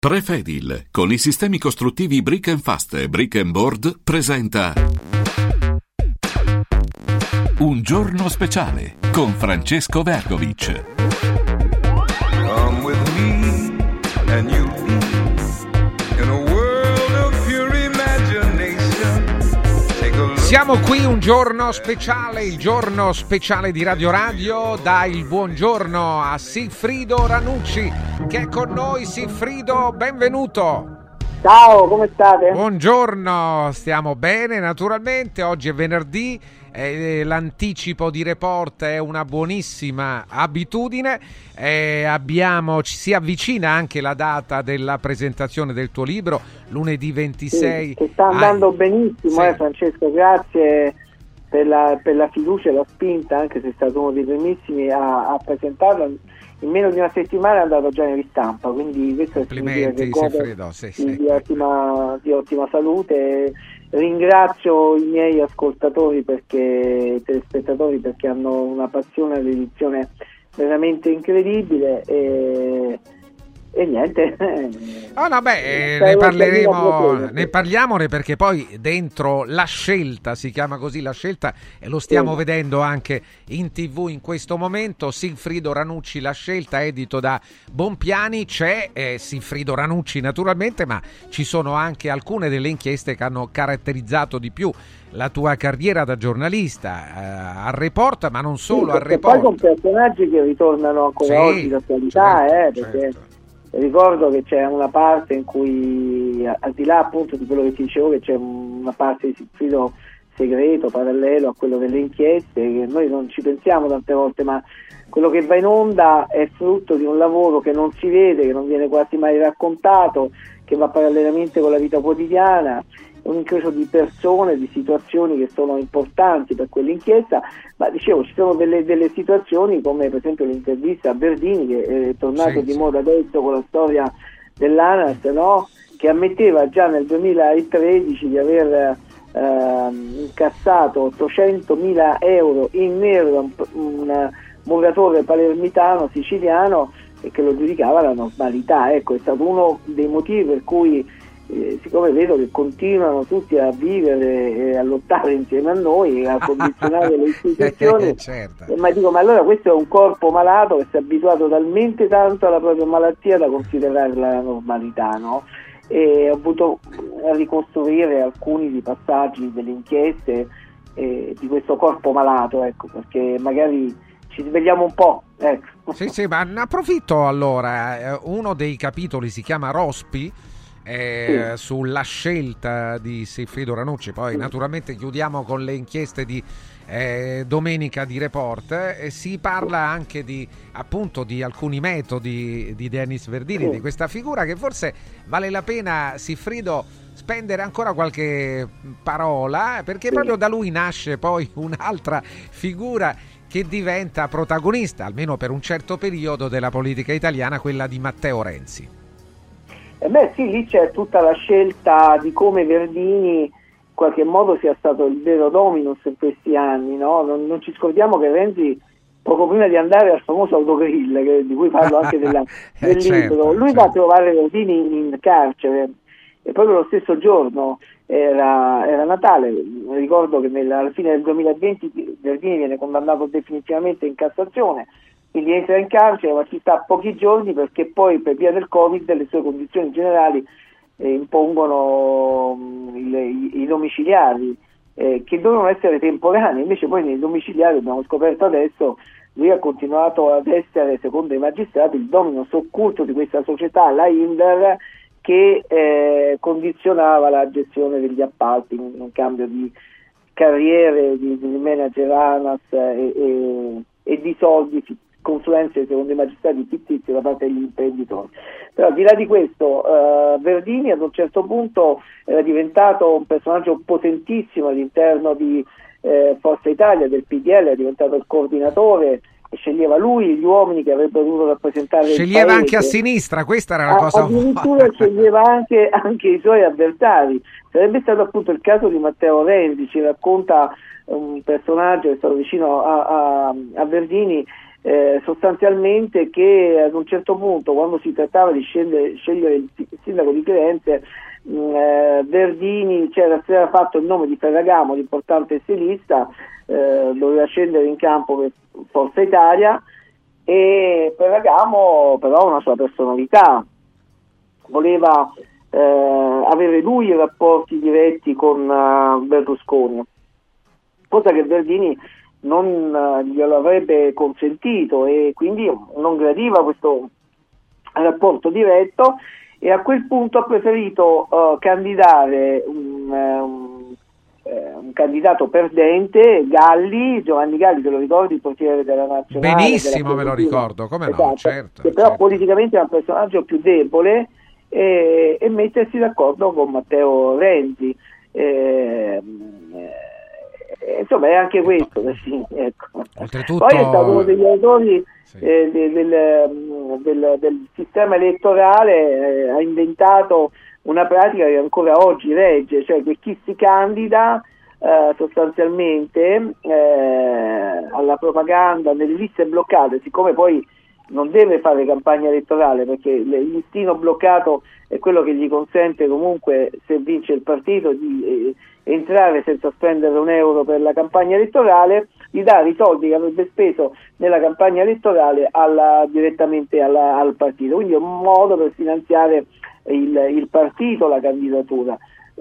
Prefedil, con i sistemi costruttivi Brick & Fast e Brick & Board, presenta Un giorno speciale con Francesco Vergovic. Come with me and you'll be in a world of pure imagination. Take a look. Siamo qui un giorno speciale, il giorno speciale di Radio Radio. Dai il buongiorno a Sigfrido Ranucci che è con noi. Sigfrido, benvenuto. Ciao, come state? Buongiorno, stiamo bene naturalmente. Oggi è venerdì, l'anticipo di Report è una buonissima abitudine. Ci si avvicina anche la data della presentazione del tuo libro, lunedì 26. Sì, che sta andando benissimo, sì. Francesco, grazie per la fiducia e la spinta, anche se è stato uno dei primissimi a presentarlo. In meno di una settimana è andato già in ristampa, quindi questo complimenti, Sigfrido, di ottima salute. Ringrazio i miei ascoltatori telespettatori perché hanno una passione all'edizione veramente incredibile e niente. Ne parliamone perché poi dentro La Scelta, si chiama così La Scelta, e lo stiamo vedendo anche in TV in questo momento. Sigfrido Ranucci, La Scelta, edito da Bompiani. C'è Sigfrido Ranucci naturalmente, ma ci sono anche alcune delle inchieste che hanno caratterizzato di più la tua carriera da giornalista al Report, ma non solo al Report. Poi con personaggi che ritornano ancora oggi d'attualità, perché certo. Ricordo che c'è una parte in cui, al di là appunto di quello che ti dicevo, che c'è una parte di Sigfrido segreto, parallelo a quello delle inchieste, che noi non ci pensiamo tante volte, ma quello che va in onda è frutto di un lavoro che non si vede, che non viene quasi mai raccontato, che va parallelamente con la vita quotidiana, un incrocio di persone, di situazioni che sono importanti per quell'inchiesta. Ma dicevo, ci sono delle situazioni come per esempio l'intervista a Verdini, che è tornato di moda adesso con la storia dell'ANAS, no? Che ammetteva già nel 2013 di aver incassato 800.000 euro in nero da un muratore palermitano siciliano e che lo giudicava la normalità. Ecco, è stato uno dei motivi per cui siccome vedo che continuano tutti a vivere e a lottare insieme a noi, a condizionare le istituzioni, certo. Ma dico, ma allora questo è un corpo malato che si è abituato talmente tanto alla propria malattia da considerarla la normalità, no? E ho avuto a ricostruire alcuni dei passaggi delle inchieste di questo corpo malato, ecco, perché magari ci svegliamo un po', ecco. Sì, ma ne approfitto allora. Uno dei capitoli si chiama Rospi, sulla scelta di Sigfrido Ranucci. Poi naturalmente chiudiamo con le inchieste di domenica di Report. Si parla anche di alcuni metodi di Denis Verdini, di questa figura che forse vale la pena, Sigfrido, spendere ancora qualche parola, perché proprio da lui nasce poi un'altra figura che diventa protagonista, almeno per un certo periodo, della politica italiana, quella di Matteo Renzi. Lì c'è tutta la scelta di come Verdini in qualche modo sia stato il vero dominus in questi anni, no? Non ci scordiamo che Renzi, poco prima di andare al famoso autogrill, di cui parlo anche del libro, lui va a trovare Verdini in carcere e proprio lo stesso giorno era Natale. Ricordo che alla fine del 2020 Verdini viene condannato definitivamente in Cassazione, quindi entra in carcere, ma ci sta pochi giorni perché poi per via del Covid le sue condizioni generali impongono i domiciliari che dovevano essere temporanei. Invece poi nei domiciliari, abbiamo scoperto adesso, lui ha continuato ad essere, secondo i magistrati, il dominus occulto di questa società, la Indar, che condizionava la gestione degli appalti in cambio di carriere di manager ANAS e di soldi, consulenze secondo i magistrati fittizi da parte degli imprenditori. Però al di là di questo, Verdini ad un certo punto era diventato un personaggio potentissimo all'interno di Forza Italia, del PDL, è diventato il coordinatore e sceglieva lui gli uomini che avrebbero dovuto rappresentare il paese. Anche a sinistra, questa era la cosa addirittura sceglieva anche i suoi avversari. Sarebbe stato appunto il caso di Matteo Renzi. Ci racconta un personaggio che è stato vicino a Verdini, sostanzialmente che ad un certo punto, quando si trattava di scegliere il sindaco di Firenze, Verdini si era fatto il nome di Ferragamo, l'importante stilista, doveva scendere in campo per Forza Italia, e Ferragamo però ha una sua personalità, voleva avere lui i rapporti diretti con Berlusconi, cosa che Verdini non glielo avrebbe consentito, e quindi non gradiva questo rapporto diretto, e a quel punto ha preferito candidare un candidato perdente, Giovanni Galli, te lo ricordi, il portiere della Nazionale? Benissimo, me lo ricordo, come esatto, no, certo. Che però certo. politicamente è un personaggio più debole, e mettersi d'accordo con Matteo Renzi. Insomma, è anche questo, sì, ecco. Oltretutto, poi è stato uno degli autori sì. del sistema elettorale, ha inventato una pratica che ancora oggi regge, cioè che chi si candida sostanzialmente alla propaganda nelle liste bloccate, siccome poi non deve fare campagna elettorale, perché il listino bloccato è quello che gli consente comunque, se vince il partito, di entrare senza spendere un euro per la campagna elettorale, di dare i soldi che avrebbe speso nella campagna elettorale direttamente al partito. Quindi è un modo per finanziare il partito, la candidatura.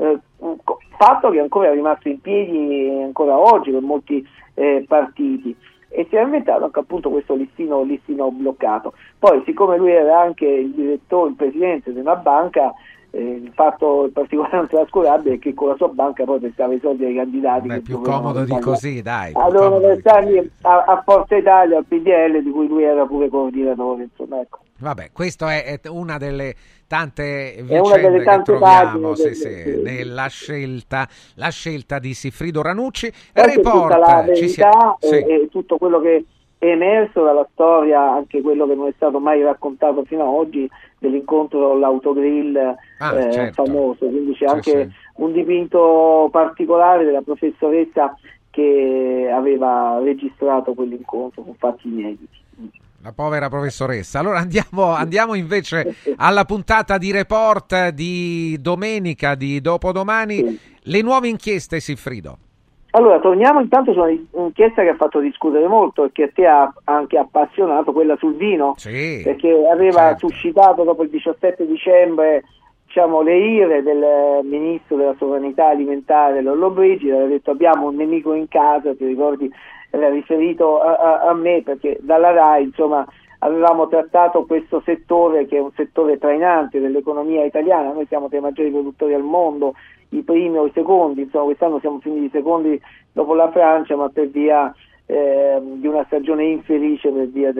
Fatto che ancora è rimasto in piedi ancora oggi per molti partiti. E si è inventato anche appunto questo listino bloccato. Poi, siccome lui era anche il presidente di una banca, il fatto particolare non trascurabile è che con la sua banca poi prestava i soldi ai candidati. Beh, più comodo di così, dai. Dovevano prestarli a Forza Italia, al PDL, di cui lui era pure coordinatore, insomma, ecco. Vabbè, questa è una delle tante vicende vicende delle tante che troviamo nella scelta di Siffrido Ranucci. Tutta la verità e tutto quello che è emerso dalla storia, anche quello che non è stato mai raccontato fino ad oggi, dell'incontro all'autogrill famoso. Quindi c'è anche un dipinto particolare della professoressa che aveva registrato quell'incontro con fatti inediti. La povera professoressa. Allora andiamo invece alla puntata di Report di domenica, di dopodomani. Sì. Le nuove inchieste, Siffrido. Allora, torniamo intanto su un'inchiesta che ha fatto discutere molto e che a te ha anche appassionato, quella sul vino, sì, perché aveva suscitato dopo il 17 dicembre le ire del ministro della sovranità alimentare Lollobrigida. Aveva detto: abbiamo un nemico in casa, ti ricordi? Era riferito a me, perché dalla RAI insomma avevamo trattato questo settore, che è un settore trainante dell'economia italiana. Noi siamo tra i maggiori produttori al mondo, i primi o i secondi, insomma quest'anno siamo finiti secondi dopo la Francia, ma per via di una stagione infelice, per via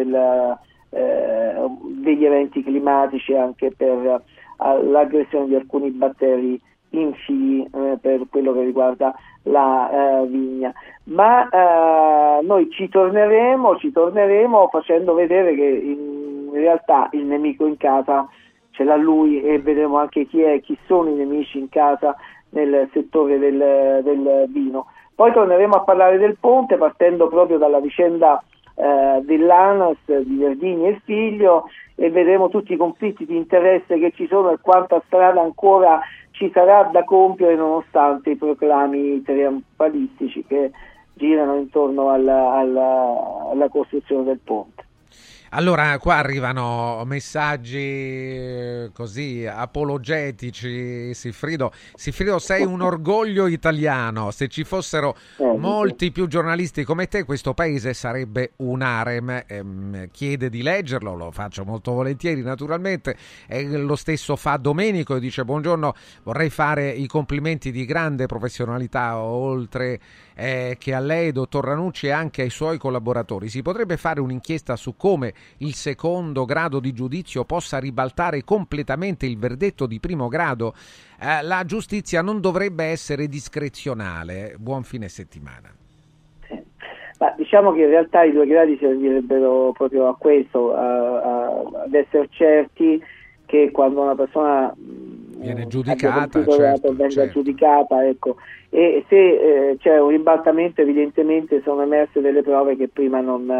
degli eventi climatici, anche per l'aggressione di alcuni batteri infidi per quello che riguarda la vigna. Ma noi ci torneremo facendo vedere che in realtà il nemico in casa ce l'ha lui, e vedremo anche chi sono i nemici in casa nel settore del vino. Poi torneremo a parlare del ponte, partendo proprio dalla vicenda dell'ANAS di Verdini e figlio, e vedremo tutti i conflitti di interesse che ci sono e quanta strada ancora ci sarà da compiere, nonostante i proclami trionfalistici che girano intorno alla costruzione del ponte. Allora, qua arrivano messaggi così apologetici. Siffrido, sei un orgoglio italiano. Se ci fossero molti più giornalisti come te, questo paese sarebbe un harem. Chiede di leggerlo, lo faccio molto volentieri naturalmente. Lo stesso fa Domenico, e dice: buongiorno, vorrei fare i complimenti di grande professionalità, oltre che a lei, dottor Ranucci, e anche ai suoi collaboratori. Si potrebbe fare un'inchiesta su come il secondo grado di giudizio possa ribaltare completamente il verdetto di primo grado. La giustizia non dovrebbe essere discrezionale. Buon fine settimana. Ma diciamo che in realtà i 2 gradi servirebbero proprio a questo, ad essere certi che quando una persona viene giudicata, venga giudicata, ecco. E se c'è un ribaltamento, evidentemente sono emerse delle prove che prima non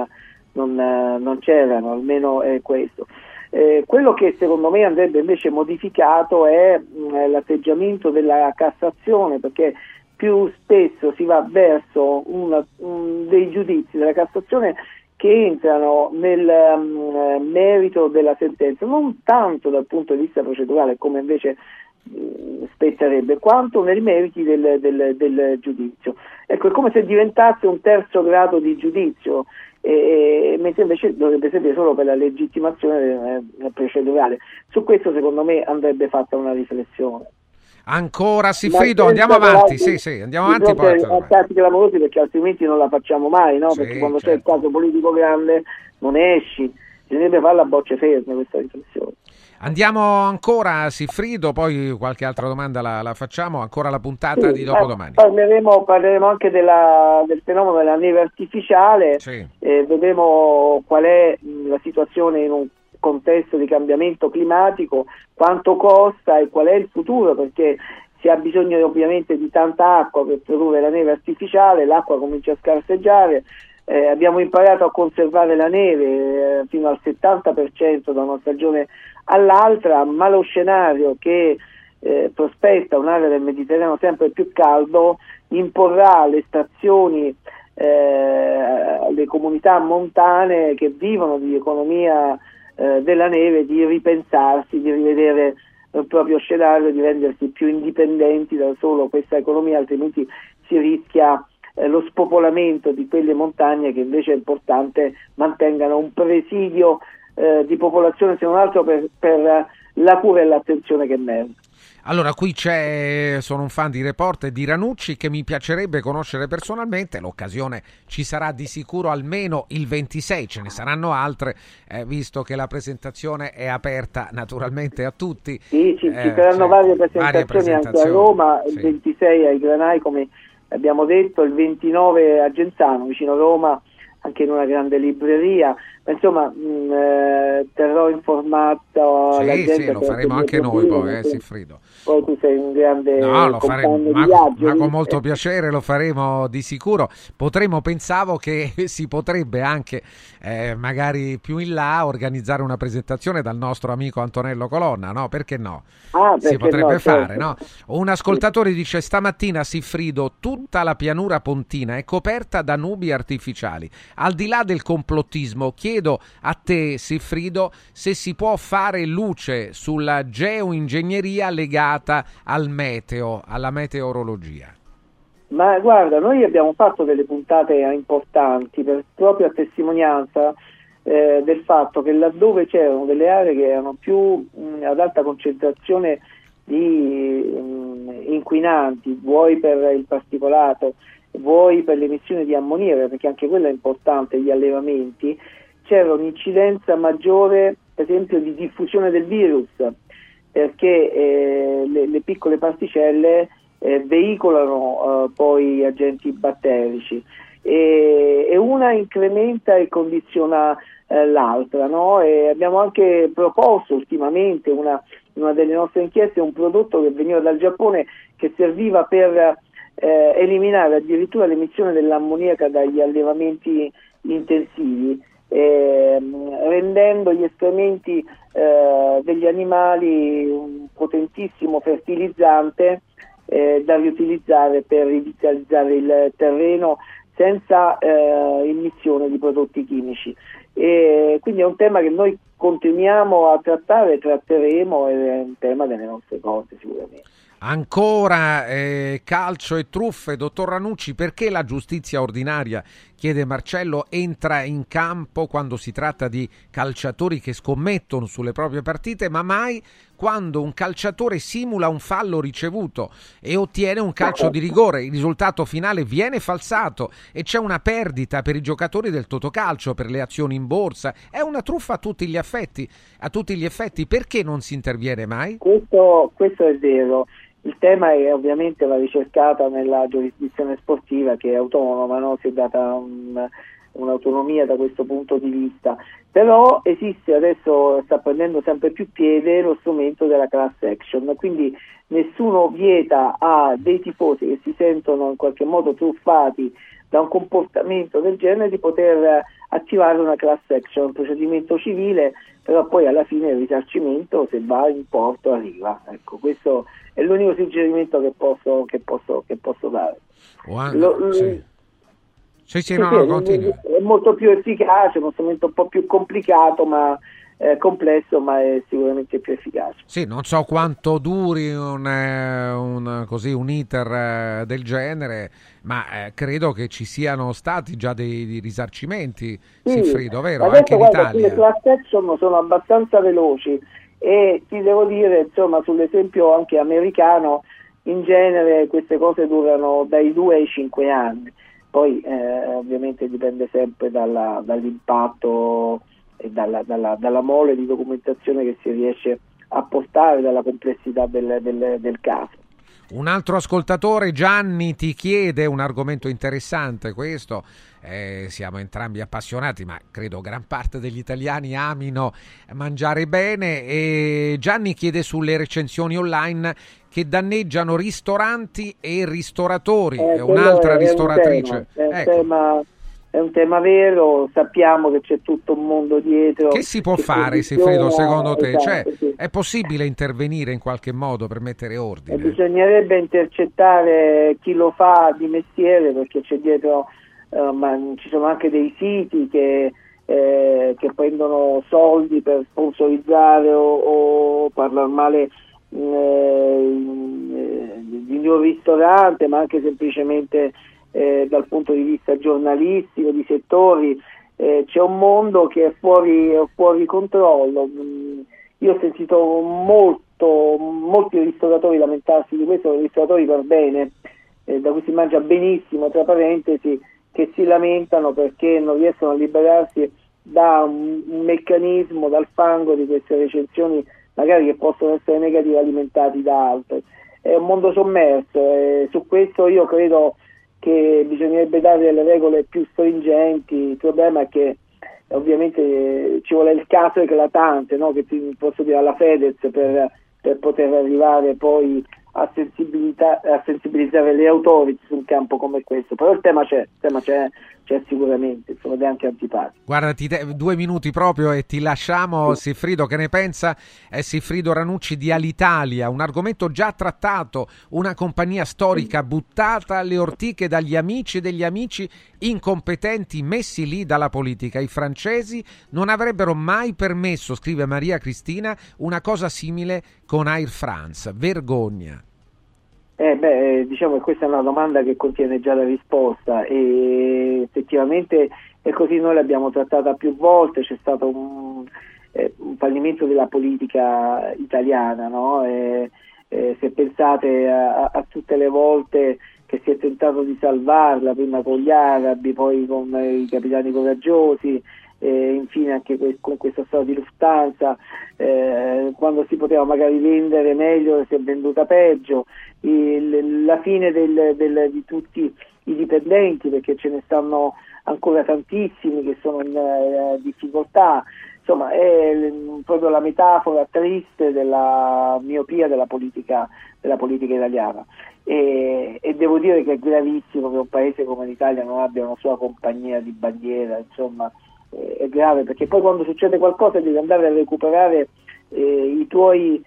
non c'erano, almeno è questo. Quello che secondo me andrebbe invece modificato è l'atteggiamento della Cassazione, perché più spesso si va verso dei giudizi della Cassazione che entrano nel merito della sentenza, non tanto dal punto di vista procedurale come invece spetterebbe, quanto nei meriti del giudizio. Ecco, è come se diventasse un terzo grado di giudizio, mentre invece dovrebbe servire solo per la legittimazione procedurale. Su questo secondo me andrebbe fatta una riflessione. Ancora Siffrido, andiamo avanti, sì, andiamo avanti poi. Attacchi clamorosi, perché altrimenti non la facciamo mai, no? Sì, perché quando certo. c'è il caso politico grande non esci, bisognerebbe farla a bocce ferme questa riflessione. Andiamo ancora Siffrido, poi qualche altra domanda la facciamo, ancora la puntata di dopodomani. Parleremo anche del fenomeno della neve artificiale, Sì. Vedremo qual è la situazione in un contesto di cambiamento climatico, quanto costa e qual è il futuro, perché si ha bisogno ovviamente di tanta acqua per produrre la neve artificiale, l'acqua comincia a scarseggiare. Abbiamo imparato a conservare la neve fino al 70% da una stagione all'altra, ma lo scenario che prospetta un'area del Mediterraneo sempre più caldo imporrà alle stazioni, alle comunità montane che vivono di economia della neve, di ripensarsi, di rivedere il proprio scenario, di rendersi più indipendenti da solo questa economia, altrimenti si rischia lo spopolamento di quelle montagne che invece è importante mantengano un presidio di popolazione, se non altro per la cura e l'attenzione che merita. Allora, qui sono un fan di Report e di Ranucci che mi piacerebbe conoscere personalmente, l'occasione ci sarà di sicuro almeno il 26, ce ne saranno altre, visto che la presentazione è aperta naturalmente a tutti. Sì, ci saranno varie presentazioni anche a Roma, il 26 ai Granai, come abbiamo detto, il 29 a Genzano, vicino a Roma, anche in una grande libreria. Insomma, terrò informato la gente. Sì, lo faremo anche noi poi, Siffrido. Poi tu sei un grande lo faremo, di viaggio, ma con molto piacere lo faremo di sicuro. Pensavo che si potrebbe anche magari più in là organizzare una presentazione dal nostro amico Antonello Colonna, no? Perché no? Si potrebbe fare, certo. No? Un ascoltatore dice: stamattina Siffrido, tutta la pianura pontina è coperta da nubi artificiali. Al di là del complottismo, chiedo a te, Siffrido, se si può fare luce sulla geoingegneria legata al meteo, alla meteorologia. Ma guarda, noi abbiamo fatto delle puntate importanti proprio a testimonianza del fatto che laddove c'erano delle aree che erano più ad alta concentrazione di inquinanti, vuoi per il particolato, vuoi per l'emissione di ammoniaca, perché anche quella è importante, gli allevamenti, c'era un'incidenza maggiore, per esempio, di diffusione del virus, perché le piccole particelle veicolano poi agenti batterici e una incrementa e condiziona l'altra, no? E abbiamo anche proposto ultimamente una delle nostre inchieste, un prodotto che veniva dal Giappone che serviva per eliminare addirittura l'emissione dell'ammoniaca dagli allevamenti intensivi, rendendo gli escrementi degli animali un potentissimo fertilizzante da riutilizzare per rivitalizzare il terreno senza immissione di prodotti chimici. E quindi è un tema che noi continuiamo a trattare, tratteremo, ed è un tema delle nostre cose sicuramente. Ancora calcio e truffe, dottor Ranucci, perché la giustizia ordinaria, chiede Marcello, entra in campo quando si tratta di calciatori che scommettono sulle proprie partite, ma mai quando un calciatore simula un fallo ricevuto e ottiene un calcio di rigore? Il risultato finale viene falsato e c'è una perdita per i giocatori del Totocalcio, per le azioni in borsa. È una truffa a tutti gli effetti. Perché non si interviene mai? Questo è vero. Il tema è ovviamente la ricercata nella giurisdizione sportiva, che è autonoma, no? Si è data un'autonomia da questo punto di vista, però esiste, adesso sta prendendo sempre più piede lo strumento della class action, quindi nessuno vieta a dei tifosi che si sentono in qualche modo truffati da un comportamento del genere di poter attivare una class action, un procedimento civile, però poi alla fine il risarcimento, se va in porto, arriva. Ecco, questo è l'unico suggerimento che posso dare. Continua. È molto più efficace, è uno strumento un po' più complicato, ma complesso, ma è sicuramente più efficace. Sì, non so quanto duri un iter del genere, ma credo che ci siano stati già dei risarcimenti, sì, Siffrido, vero? Anche in Italia. Le class action sono abbastanza veloci e ti devo dire, insomma, sull'esempio anche americano, in genere queste cose durano dai 2 ai 5 anni. Poi ovviamente dipende sempre dall'impatto e dalla mole di documentazione che si riesce a portare, dalla complessità del caso. Un altro ascoltatore, Gianni, ti chiede un argomento interessante questo, siamo entrambi appassionati, ma credo gran parte degli italiani amino mangiare bene, e Gianni chiede sulle recensioni online che danneggiano ristoranti e ristoratori, un'altra ristoratrice. È un tema vero, sappiamo che c'è tutto un mondo dietro. Che si può fare, Siffrido, secondo te? Esatto, sì. È possibile intervenire in qualche modo per mettere ordine? Bisognerebbe intercettare chi lo fa di mestiere, perché c'è dietro, ma ci sono anche dei siti che prendono soldi per sponsorizzare o parlare male di un ristorante, ma anche semplicemente dal punto di vista giornalistico, di settori. C'è un mondo che è fuori controllo. Io ho sentito molti ristoratori lamentarsi di questo, ristoratori per bene, da cui si mangia benissimo, tra parentesi, che si lamentano perché non riescono a liberarsi da un meccanismo, dal fango di queste recensioni, magari che possono essere negative, alimentati da altre. È un mondo sommerso, su questo io credo che bisognerebbe dare delle regole più stringenti. Il problema è che ovviamente ci vuole il caso eclatante, no? Che posso dire alla Fedez per poter arrivare poi a sensibilizzare le autority su un campo come questo. Però il tema c'è sicuramente, insomma, ed è anche antipatico. Guarda, 2 minuti proprio e ti lasciamo, sì. Siffrido, che ne pensa Siffrido Ranucci di Alitalia? Un argomento già trattato, una compagnia storica buttata alle ortiche dagli amici degli amici incompetenti messi lì dalla politica. I francesi non avrebbero mai permesso, scrive Maria Cristina, una cosa simile con Air France. Vergogna. Diciamo che questa è una domanda che contiene già la risposta, e effettivamente è così. Noi l'abbiamo trattata più volte, c'è stato un fallimento della politica italiana, no? Se pensate a tutte le volte che si è tentato di salvarla, prima con gli arabi, poi con i capitani coraggiosi, infine anche con questa storia di Lufthansa, quando si poteva magari vendere meglio si è venduta peggio, la fine di tutti i dipendenti, perché ce ne stanno ancora tantissimi che sono in difficoltà. Insomma, è proprio la metafora triste della miopia della politica italiana, e devo dire che è gravissimo che un paese come l'Italia non abbia una sua compagnia di bandiera. Insomma, è grave, perché poi quando succede qualcosa devi andare a recuperare i tuoi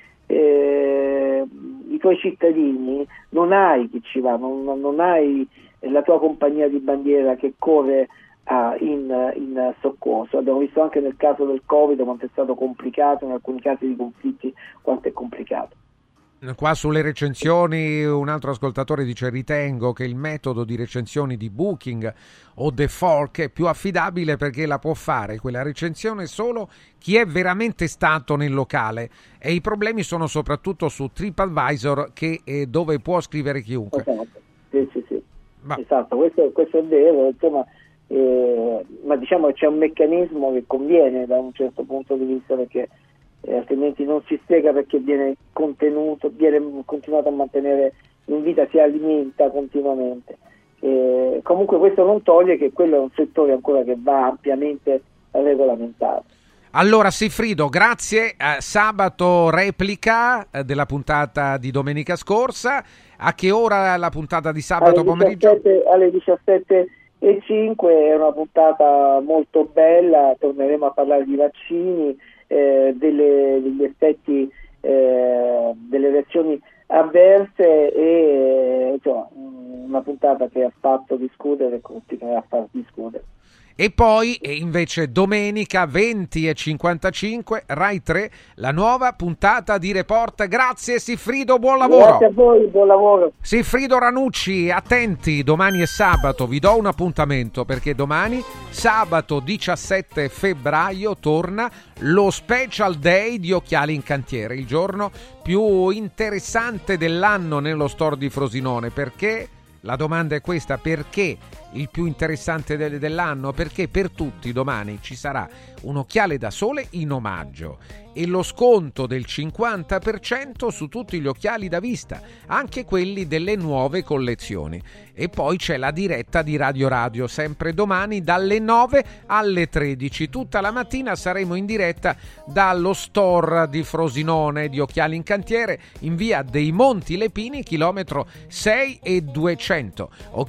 cittadini, non hai chi ci va, non hai la tua compagnia di bandiera che corre in soccorso. Abbiamo visto anche nel caso del Covid quanto è stato complicato, in alcuni casi di conflitti quanto è complicato. Qua sulle recensioni un altro ascoltatore dice: ritengo che il metodo di recensioni di Booking o The Fork è più affidabile perché la può fare quella recensione solo chi è veramente stato nel locale, e i problemi sono soprattutto su TripAdvisor, che è dove può scrivere chiunque. Esatto, sì. Esatto, questo è vero, insomma, ma diciamo che c'è un meccanismo che conviene da un certo punto di vista, perché altrimenti non si spiega perché viene continuato a mantenere in vita, si alimenta continuamente. Comunque questo non toglie che quello è un settore ancora che va ampiamente regolamentato. Allora Siffrido, grazie. Sabato replica della puntata di domenica scorsa. A che ora la puntata di sabato pomeriggio? Alle 17:30 e 5 è una puntata molto bella, torneremo a parlare di vaccini, degli effetti, delle reazioni avverse e insomma, una puntata che ha fatto discutere e continuerà a far discutere. E poi invece domenica 20:55 Rai 3 la nuova puntata di Report. Grazie Siffrido, buon lavoro. Grazie a voi, buon lavoro. Siffrido Ranucci, attenti, domani è sabato, vi do un appuntamento perché domani, sabato 17 febbraio, torna lo Special Day di Occhiali in Cantiere, il giorno più interessante dell'anno nello store di Frosinone. Perché? La domanda è questa: perché il più interessante dell'anno? Perché per tutti domani ci sarà un occhiale da sole in omaggio e lo sconto del 50% su tutti gli occhiali da vista, anche quelli delle nuove collezioni. E poi c'è la diretta di Radio, sempre domani dalle 9 alle 13. Tutta la mattina saremo in diretta dallo store di Frosinone di Occhiali in Cantiere, in via dei Monti Lepini, chilometro 6,200.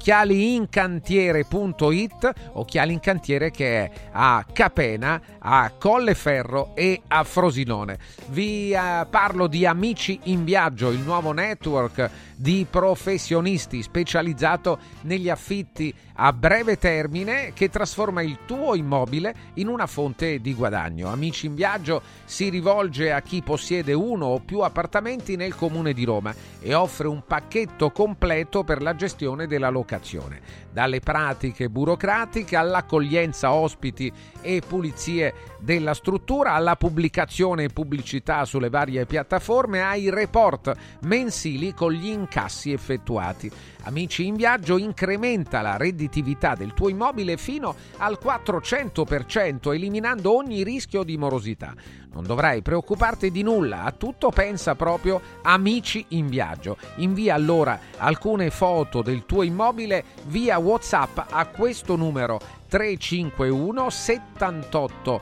Occhialiincantiere.it, Occhiali in Cantiere che è a Capena, a Colleferro e a Frosinone. Vi parlo di Amici in Viaggio, il nuovo network di professionisti specializzato negli affitti a breve termine che trasforma il tuo immobile in una fonte di guadagno. Amici in Viaggio si rivolge a chi possiede uno o più appartamenti nel comune di Roma e offre un pacchetto completo per la gestione della locazione, dalle pratiche burocratiche all'accoglienza ospiti e pulizie della struttura, alla pubblicazione e pubblicità sulle varie piattaforme, ai report mensili con gli incassi effettuati. Amici in Viaggio incrementa la redditività del tuo immobile fino al 400%, eliminando ogni rischio di morosità. Non dovrai preoccuparti di nulla, a tutto pensa proprio Amici in Viaggio. Invia allora alcune foto del tuo immobile via WhatsApp a questo numero 351 78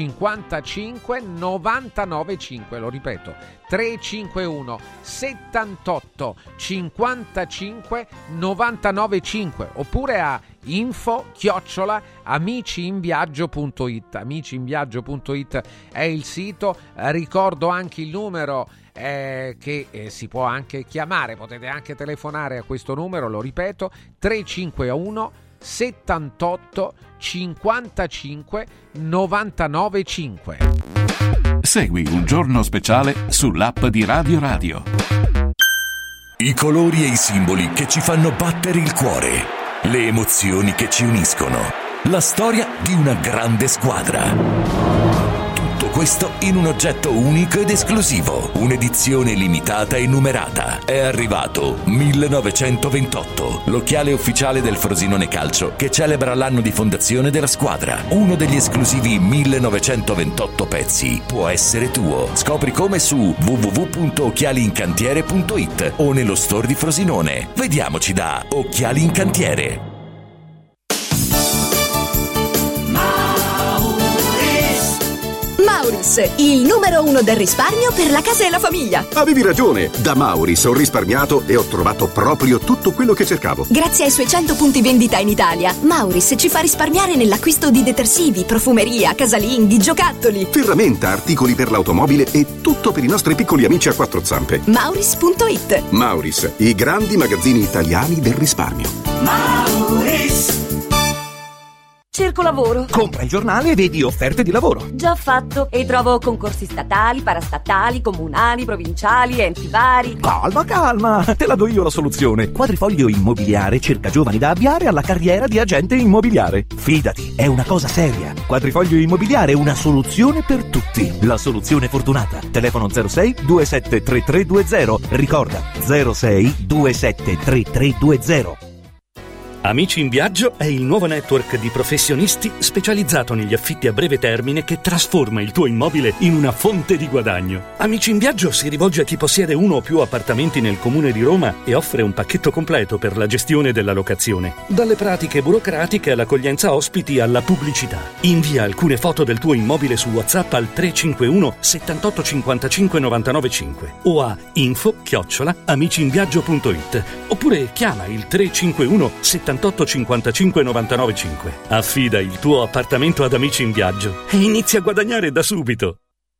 55 99 5. Lo ripeto, 351 78 55 99 5, oppure a info@amiciinviaggio.it. Amiciinviaggio.it è il sito. Ricordo anche il numero che si può anche chiamare, potete anche telefonare a questo numero, lo ripeto, 351 78 55 99 5. Segui Un Giorno Speciale sull'app di Radio. I colori e i simboli che ci fanno battere il cuore, le emozioni che ci uniscono, la storia di una grande squadra. Tutto questo in un oggetto unico ed esclusivo, un'edizione limitata e numerata. È arrivato 1928, l'occhiale ufficiale del Frosinone Calcio che celebra l'anno di fondazione della squadra. Uno degli esclusivi 1928 pezzi può essere tuo. Scopri come su www.occhialiincantiere.it o nello store di Frosinone. Vediamoci da Occhiali in Cantiere. Mauris, il numero 1 del risparmio per la casa e la famiglia. Avevi ragione, da Mauris ho risparmiato e ho trovato proprio tutto quello che cercavo. Grazie ai suoi 100 punti vendita in Italia, Mauris ci fa risparmiare nell'acquisto di detersivi, profumeria, casalinghi, giocattoli, ferramenta, articoli per l'automobile e tutto per i nostri piccoli amici a quattro zampe. Mauris.it. Mauris, i grandi magazzini italiani del risparmio. Mauris. Cerco lavoro. Compra il giornale e vedi offerte di lavoro. Già fatto. E trovo concorsi statali, parastatali, comunali, provinciali, enti vari. Calma, te la do io la soluzione. Quadrifoglio Immobiliare cerca giovani da avviare alla carriera di agente immobiliare. Fidati, è una cosa seria. Quadrifoglio Immobiliare è una soluzione per tutti. La soluzione fortunata. Telefono 06 273320. Ricorda, 06 273320. Amici in Viaggio è il nuovo network di professionisti specializzato negli affitti a breve termine che trasforma il tuo immobile in una fonte di guadagno. Amici in Viaggio si rivolge a chi possiede uno o più appartamenti nel comune di Roma e offre un pacchetto completo per la gestione della locazione, dalle pratiche burocratiche all'accoglienza ospiti alla pubblicità. Invia alcune foto del tuo immobile su WhatsApp al 351 78 55 99 5 o a info@amiciinviaggio.it, oppure chiama il 351 78 78 55 99 5. Affida il tuo appartamento ad Amici in Viaggio e inizia a guadagnare da subito.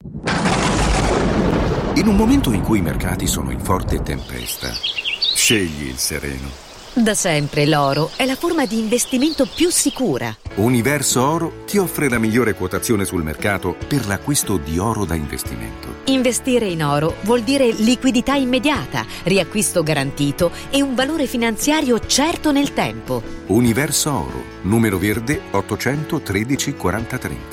In un momento in cui i mercati sono in forte tempesta, scegli il sereno. Da sempre l'oro è la forma di investimento più sicura. Universo Oro ti offre la migliore quotazione sul mercato per l'acquisto di oro da investimento. Investire in oro vuol dire liquidità immediata, riacquisto garantito e un valore finanziario certo nel tempo. Universo Oro, numero verde 813 4030.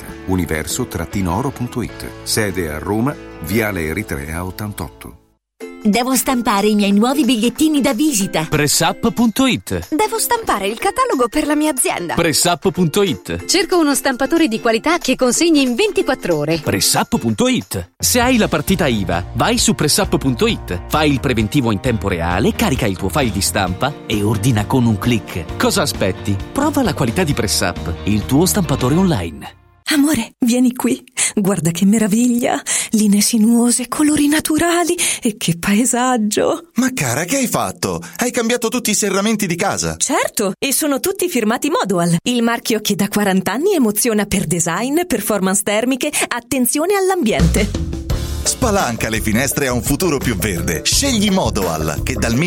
Universo-oro.it. Sede a Roma, Viale Eritrea 88. Devo stampare i miei nuovi bigliettini da visita. Pressup.it. Devo stampare il catalogo per la mia azienda. Pressup.it. Cerco uno stampatore di qualità che consegni in 24 ore. Pressup.it. Se hai la partita IVA, vai su Pressup.it, fai il preventivo in tempo reale, carica il tuo file di stampa e ordina con un click. Cosa aspetti? Prova la qualità di Pressup, il tuo stampatore online. Amore, vieni qui. Guarda che meraviglia. Linee sinuose, colori naturali e che paesaggio. Ma cara, che hai fatto? Hai cambiato tutti i serramenti di casa? Certo, e sono tutti firmati Modoal, il marchio che da 40 anni emoziona per design, performance termiche, attenzione all'ambiente. Spalanca le finestre a un futuro più verde. Scegli Modoal, che dal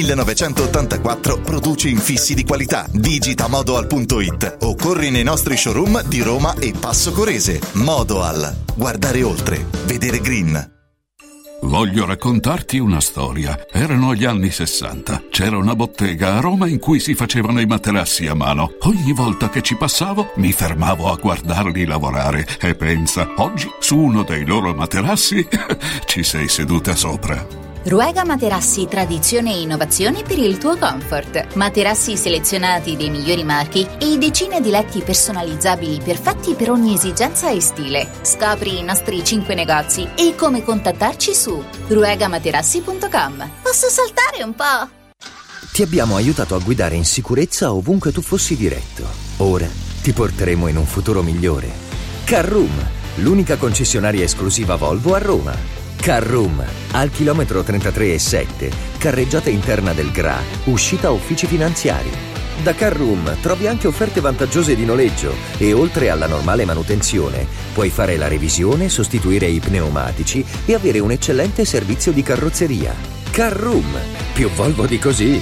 1984 produce infissi di qualità. Digita modoal.it o corri nei nostri showroom di Roma e Passo Corese. Modoal. Guardare oltre. Vedere green. Voglio raccontarti una storia. Erano gli anni 60. C'era una bottega a Roma in cui si facevano i materassi a mano. Ogni volta che ci passavo mi fermavo a guardarli lavorare e pensa, oggi su uno dei loro materassi ci sei seduta sopra. Ruega Materassi, tradizione e innovazione per il tuo comfort. Materassi selezionati dei migliori marchi e decine di letti personalizzabili perfetti per ogni esigenza e stile. Scopri i nostri 5 negozi e come contattarci su ruegamaterassi.com. Posso saltare un po'? Ti abbiamo aiutato a guidare in sicurezza ovunque tu fossi diretto. Ora ti porteremo in un futuro migliore. Carroom, l'unica concessionaria esclusiva Volvo a Roma. Carroom, al chilometro 33,7, carreggiata interna del GRA, uscita uffici finanziari. Da Carroom trovi anche offerte vantaggiose di noleggio e oltre alla normale manutenzione puoi fare la revisione, sostituire i pneumatici e avere un eccellente servizio di carrozzeria. Carroom, più Volvo di così.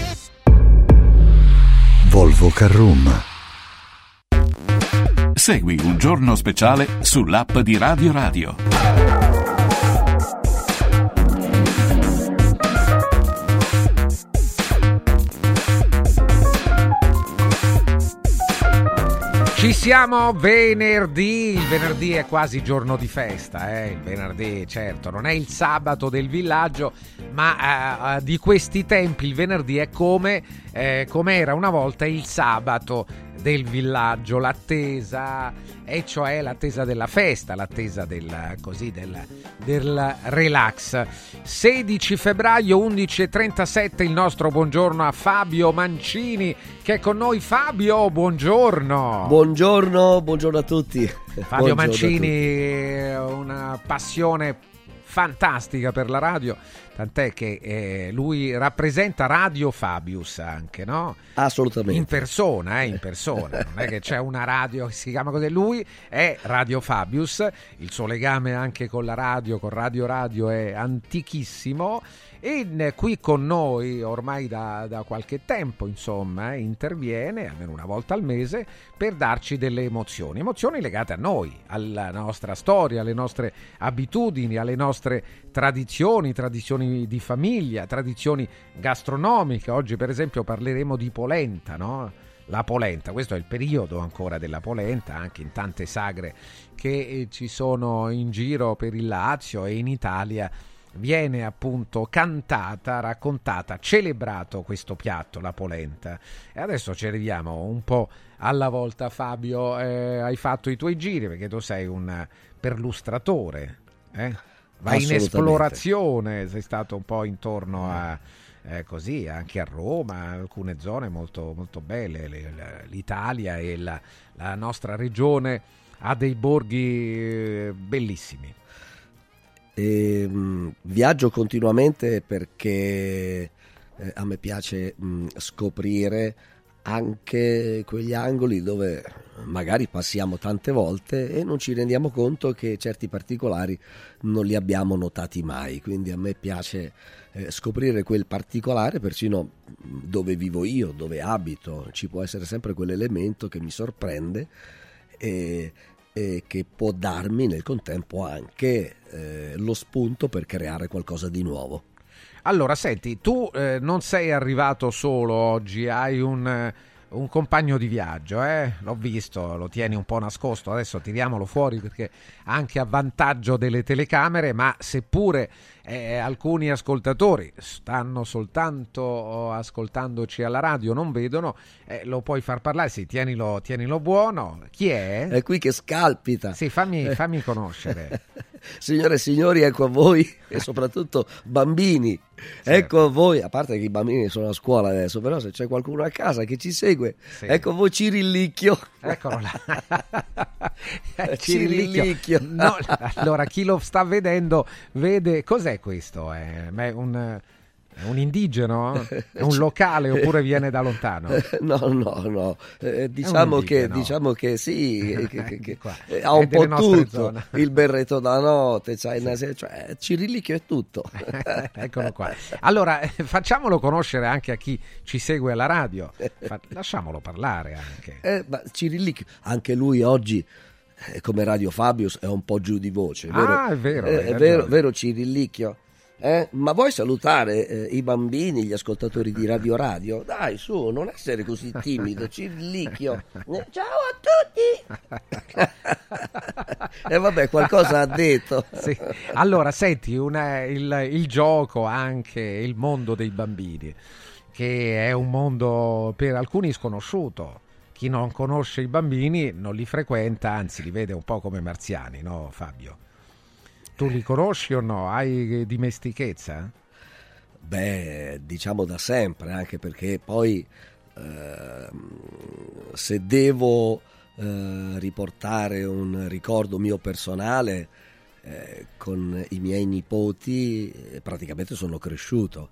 Volvo Carroom. Segui Un Giorno Speciale sull'app di Radio Radio. Ci siamo venerdì, il venerdì è quasi giorno di festa, il venerdì certo, non è il sabato del villaggio, ma di questi tempi il venerdì è come era una volta il sabato del villaggio, l'attesa, e cioè l'attesa della festa, l'attesa del relax. 16 febbraio 11:37, il nostro buongiorno a Fabio Mancini che è con noi. Fabio, buongiorno. Buongiorno a tutti. Fabio Mancini, una passione fantastica per la radio, tant'è che lui rappresenta Radio Fabius anche, no? Assolutamente. In persona, non è che c'è una radio che si chiama così, lui è Radio Fabius, il suo legame anche con la radio, con Radio è antichissimo e qui con noi ormai da qualche tempo, insomma, interviene almeno una volta al mese per darci delle emozioni legate a noi, alla nostra storia, alle nostre abitudini, alle nostre tradizioni di famiglia, tradizioni gastronomiche. Oggi per esempio parleremo di polenta, no? La polenta, questo è il periodo ancora della polenta, anche in tante sagre che ci sono in giro per il Lazio e in Italia viene appunto cantata, raccontata, celebrato questo piatto, la polenta. E adesso ci arriviamo un po' alla volta. Fabio, hai fatto i tuoi giri perché tu sei un perlustratore, vai in esplorazione, sei stato un po' intorno a così anche a Roma, alcune zone molto, molto belle. L'Italia e la nostra regione ha dei borghi bellissimi. Viaggio continuamente perché a me piace scoprire anche quegli angoli dove magari passiamo tante volte e non ci rendiamo conto che certi particolari non li abbiamo notati mai. Quindi a me piace scoprire quel particolare, persino dove vivo io, dove abito, ci può essere sempre quell'elemento che mi sorprende e che può darmi nel contempo anche lo spunto per creare qualcosa di nuovo. Allora, senti, tu non sei arrivato solo oggi, hai un compagno di viaggio, l'ho visto, lo tieni un po' nascosto, adesso tiriamolo fuori perché anche a vantaggio delle telecamere, ma seppure alcuni ascoltatori stanno soltanto ascoltandoci alla radio, non vedono, lo puoi far parlare, sì, tienilo buono. Chi è? È qui che scalpita. Sì, fammi conoscere. Signore e signori, ecco a voi, e soprattutto bambini, certo. Ecco a voi, a parte che i bambini sono a scuola adesso, però se c'è qualcuno a casa che ci segue, sì. Ecco a voi Cirillicchio. Eccolo là. Cirillicchio. No, allora, chi lo sta vedendo vede, cos'è questo? È un indigeno? È un locale oppure viene da lontano? No. Diciamo che sì, che ha un po' tutto. Zone. Il berretto da notte, cioè Cirillicchio è tutto. Eccolo qua. Allora, facciamolo conoscere anche a chi ci segue alla radio. Lasciamolo parlare anche. Ma Cirillicchio, anche lui oggi, come Radio Fabius, è un po' giù di voce. Vero? È vero. Vero Cirillicchio? Ma vuoi salutare i bambini, gli ascoltatori di Radio? Dai, su, non essere così timido, Cirillicchio. Ciao a tutti! E vabbè, qualcosa ha detto. Sì. Allora, senti, il gioco, anche il mondo dei bambini, che è un mondo per alcuni sconosciuto. Chi non conosce i bambini non li frequenta, anzi li vede un po' come marziani, no Fabio? Tu li conosci o no? Hai dimestichezza? Beh, diciamo da sempre, anche perché poi se devo riportare un ricordo mio personale, con i miei nipoti praticamente sono cresciuto.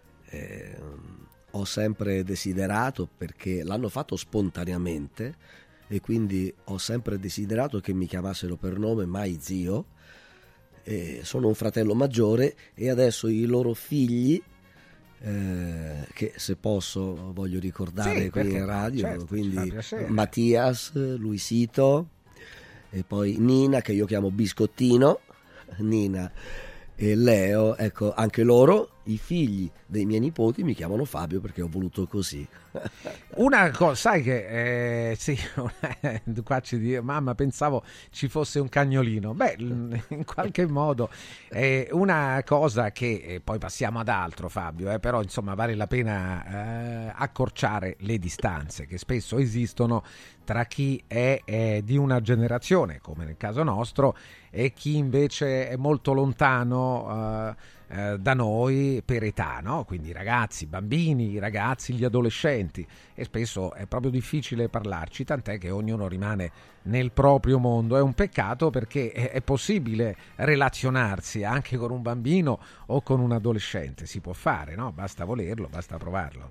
Ho sempre desiderato, perché l'hanno fatto spontaneamente, e quindi ho sempre desiderato che mi chiamassero per nome, mai zio. Sono un fratello maggiore e adesso i loro figli, che se posso voglio ricordare qui in radio, certo, quindi Mattias, Luisito e poi Nina, che io chiamo Biscottino, Nina e Leo, ecco, anche loro, i figli dei miei nipoti, mi chiamano Fabio perché ho voluto così. Una cosa, sai che sì, qua ci dice, mamma, pensavo ci fosse un cagnolino. Beh, in qualche modo è una cosa che poi passiamo ad altro, Fabio, però insomma vale la pena accorciare le distanze che spesso esistono tra chi è di una generazione, come nel caso nostro, e chi invece è molto lontano da noi per età, no? Quindi ragazzi, bambini, ragazzi, gli adolescenti, e spesso è proprio difficile parlarci, tant'è che ognuno rimane nel proprio mondo. È un peccato, perché è possibile relazionarsi anche con un bambino o con un adolescente, si può fare, no? Basta volerlo, basta provarlo.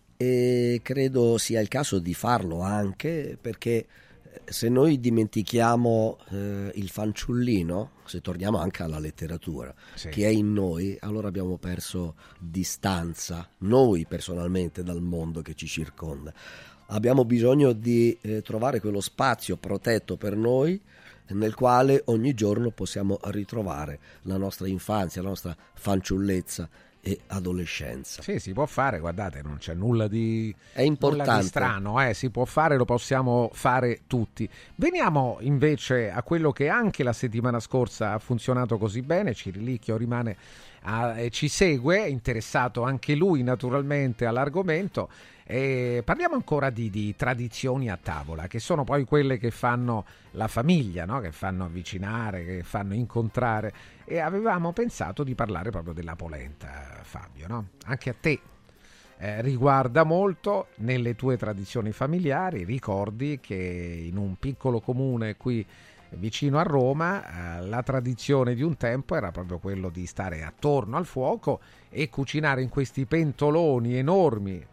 E credo sia il caso di farlo, anche perché se noi dimentichiamo il fanciullino, se torniamo anche alla letteratura, sì, che è in noi, allora abbiamo perso distanza, noi personalmente, dal mondo che ci circonda. Abbiamo bisogno di trovare quello spazio protetto per noi, nel quale ogni giorno possiamo ritrovare la nostra infanzia, la nostra fanciullezza e adolescenza. Sì, si può fare, guardate, non c'è nulla di, è importante, nulla di strano, si può fare, lo possiamo fare tutti. Veniamo invece a quello che anche la settimana scorsa ha funzionato così bene. Cirillicchio rimane ci segue, interessato anche lui naturalmente all'argomento. Parliamo ancora di tradizioni a tavola, che sono poi quelle che fanno la famiglia, no? Che fanno avvicinare, che fanno incontrare, e avevamo pensato di parlare proprio della polenta, Fabio, no? Anche a te riguarda molto, nelle tue tradizioni familiari. Ricordi che in un piccolo comune qui vicino a Roma la tradizione di un tempo era proprio quello di stare attorno al fuoco e cucinare in questi pentoloni enormi,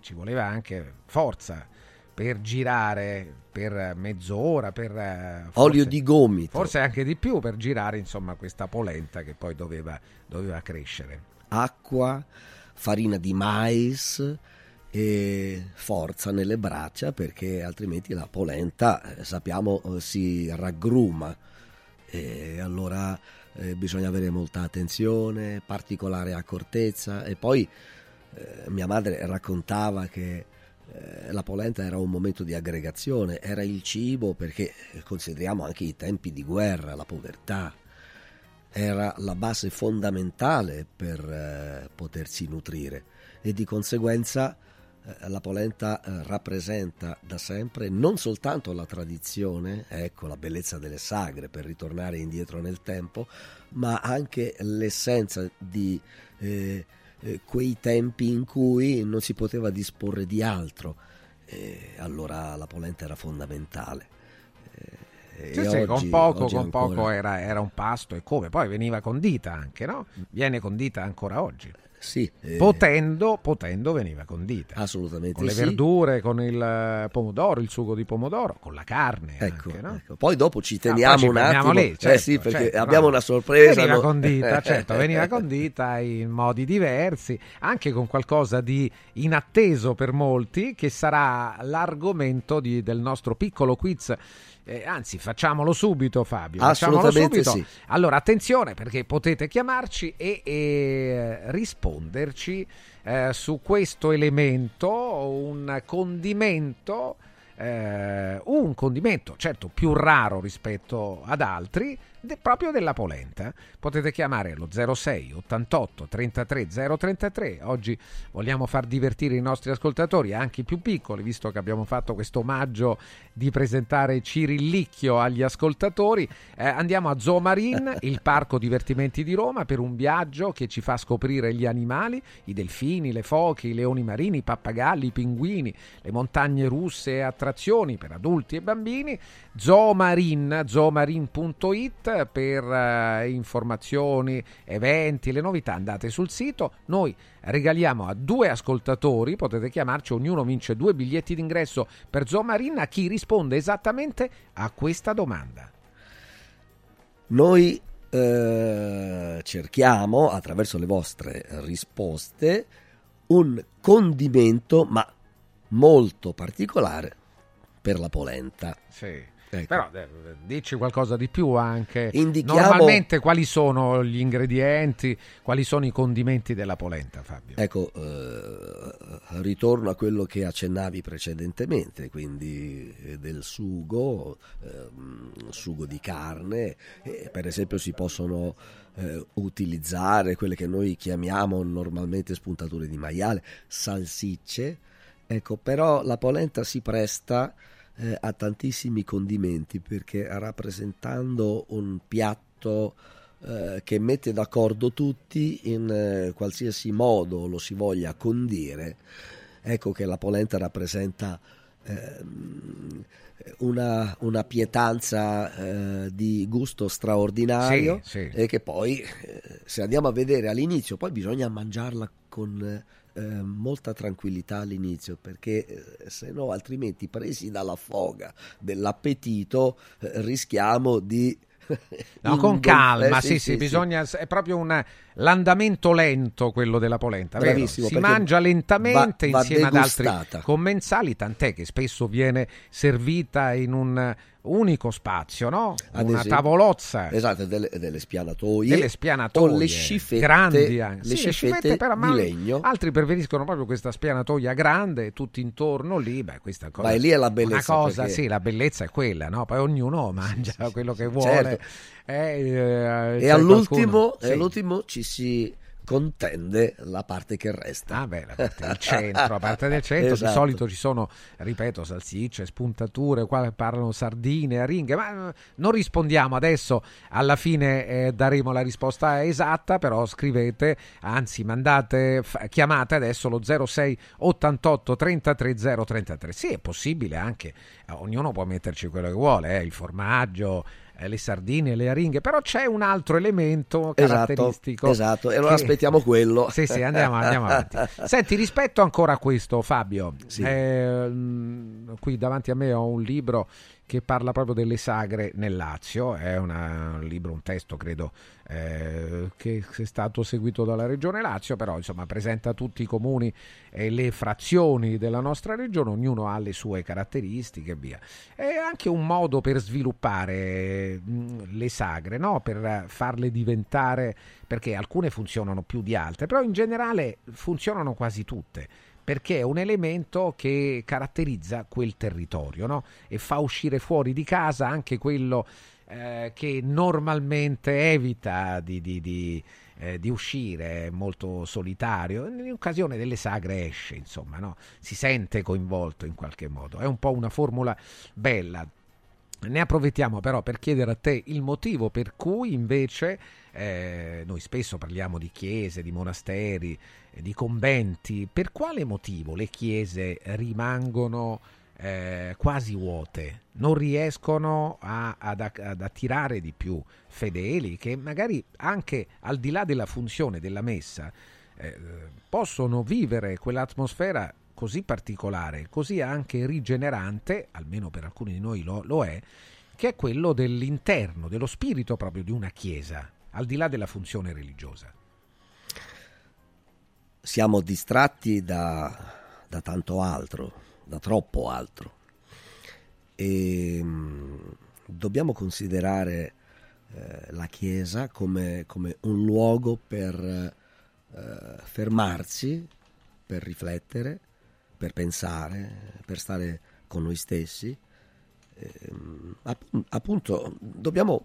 ci voleva anche forza per girare per mezz'ora, per olio di gomito, forse anche di più, per girare insomma questa polenta che poi doveva crescere. Acqua, farina di mais e forza nelle braccia, perché altrimenti la polenta, sappiamo, si raggruma, e allora bisogna avere molta attenzione, particolare accortezza. E poi mia madre raccontava che la polenta era un momento di aggregazione, era il cibo, perché consideriamo anche i tempi di guerra, la povertà, era la base fondamentale per potersi nutrire, e di conseguenza la polenta rappresenta da sempre non soltanto la tradizione, ecco, la bellezza delle sagre, per ritornare indietro nel tempo, ma anche l'essenza di quei tempi in cui non si poteva disporre di altro, allora la polenta era fondamentale. Sì, sì, con poco era un pasto, e come poi veniva condita anche, no? Viene condita ancora oggi. Sì, potendo veniva condita, assolutamente, con le verdure, con il pomodoro, il sugo di pomodoro, con la carne, ecco, anche, no? Ecco. Poi dopo ci teniamo un attimo lì, certo, sì, perché certo, abbiamo una sorpresa. Veniva condita, certo, veniva condita in modi diversi, anche con qualcosa di inatteso per molti, che sarà l'argomento del nostro piccolo quiz. Anzi, facciamolo subito, Fabio. Assolutamente sì. Allora, attenzione, perché potete chiamarci e risponderci su questo elemento, un condimento, certo più raro rispetto ad altri, proprio della polenta. Potete chiamare lo 06 88 33 033. Oggi vogliamo far divertire i nostri ascoltatori, anche i più piccoli, visto che abbiamo fatto questo omaggio di presentare Cirillicchio agli ascoltatori. Andiamo a Zoomarin, il parco divertimenti di Roma, per un viaggio che ci fa scoprire gli animali, i delfini, le foche, i leoni marini, i pappagalli, i pinguini, le montagne russe e attrazioni per adulti e bambini. Zoomarin.it per informazioni, eventi, le novità. Andate sul sito. Noi regaliamo a 2 ascoltatori, potete chiamarci, ognuno vince 2 biglietti d'ingresso per Zoomarin a chi risponde esattamente a questa domanda. Noi cerchiamo, attraverso le vostre risposte, un condimento ma molto particolare per la polenta. Sì. Ecco. Però dici qualcosa di più anche. Indichiamo... Normalmente quali sono gli ingredienti, quali sono i condimenti della polenta, Fabio? Ecco, ritorno a quello che accennavi precedentemente, quindi del sugo di carne, per esempio si possono utilizzare quelle che noi chiamiamo normalmente spuntature di maiale, salsicce, ecco, però la polenta si presta a tantissimi condimenti, perché rappresentando un piatto che mette d'accordo tutti in qualsiasi modo lo si voglia condire, ecco che la polenta rappresenta una pietanza di gusto straordinario, sì. E che poi se andiamo a vedere all'inizio, poi bisogna mangiarla con molta tranquillità all'inizio, perché se no altrimenti, presi dalla foga dell'appetito, rischiamo di con calma, sì, bisogna, è proprio l'andamento lento quello della polenta, vero? Si mangia lentamente va insieme degustata. ad altri commensali, tant'è che spesso viene servita in un unico spazio, no? Una tavolozza, esatto, delle spianatoie o le scifette grandi anche. Le scifette però, di legno. Altri preferiscono proprio questa spianatoia grande, tutto intorno lì, questa cosa. Ma lì è la bellezza, una cosa, perché... sì, la bellezza è quella, no? Poi ognuno mangia quello che vuole. Certo. E all'ultimo ci si contende la parte che resta. La parte del centro, esatto. Di solito ci sono, ripeto, salsicce, spuntature, qua parlano sardine, aringhe, ma non rispondiamo adesso, alla fine daremo la risposta esatta, però scrivete, anzi chiamate adesso lo 06 88 33 033. Sì, è possibile anche, ognuno può metterci quello che vuole, il formaggio, le sardine, le aringhe, però c'è un altro elemento caratteristico. Esatto, e allora aspettiamo quello. Sì, andiamo avanti. Senti, rispetto ancora a questo, Fabio, Sì. Qui davanti a me ho un libro che parla proprio delle sagre nel Lazio, è un libro, un testo credo che è stato seguito dalla Regione Lazio, però insomma presenta tutti i comuni e le frazioni della nostra regione, ognuno ha le sue caratteristiche e via. È anche un modo per sviluppare le sagre, no? Per farle diventare, perché alcune funzionano più di altre, però in generale funzionano quasi tutte, perché è un elemento che caratterizza quel territorio, no? E fa uscire fuori di casa anche quello che normalmente evita di uscire, è molto solitario. In occasione delle sagre esce, insomma, no? Si sente coinvolto in qualche modo. È un po' una formula bella. Ne approfittiamo però per chiedere a te il motivo per cui invece noi spesso parliamo di chiese, di monasteri, di conventi. Per quale motivo le chiese rimangono quasi vuote, non riescono ad attirare di più fedeli che magari anche al di là della funzione della messa possono vivere quell'atmosfera così particolare, così anche rigenerante, almeno per alcuni di noi lo è, che è quello dell'interno, dello spirito proprio di una chiesa, al di là della funzione religiosa. Siamo distratti da tanto altro, da troppo altro, e dobbiamo considerare la Chiesa come un luogo per fermarsi, per riflettere, per pensare, per stare con noi stessi. Appunto dobbiamo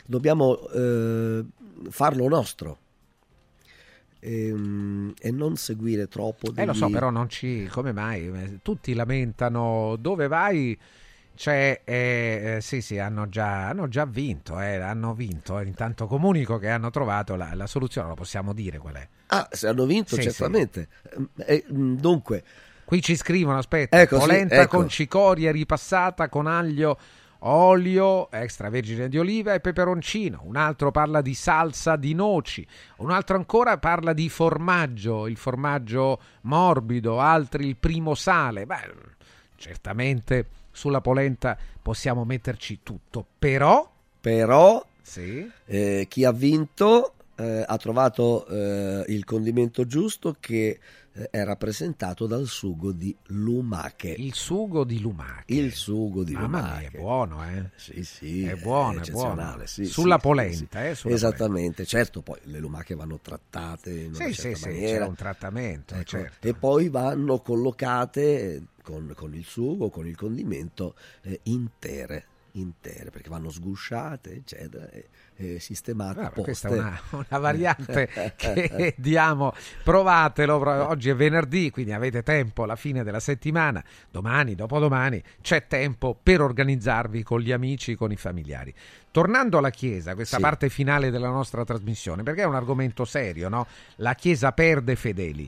farlo nostro e non seguire troppo Lo so, però non ci... come mai? Tutti lamentano, dove vai? C'è, sì, hanno già vinto, hanno vinto. Intanto comunico che hanno trovato la soluzione, lo possiamo dire qual è. Ah, se hanno vinto, sì, certamente. Sì. Dunque, qui ci scrivono, aspetta, polenta con cicoria ripassata con aglio, olio extravergine di oliva e peperoncino. Un altro parla di salsa di noci, un altro ancora parla di formaggio, il formaggio morbido, altri il primo sale. Beh, certamente sulla polenta possiamo metterci tutto, però sì. Chi ha vinto ha trovato il condimento giusto, che è rappresentato dal sugo di lumache. Il sugo di lumache. Mamma mia, è buono, Sì, è buono, eccezionale. è buono. Sì, sulla sì, polenta, sì. sulla Esattamente, polenta. Certo, poi le lumache vanno trattate in una certa maniera. C'è un trattamento, ecco, certo. E poi vanno collocate con il sugo, con il condimento, intere, perché vanno sgusciate, eccetera, e sistemate. Questa è una variante che diamo, provatelo. Oggi è venerdì, quindi avete tempo alla fine della settimana, domani, dopodomani c'è tempo per organizzarvi con gli amici, con i familiari. Tornando alla Chiesa, questa parte finale della nostra trasmissione, perché è un argomento serio, no? La Chiesa perde fedeli.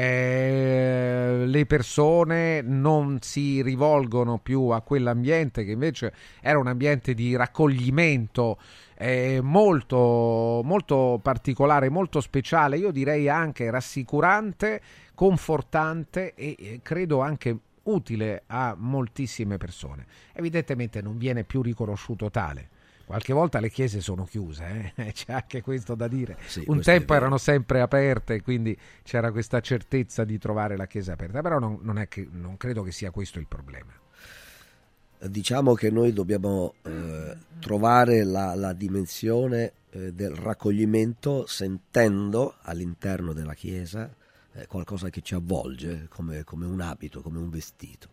Le persone non si rivolgono più a quell'ambiente che invece era un ambiente di raccoglimento molto, molto particolare, molto speciale, io direi anche rassicurante, confortante e credo anche utile a moltissime persone. Evidentemente non viene più riconosciuto tale. Qualche volta le chiese sono chiuse, c'è anche questo da dire. Sì, un tempo erano sempre aperte, quindi c'era questa certezza di trovare la chiesa aperta, però non credo che sia questo il problema. Diciamo che noi dobbiamo trovare la dimensione del raccoglimento, sentendo all'interno della Chiesa qualcosa che ci avvolge come un abito, come un vestito.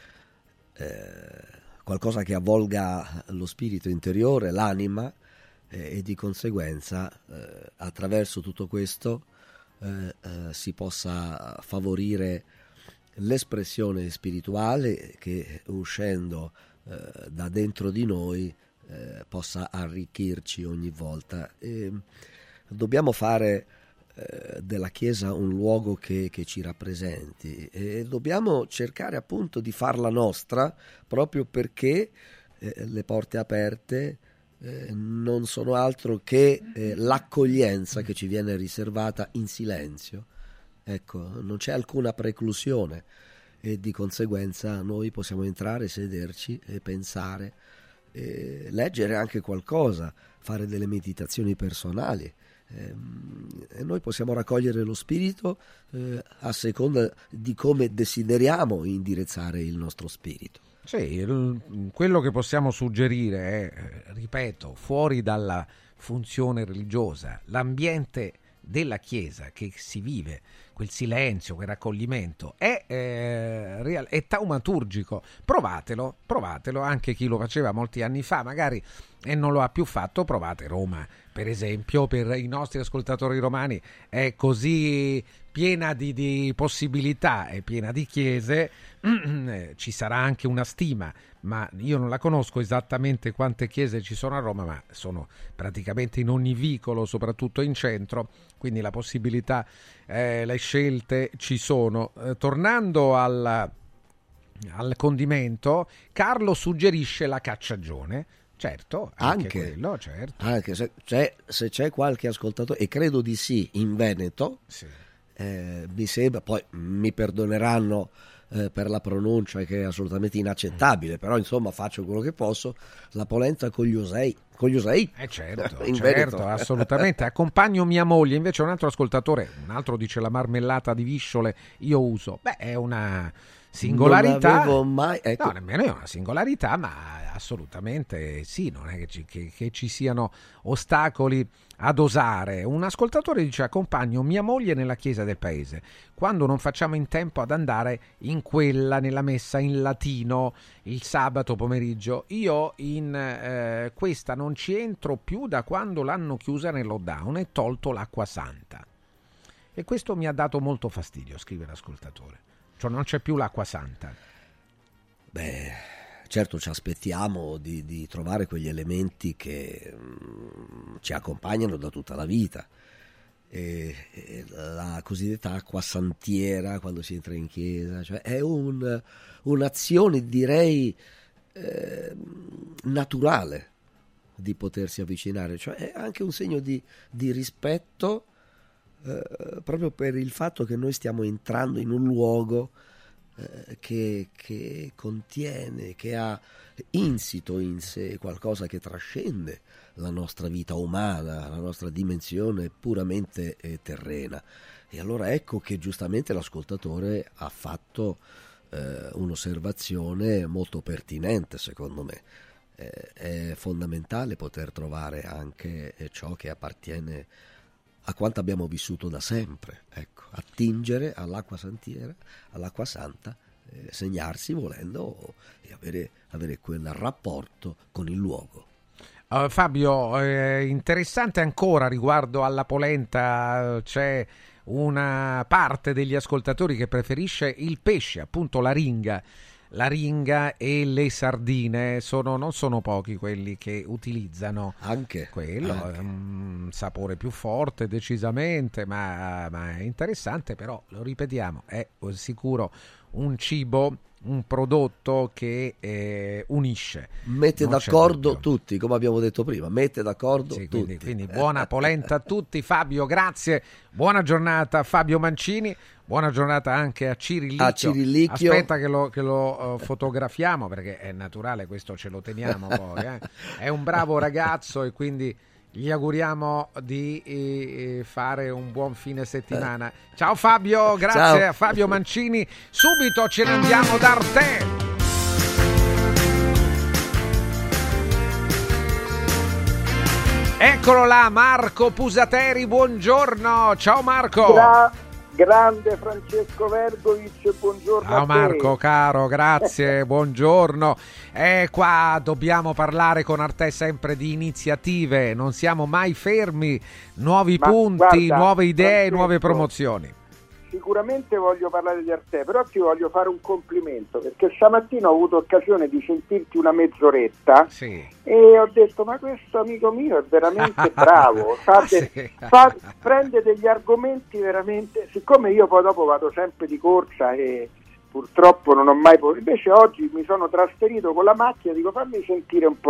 Qualcosa che avvolga lo spirito interiore, l'anima, e di conseguenza attraverso tutto questo si possa favorire l'espressione spirituale che, uscendo da dentro di noi, possa arricchirci ogni volta. E dobbiamo fare della Chiesa un luogo che ci rappresenti, e dobbiamo cercare appunto di farla nostra, proprio perché le porte aperte non sono altro che l'accoglienza che ci viene riservata in silenzio. Ecco, non c'è alcuna preclusione e di conseguenza noi possiamo entrare, sederci e pensare, leggere anche qualcosa, fare delle meditazioni personali. E noi possiamo raccogliere lo spirito a seconda di come desideriamo indirizzare il nostro spirito. Sì, quello che possiamo suggerire è, ripeto, fuori dalla funzione religiosa, l'ambiente della Chiesa che si vive, quel silenzio, quel raccoglimento è taumaturgico. Provatelo, anche chi lo faceva molti anni fa magari e non lo ha più fatto. Provate Roma, per esempio, per i nostri ascoltatori romani è così piena di possibilità, è piena di chiese, ci sarà anche una stima, ma io non la conosco esattamente quante chiese ci sono a Roma, ma sono praticamente in ogni vicolo, soprattutto in centro, quindi la possibilità, le scelte ci sono. Tornando al condimento, Carlo suggerisce la cacciagione. Certo, anche quello, certo. Anche se c'è qualche ascoltatore, e credo di sì, in Veneto, sì. Mi sembra, poi mi perdoneranno per la pronuncia che è assolutamente inaccettabile, però insomma faccio quello che posso, la polenta con gli osei. Certo, in certo, Veneto. Assolutamente. Accompagno mia moglie, invece un altro ascoltatore, un altro dice la marmellata di visciole, io uso. Beh, è una singolarità. Non avevo mai, ecco. No, nemmeno è una singolarità, ma assolutamente sì, non è che ci siano ostacoli ad osare. Un ascoltatore dice: accompagno mia moglie nella chiesa del paese quando non facciamo in tempo ad andare in quella, nella messa in latino il sabato pomeriggio. Io in questa non ci entro più da quando l'hanno chiusa nel lockdown e tolto l'acqua santa, e questo mi ha dato molto fastidio, scrive l'ascoltatore. Cioè non c'è più l'acqua santa. Beh, certo ci aspettiamo di trovare quegli elementi che ci accompagnano da tutta la vita. E la cosiddetta acqua santiera quando si entra in chiesa, cioè è un'azione, direi, naturale di potersi avvicinare, cioè è anche un segno di rispetto, proprio per il fatto che noi stiamo entrando in un luogo che contiene, che ha insito in sé qualcosa che trascende la nostra vita umana, la nostra dimensione puramente terrena. E allora ecco che giustamente l'ascoltatore ha fatto un'osservazione molto pertinente, secondo me. È fondamentale poter trovare anche ciò che appartiene a quanto abbiamo vissuto da sempre, ecco, attingere all'acqua santiera, all'acqua santa, segnarsi volendo e avere quel rapporto con il luogo. Fabio, interessante ancora riguardo alla polenta, c'è una parte degli ascoltatori che preferisce il pesce, appunto la ringa e le sardine, non sono pochi quelli che utilizzano anche quello, anche. Un sapore più forte decisamente, ma è interessante, però lo ripetiamo, è sicuro un cibo, un prodotto che unisce, mette d'accordo tutti, come abbiamo detto prima, mette d'accordo tutti. Quindi buona polenta a tutti. Fabio, grazie, buona giornata. Fabio Mancini, buona giornata anche a Cirillicchio. Aspetta che lo fotografiamo, perché è naturale, questo ce lo teniamo poi, È un bravo ragazzo e quindi gli auguriamo di fare un buon fine settimana. Ciao Fabio, grazie. Ciao a Fabio Mancini. Subito ce ne andiamo da Arte. Eccolo là, Marco Pusateri, buongiorno. Ciao Marco. Grande Francesco Vergovic, buongiorno. Ciao Marco, caro, grazie, buongiorno. Qua dobbiamo parlare con Arte sempre di iniziative, non siamo mai fermi, nuovi punti, guarda, nuove idee, Francesco, nuove promozioni. Sicuramente voglio parlare di Arte, però ti voglio fare un complimento, perché stamattina ho avuto occasione di sentirti una mezz'oretta, sì, e ho detto: ma questo amico mio è veramente bravo, prende degli argomenti veramente, siccome io poi dopo vado sempre di corsa e purtroppo non ho mai invece oggi mi sono trasferito con la macchina, dico fammi sentire un po'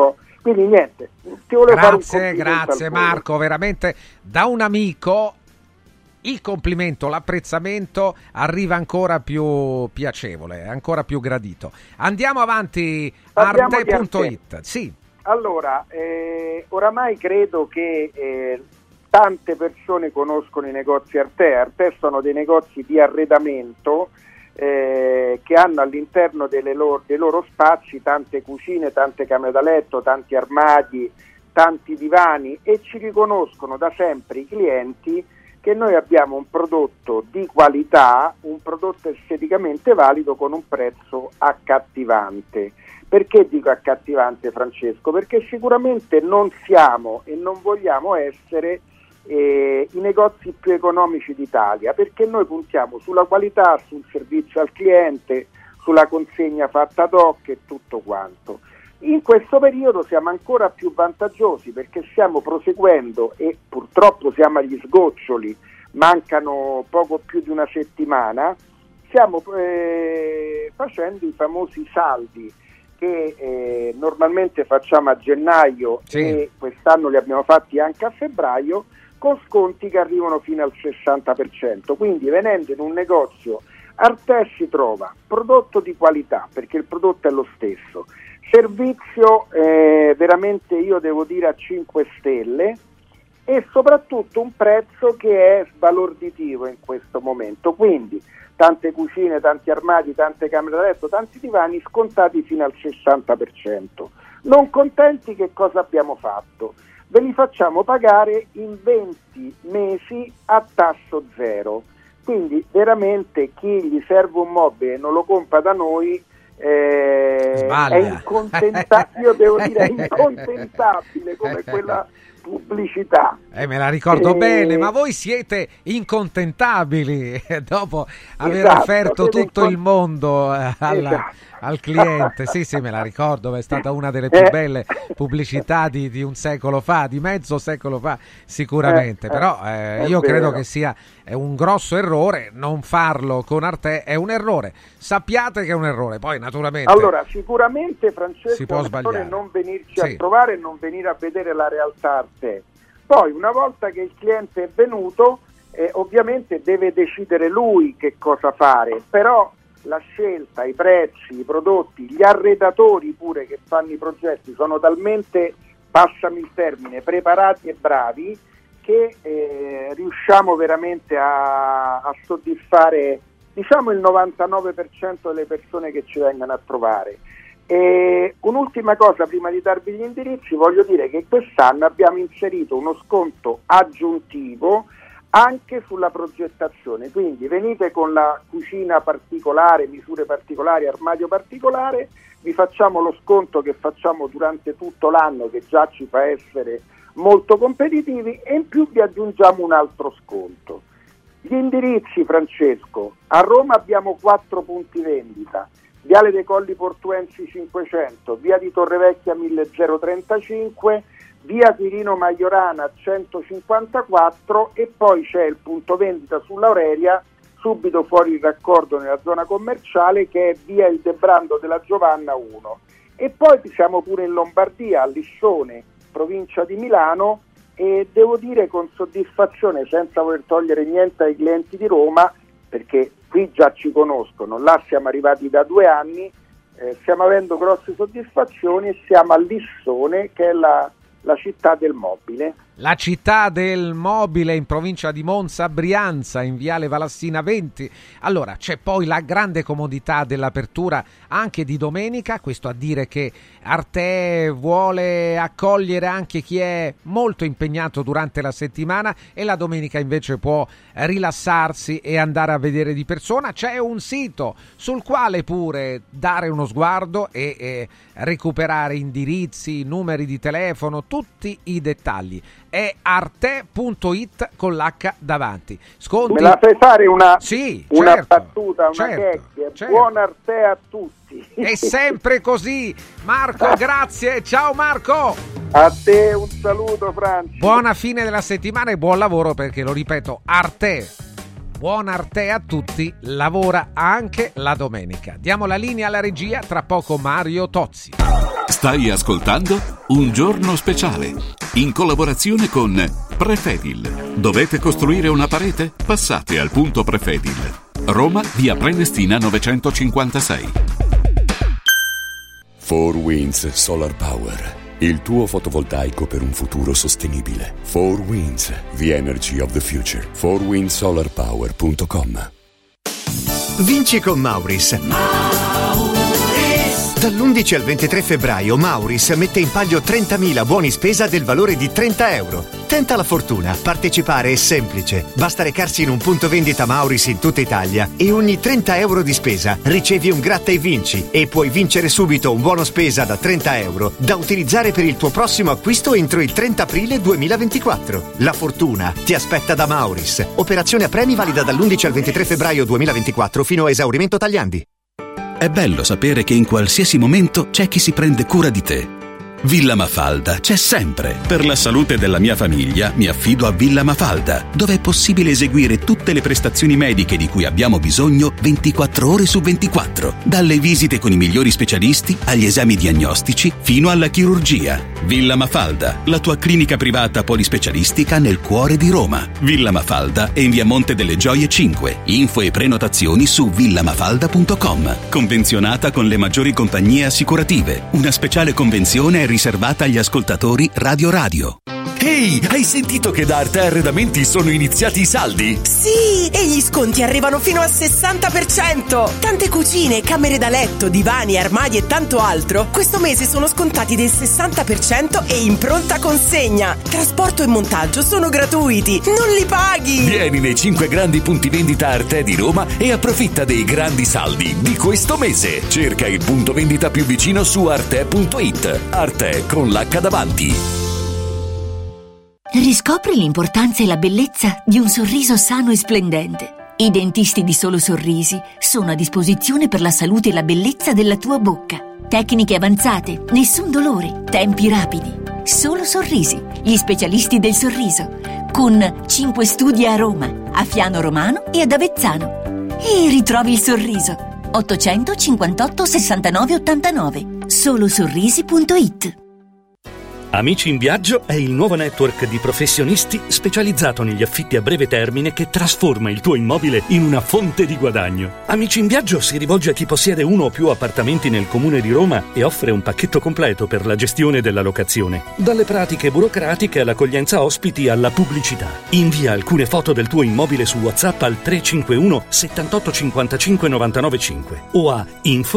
Quindi niente, ti volevo fare un complimento. Grazie Marco, veramente da un amico il complimento, l'apprezzamento arriva ancora più piacevole, ancora più gradito. Andiamo avanti, arte.it. Sì. Allora, oramai credo che tante persone conoscono i negozi Arte. Arte sono dei negozi di arredamento che hanno all'interno dei loro spazi tante cucine, tante camere da letto, tanti armadi, tanti divani, e ci riconoscono da sempre i clienti che noi abbiamo un prodotto di qualità, un prodotto esteticamente valido con un prezzo accattivante. Perché dico accattivante, Francesco? Perché sicuramente non siamo e non vogliamo essere i negozi più economici d'Italia, perché noi puntiamo sulla qualità, sul servizio al cliente, sulla consegna fatta ad hoc e tutto quanto. In questo periodo siamo ancora più vantaggiosi perché stiamo proseguendo, e purtroppo siamo agli sgoccioli, mancano poco più di una settimana, stiamo facendo i famosi saldi che normalmente facciamo a gennaio, sì, e quest'anno li abbiamo fatti anche a febbraio, con sconti che arrivano fino al 60%. Quindi venendo in un negozio Arte si trova prodotto di qualità, perché il prodotto è lo stesso, servizio veramente, io devo dire, a 5 stelle, e soprattutto un prezzo che è sbalorditivo in questo momento. Quindi tante cucine, tanti armadi, tante camere da letto, tanti divani scontati fino al 60%. Non contenti, che cosa abbiamo fatto? Ve li facciamo pagare in 20 mesi a tasso zero. Quindi veramente chi gli serve un mobile e non lo compra da noi è incontentabile, io devo dire, è incontentabile come quella pubblicità. Me la ricordo bene, ma voi siete incontentabili dopo aver offerto tutto il mondo al cliente. Sì, me la ricordo, è stata una delle più belle pubblicità di un secolo fa, di mezzo secolo fa sicuramente, però io credo che sia un grosso errore non farlo con Arte, è un errore, sappiate che è un errore, poi naturalmente allora sicuramente, Francesco, si può sbagliare, non venirci a trovare e non venire a vedere la realtà Arte. Poi una volta che il cliente è venuto ovviamente deve decidere lui che cosa fare, però la scelta, i prezzi, i prodotti, gli arredatori pure che fanno i progetti sono talmente, passami il termine, preparati e bravi che riusciamo veramente a soddisfare, diciamo, il 99% delle persone che ci vengono a trovare. E un'ultima cosa prima di darvi gli indirizzi, voglio dire che quest'anno abbiamo inserito uno sconto aggiuntivo anche sulla progettazione, quindi venite con la cucina particolare, misure particolari, armadio particolare, vi facciamo lo sconto che facciamo durante tutto l'anno, che già ci fa essere molto competitivi, e in più vi aggiungiamo un altro sconto. Gli indirizzi, Francesco: a Roma abbiamo 4 punti vendita: Viale dei Colli Portuensi 500, via di Torrevecchia 1035, via Quirino Maiorana 154, e poi c'è il punto vendita sull'Aurelia, subito fuori il raccordo nella zona commerciale, che è via il Debrando della Giovanna 1. E poi siamo pure in Lombardia, a Lissone, provincia di Milano, e devo dire con soddisfazione, senza voler togliere niente ai clienti di Roma, perché qui già ci conoscono, là siamo arrivati da 2 anni, stiamo avendo grosse soddisfazioni, e siamo a Lissone, che è la città del mobile. La città del mobile in provincia di Monza, Brianza, in viale Valassina 20. Allora, c'è poi la grande comodità dell'apertura anche di domenica, questo a dire che Arte vuole accogliere anche chi è molto impegnato durante la settimana, e la domenica invece può rilassarsi e andare a vedere di persona. C'è un sito sul quale pure dare uno sguardo e recuperare indirizzi, numeri di telefono, tutti i dettagli. È arte.it con l'H davanti. Sconti. Me la fai fare una certo, battuta, una chiacchiera? Certo. Buon Arte a tutti. È sempre così. Marco, grazie. Ciao Marco. A te un saluto, Franci. Buona fine della settimana e buon lavoro, perché lo ripeto, Arte. Buon Arte a tutti, lavora anche la domenica. Diamo la linea alla regia, tra poco Mario Tozzi. Stai ascoltando Un Giorno Speciale, in collaborazione con Prefedil. Dovete costruire una parete? Passate al punto Prefedil. Roma, via Prenestina 956. 4Winds Solar Power, il tuo fotovoltaico per un futuro sostenibile. 4Winds, the energy of the future. 4windsolarpower.com. Vinci con Mauris. Dall'11 al 23 febbraio Mauris mette in palio 30.000 buoni spesa del valore di €30. Tenta la fortuna, partecipare è semplice. Basta recarsi in un punto vendita Mauris in tutta Italia e ogni €30 di spesa ricevi un gratta e vinci e puoi vincere subito un buono spesa da €30 da utilizzare per il tuo prossimo acquisto entro il 30 aprile 2024. La fortuna ti aspetta da Mauris. Operazione a premi valida dall'11 al 23 febbraio 2024 fino a esaurimento tagliandi. È bello sapere che in qualsiasi momento c'è chi si prende cura di te. Villa Mafalda c'è sempre. Per la salute della mia famiglia mi affido a Villa Mafalda, dove è possibile eseguire tutte le prestazioni mediche di cui abbiamo bisogno 24 ore su 24. Dalle visite con i migliori specialisti agli esami diagnostici fino alla chirurgia. Villa Mafalda, la tua clinica privata polispecialistica nel cuore di Roma. Villa Mafalda è in via Monte delle Gioie 5. Info e prenotazioni su villamafalda.com. Convenzionata con le maggiori compagnie assicurative. Una speciale convenzione è riservata agli ascoltatori Radio. Ehi, hai sentito che da Arte Arredamenti sono iniziati i saldi? Sì, e gli sconti arrivano fino al 60%. Tante cucine, camere da letto, divani, armadi e tanto altro questo mese sono scontati del 60% e in pronta consegna. Trasporto e montaggio sono gratuiti, non li paghi. Vieni nei 5 grandi punti vendita Arte di Roma e approfitta dei grandi saldi di questo mese. Cerca il punto vendita più vicino su arte.it. Arte con l'H davanti. Riscopri l'importanza e la bellezza di un sorriso sano e splendente. I dentisti di Solo Sorrisi sono a disposizione per la salute e la bellezza della tua bocca. Tecniche avanzate, nessun dolore, tempi rapidi. Solo Sorrisi, gli specialisti del sorriso. Con 5 studi a Roma, a Fiano Romano e ad Avezzano. E ritrovi il sorriso. 858 69 89. Solosorrisi.it. Amici in Viaggio è il nuovo network di professionisti specializzato negli affitti a breve termine che trasforma il tuo immobile in una fonte di guadagno. Amici in Viaggio si rivolge a chi possiede uno o più appartamenti nel comune di Roma e offre un pacchetto completo per la gestione della locazione. Dalle pratiche burocratiche all'accoglienza ospiti alla pubblicità. Invia alcune foto del tuo immobile su WhatsApp al 351 78 55 99 5 o a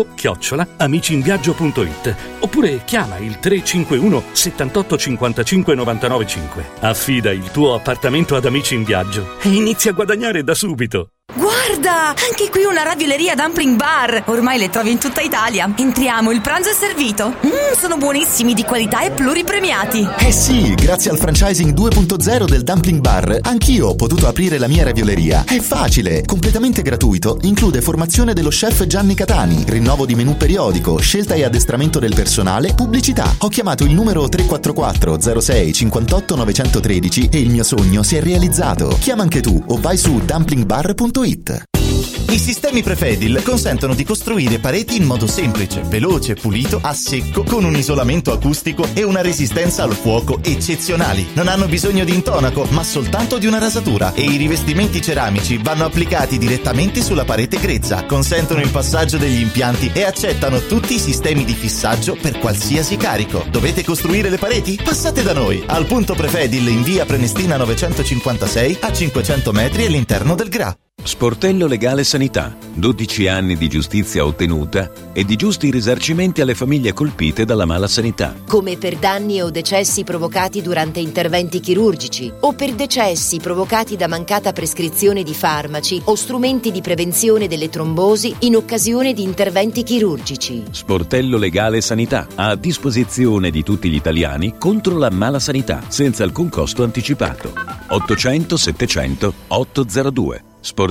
info@amiciinviaggio.it oppure chiama il 351 78 55 99 5. Affida il tuo appartamento ad Amici in Viaggio e inizia a guadagnare da subito. Guarda, anche qui una ravioleria dumpling bar. Ormai le trovi in tutta Italia. Entriamo, il pranzo è servito. Sono buonissimi, di qualità e pluripremiati. Eh sì, grazie al franchising 2.0 del dumpling bar, anch'io ho potuto aprire la mia ravioleria. È facile, completamente gratuito, include formazione dello chef Gianni Catani, rinnovo di menù periodico, scelta e addestramento del personale, pubblicità. Ho chiamato il numero 344 06 58 913 e il mio sogno si è realizzato. Chiama anche tu o vai su dumplingbar.it. I sistemi Prefedil consentono di costruire pareti in modo semplice, veloce, pulito, a secco, con un isolamento acustico e una resistenza al fuoco eccezionali. Non hanno bisogno di intonaco, ma soltanto di una rasatura, e i rivestimenti ceramici vanno applicati direttamente sulla parete grezza, consentono il passaggio degli impianti e accettano tutti i sistemi di fissaggio per qualsiasi carico. Dovete costruire le pareti? Passate da noi, al punto Prefedil in via Prenestina 956 a 500 metri all'interno del GRA. Sportello Legale Sanità, 12 anni di giustizia ottenuta e di giusti risarcimenti alle famiglie colpite dalla mala sanità. Come per danni o decessi provocati durante interventi chirurgici o per decessi provocati da mancata prescrizione di farmaci o strumenti di prevenzione delle trombosi in occasione di interventi chirurgici. Sportello Legale Sanità, a disposizione di tutti gli italiani contro la mala sanità, senza alcun costo anticipato. 800 700 802.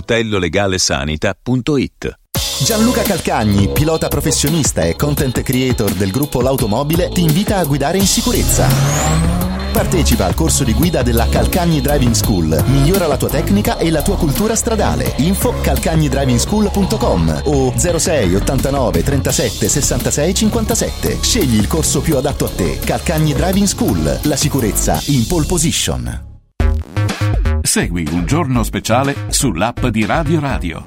sportellolegalesanita.it. Gianluca Calcagni, pilota professionista e content creator del gruppo L'Automobile, ti invita a guidare in sicurezza. Partecipa al corso di guida della Calcagni Driving School. Migliora la tua tecnica e la tua cultura stradale. Info calcagnidrivingschool.com o 06 89 37 66 57. Scegli il corso più adatto a te. Calcagni Driving School. La sicurezza in pole position. Segui Un Giorno Speciale sull'app di Radio Radio.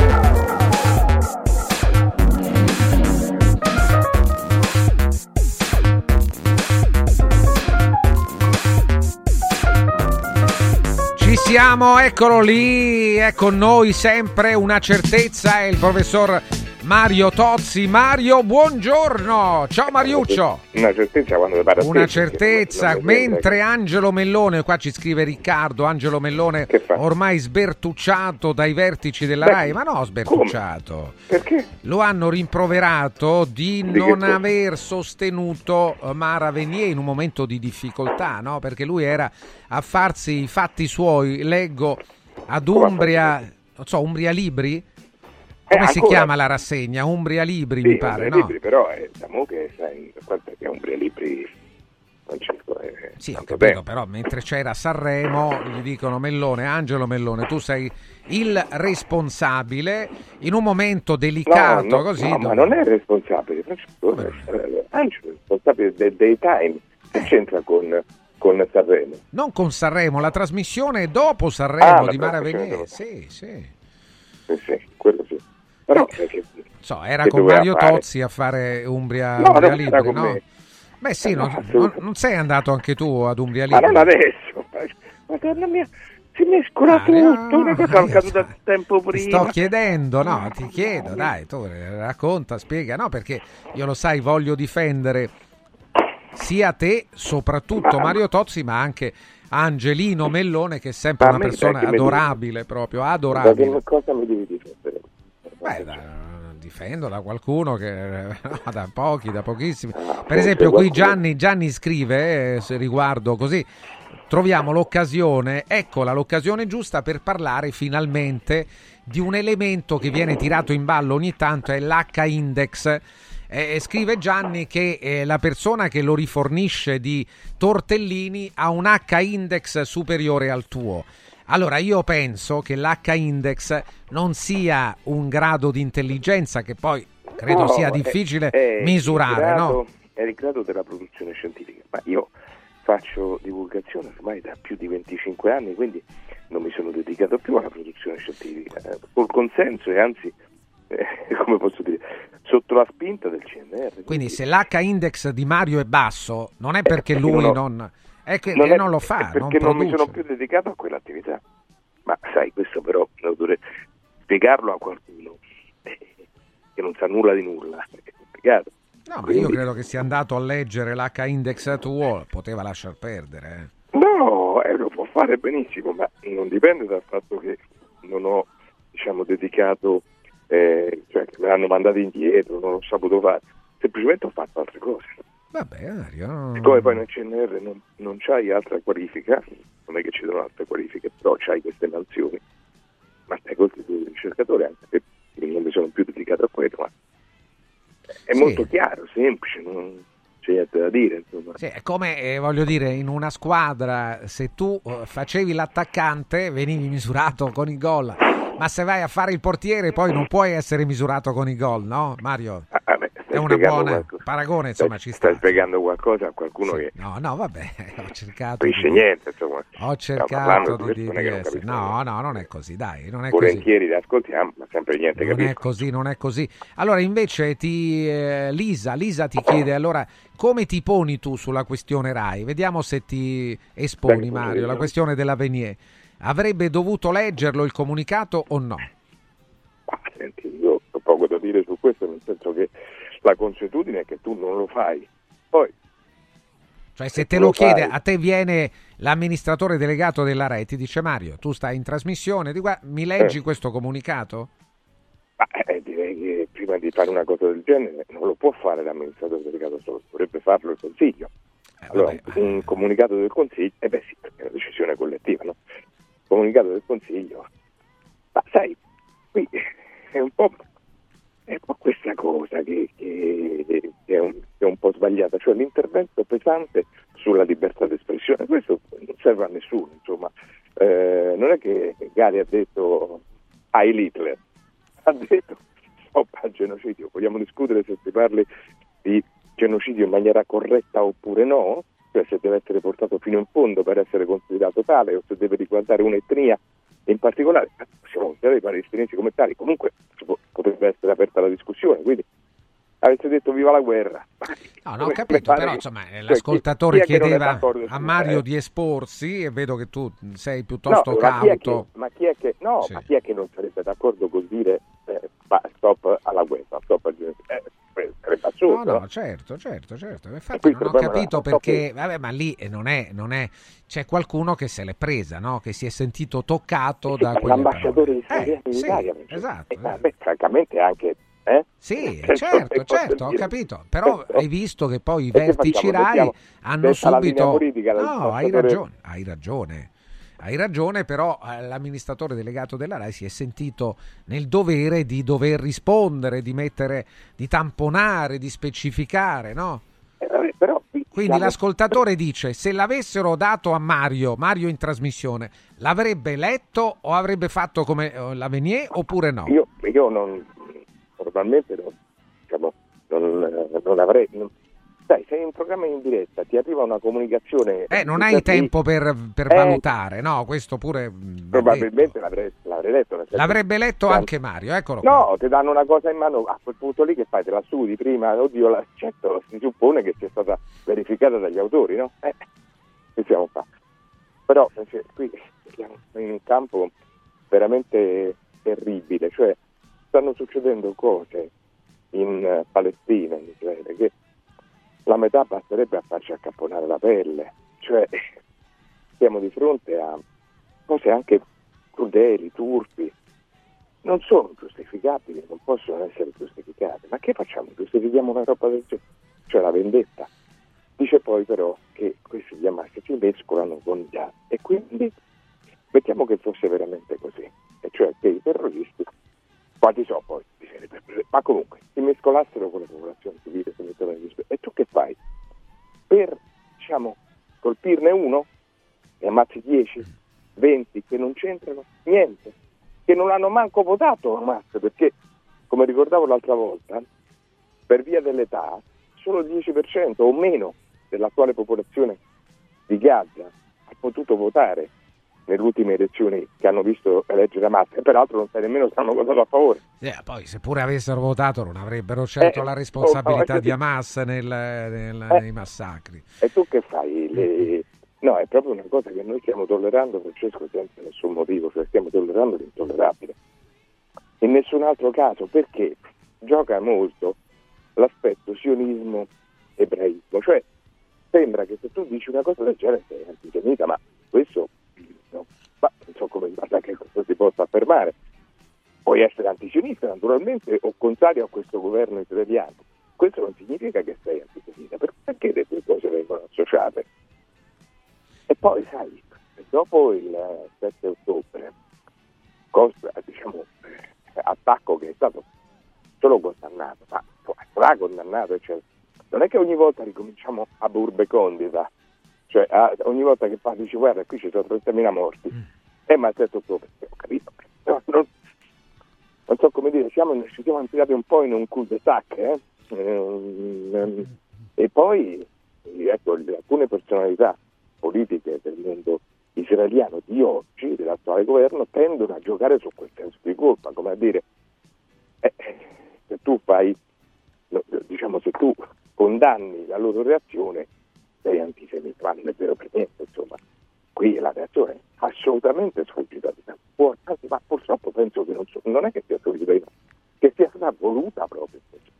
Ci siamo, eccolo lì, è con noi sempre una certezza, è il professor Mario Tozzi. Mario, buongiorno. Ciao Mariuccio. Una certezza quando parla. Una certezza, mentre Angelo Mellone, qua ci scrive Riccardo, Angelo Mellone ormai sbertucciato dai vertici della Rai, ma no, sbertucciato. Come? Perché? Lo hanno rimproverato di non aver sostenuto Mara Venier in un momento di difficoltà, no? Perché lui era a farsi i fatti suoi, leggo ad Umbria, non so, Umbria Libri? Come si chiama la rassegna? Umbria Libri, mi pare, Umbria Libri, però diciamo che sai quanto è Umbria Libri, Francesco. Sì, ho capito, però mentre c'era Sanremo gli dicono Mellone, Angelo Mellone, tu sei il responsabile in un momento delicato così. No, ma non è responsabile, Francesco. Angelo è responsabile del daytime, che c'entra con Sanremo. Non con Sanremo, la trasmissione dopo Sanremo di Mara Venier. Sì, quello sì. Però era con Mario Tozzi a fare Umbria Libri, no? Beh sì, non sei andato anche tu ad Umbria Libri? Ma non adesso, Madonna mia, si mescola tutto, una cosa accaduta tempo prima. Ti sto chiedendo, ti chiedo, dai, tu racconta, spiega, no, perché io lo sai, voglio difendere sia te, soprattutto Mario Tozzi, ma anche Angelino Mellone, che è sempre una persona adorabile, proprio adorabile. Da che cosa mi devi difendere? Difendo da qualcuno che da pochissimi. Per esempio qui Gianni scrive riguardo così, troviamo l'occasione, eccola l'occasione giusta per parlare finalmente di un elemento che viene tirato in ballo ogni tanto, è l'H-index. Scrive Gianni che la persona che lo rifornisce di tortellini ha un H-index superiore al tuo. Allora io penso che l'H-index non sia un grado di intelligenza che poi credo sia difficile misurare, no? È il grado della produzione scientifica, ma io faccio divulgazione ormai da più di 25 anni, quindi non mi sono dedicato più alla produzione scientifica, col consenso e anzi, come posso dire, sotto la spinta del CNR. Quindi se l'H-index di Mario è basso, non è perché lui non lo fa, perché non mi sono più dedicato a quell'attività. Ma sai, questo però dovrei spiegarlo a qualcuno che non sa nulla di nulla, è complicato. No, ma io credo che sia andato a leggere l'H-index tuo, poteva lasciar perdere. No, lo può fare benissimo, ma non dipende dal fatto che non ho, dedicato, cioè che me l'hanno mandato indietro, non ho saputo fare, semplicemente ho fatto altre cose. Vabbè, Mario. Siccome poi nel CNR non c'hai altra qualifica, non è che ci sono altre qualifiche, però c'hai queste mansioni, ma stai col titolo di ricercatore, anche se non mi sono più dedicato a quello, ma è molto chiaro, semplice, non c'è niente da dire, insomma. Sì, è come, voglio dire, in una squadra, se tu facevi l'attaccante venivi misurato con i gol, ma se vai a fare il portiere poi non puoi essere misurato con i gol, no, Mario? È una buona paragone, insomma, ci sta. Stai spiegando qualcosa a qualcuno che... No, vabbè, ho cercato... Non capisce niente, insomma. Ho cercato di essere... No, non è così, dai, non è volentieri li ascoltiamo, ma sempre niente capisco. Non è così. Allora, invece, Lisa ti chiede, allora, come ti poni tu sulla questione Rai? Vediamo se ti esponi, Mario, la questione della Venier. Avrebbe dovuto leggerlo il comunicato o no? Senti, io ho poco da dire su questo, nel senso che la consuetudine è che tu non lo fai. Poi, cioè, se te lo chiede, a te viene l'amministratore delegato della Rai, ti dice Mario, tu stai in trasmissione, mi leggi questo comunicato? Direi che prima di fare una cosa del genere non lo può fare l'amministratore delegato solo, dovrebbe farlo il Consiglio. Allora, un comunicato del Consiglio, sì, perché è una decisione collettiva, no? Comunicato del Consiglio, ma sai, qui è un po' È un po' questa cosa che è un po' sbagliata, cioè l'intervento pesante sulla libertà d'espressione. Questo non serve a nessuno, insomma. Non è che Gali ha detto Heil Hitler, ha detto stop al genocidio. Vogliamo discutere se si parli di genocidio in maniera corretta oppure no, cioè se deve essere portato fino in fondo per essere considerato tale o se deve riguardare un'etnia in particolare. Possiamo considerare i palestinesi come tali, comunque potrebbe essere aperta la discussione, quindi avete detto viva la guerra. No, ho capito, però insomma l'ascoltatore chiedeva a Mario di esporsi e vedo che tu sei piuttosto cauto. Ma chi è che non sarebbe d'accordo col dire stop alla guerra, stop al genocidio? Sarebbe assurdo. No, certo. Infatti non ho capito perché, ma lì non è c'è qualcuno che se l'è presa, no? Che si è sentito toccato da l'ambasciatore israeliano in Italia. Esatto. Francamente anche Sì, certo, ho capito. Però hai visto che poi i vertici RAI hanno subito... No, hai ragione, però l'amministratore delegato della RAI si è sentito nel dovere di dover rispondere, di tamponare, di specificare, no? Quindi l'ascoltatore dice: se l'avessero dato a Mario in trasmissione, l'avrebbe letto o avrebbe fatto come l'Avenier oppure no? Io normalmente non avrei. Sai, sei in programma in diretta, ti arriva una comunicazione. Non hai tempo per valutare, no? Questo pure. Probabilmente l'avrei letto. L'avrebbe letto anche Mario, eccolo. No, ti danno una cosa in mano, a quel punto lì che fai? Te la studi prima? Oddio, certo, si suppone che sia stata verificata dagli autori, no? Che siamo qua. Però qui siamo in un campo veramente terribile, cioè stanno succedendo cose in Palestina, in Israele, che la metà basterebbe a farci accapponare la pelle, cioè siamo di fronte a cose anche crudeli, turpi, non sono giustificabili, non possono essere giustificate. Ma che facciamo? Giustifichiamo una roba del genere? Cioè la vendetta. Dice poi però che questi gli Hamas si mescolano con gli altri, e quindi mettiamo che fosse veramente così, e cioè che i terroristi, quanti so poi, ma comunque si mescolassero con la popolazione civile, e tu che fai? Per, colpirne uno e ammazzi 10, 20 che non c'entrano niente, che non hanno manco votato Hamas, perché come ricordavo l'altra volta, per via dell'età solo il 10% o meno dell'attuale popolazione di Gaza ha potuto votare nelle ultime elezioni che hanno visto eleggere Hamas, e peraltro non sai nemmeno se hanno votato a favore. Poi seppure avessero votato non avrebbero certo la responsabilità di Hamas nei massacri. E tu che fai? No, è proprio una cosa che noi stiamo tollerando, Francesco, senza nessun motivo, cioè stiamo tollerando l'intollerabile. In nessun altro caso, perché gioca molto l'aspetto sionismo-ebraismo, cioè sembra che se tu dici una cosa del genere sei antisemita, ma questo no, ma non so come che questo si possa affermare. Puoi essere antisionista naturalmente o contrario a questo governo israeliano, questo non significa che sei antisemita, perché le due cose vengono associate. E poi sai, dopo il 7 ottobre, attacco che è stato solo condannato, ma sarà condannato, cioè, non è che ogni volta ricominciamo a burbe condita, cioè ogni volta che dici guarda qui ci sono 30.000 morti, ma il 7 ottobre, ho capito, non so come dire, ci siamo infilati un po' in un cul-de-sac, e poi ecco, alcune personalità politiche del mondo israeliano di oggi, dell'attuale governo, tendono a giocare su quel senso di colpa, come a dire se tu se tu condanni la loro reazione sei antisemita, ma non è vero per niente, insomma. Qui la reazione è assolutamente sfuggita di tempo, anzi, ma purtroppo penso che non è che sia sfuggita di tempo, che sia stata voluta proprio.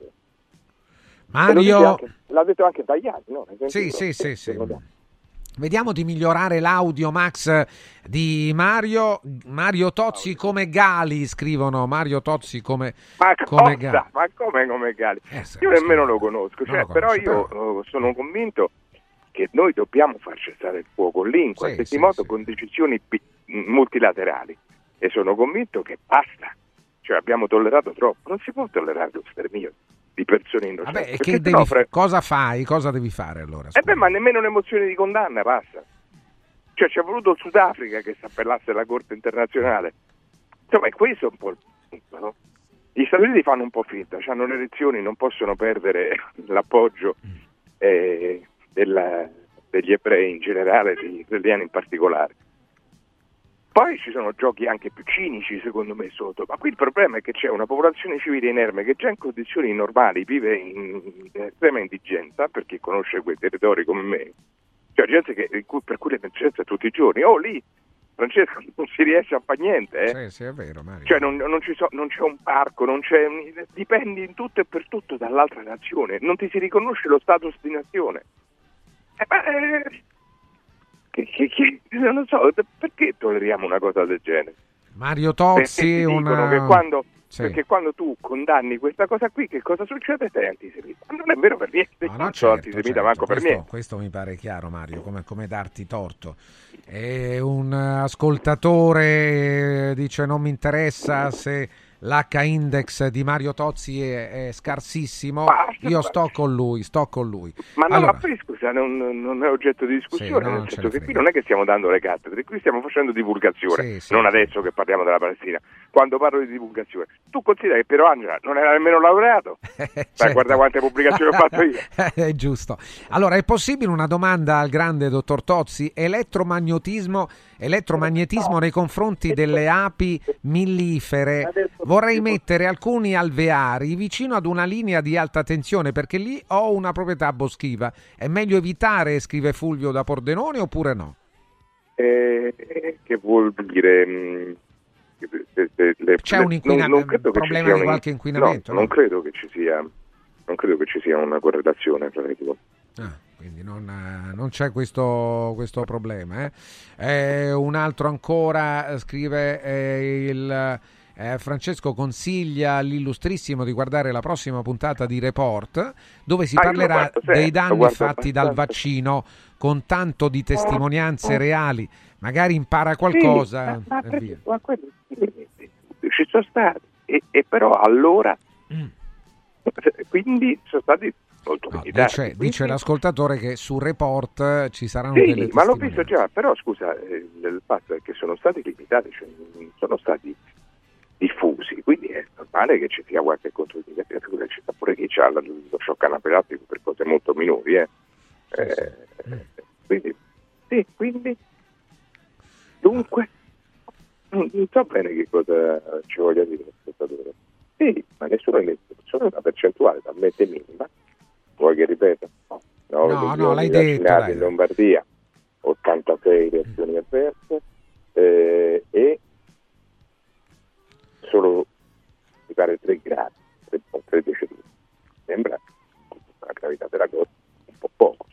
Mario, l'ha detto anche Tajani, no? Sì. Vediamo di migliorare l'audio, Max, di Mario Tozzi come Gali, scrivono Mario Tozzi come Gali. Ma come Gali? Io nemmeno lo conosco, però io sono convinto che noi dobbiamo far cessare il fuoco lì in qualsiasi modo con decisioni multilaterali, e sono convinto che basta cioè abbiamo tollerato troppo, non si può tollerare lo sterminio di persone innocenti. Vabbè, che cosa fai? Cosa devi fare allora? Ma nemmeno un'emozione di condanna basta. Cioè ci è voluto il Sudafrica che si appellasse alla Corte internazionale. Insomma, è questo un po' il punto, no? Gli Stati Uniti fanno un po' finta, hanno le elezioni, non possono perdere l'appoggio degli ebrei in generale, degli israeliani in particolare. Poi ci sono giochi anche più cinici, secondo me, sotto. Ma qui il problema è che c'è una popolazione civile inerme che già in condizioni normali vive in estrema indigenza, per chi conosce quei territori come me. Cioè gente per cui l'emergenza è tutti i giorni. Lì, Francesco, non si riesce a fare niente. Sì, è vero, Mario. Cioè non c'è un parco, dipendi in tutto e per tutto dall'altra nazione. Non ti si riconosce lo status di nazione. Non lo so, perché tolleriamo una cosa del genere? Mario Tozzi, perché quando tu condanni questa cosa qui, che cosa succede? Sei antisemita. Non è vero per niente, non sono antisemita manco per niente. Questo mi pare chiaro, Mario, come darti torto. Un ascoltatore dice: non mi interessa se l'H-index di Mario Tozzi è scarsissimo, io sto con lui. Ma no, allora, ma poi scusa, non è oggetto di discussione, nel senso che qui non è che stiamo dando le cattedre, qui stiamo facendo divulgazione, non adesso che parliamo della Palestina. Quando parlo di divulgazione, tu considera che Piero Angela non era nemmeno laureato? Certo. Guarda quante pubblicazioni ho fatto io. È giusto. Allora, è possibile una domanda al grande dottor Tozzi? Elettromagnetismo nei confronti delle api millifere. Vorrei mettere alcuni alveari vicino ad una linea di alta tensione perché lì ho una proprietà boschiva. È meglio evitare, scrive Fulvio da Pordenone, oppure no? Che vuol dire? C'è un problema di qualche inquinamento? No, non credo che ci sia una correlazione tra le due. Quindi non c'è questo problema. Un altro ancora scrive Francesco consiglia all'illustrissimo di guardare la prossima puntata di Report, dove si parlerà dei danni fatti dal vaccino con tanto di testimonianze reali. Magari impara qualcosa. Ci sono stati e però allora quindi sono stati molto limitati. Dice l'ascoltatore che su Report ci saranno delle ma l'ho visto già, però scusa, il fatto è che sono stati limitati, cioè non sono stati diffusi, quindi è normale che ci sia qualche controindicazione, ci sta pure chi ha lo shock anafilattico per cose molto minori, quindi dunque non so bene che cosa ci voglia dire l'ascoltatore. Sì, ma nessuno è solo una percentuale talmente minima. Vuoi che ripeta? No, l'hai detto. In Lombardia 86 reazioni avverse e solo mi pare 3 gradi, 3 decibeli. Sembra la gravità della cosa un po' poco.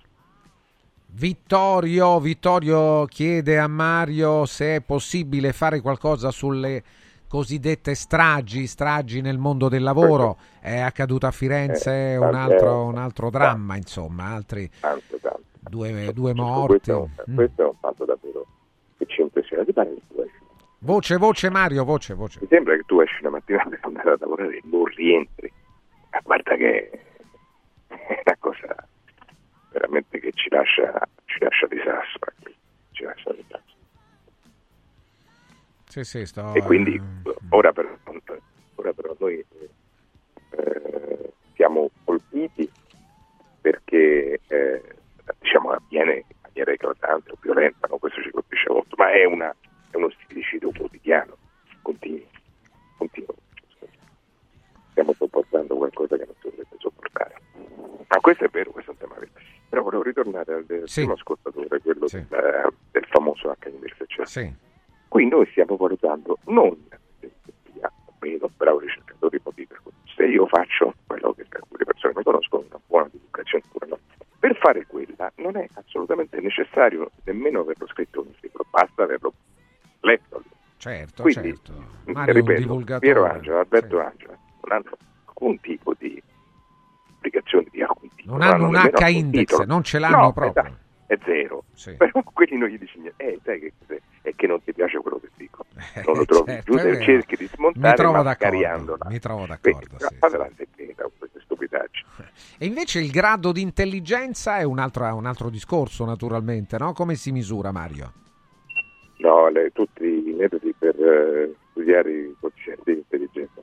Vittorio chiede a Mario se è possibile fare qualcosa sulle cosiddette stragi nel mondo del lavoro. È accaduto a Firenze un altro dramma, insomma, altri due morti. Questo è un fatto davvero che ci impressiona. Ti pare che tu esci? Voce Mario, voce. Mi sembra che tu esci la mattina per andare a lavorare e non rientri. Guarda che è una cosa veramente che ci lascia di sasso. Sì, e quindi ora però noi siamo colpiti perché avviene in maniera eclatante o violenta, no? Questo ci colpisce molto, ma è uno stillicidio quotidiano, continuo. Stiamo sopportando qualcosa che non si dovrebbe sopportare. Ma questo è vero, questo è un tema vero. Però volevo ritornare al primo ascoltatore, quello del famoso H-index. Sì. Qui noi stiamo valutando non meno bravo ricercatori motivi, se io faccio quello che alcune persone mi conoscono, una buona divulgazione, per fare quella non è assolutamente necessario nemmeno averlo scritto in un libro, basta averlo letto. Certo. Mario, ripeto, Piero Angela, Alberto Angela non hanno alcun tipo di pubblicazione di alcun tipo. Non hanno un H-index, non ce l'hanno proprio. è zero. Sì. Però quelli non gli dici niente, sai che cos'è? È che non ti piace quello che dico, non lo trovi giusto, cerchi di smontare ma cariandola. Mi trovo d'accordo. Avanti con queste stupidaggini. E invece il grado di intelligenza è un altro discorso, naturalmente, no? Come si misura, Mario? No, tutti i metodi per studiare i quozienti di intelligenza.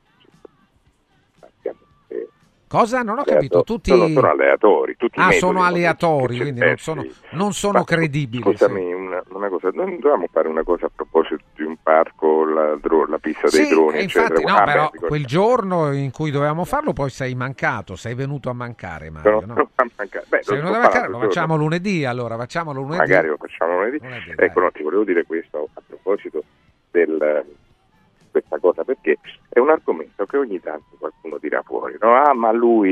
Cosa? Non ho capito. Tutti sono aleatori. Tutti i sono metodi aleatori, quindi non sono credibili. Scusami, una cosa, non dovevamo fare una cosa a proposito di un parco, la pista dei droni, infatti, eccetera. Però quel giorno in cui dovevamo farlo poi sei mancato, sei venuto a mancare, Mario. No? Sei venuto a mancare, lo facciamo lunedì, allora facciamolo lunedì. Magari lo facciamo lunedì. Ecco, no, ti volevo dire questo a proposito questa cosa, perché è un argomento che ogni tanto qualcuno dirà fuori, no? Ma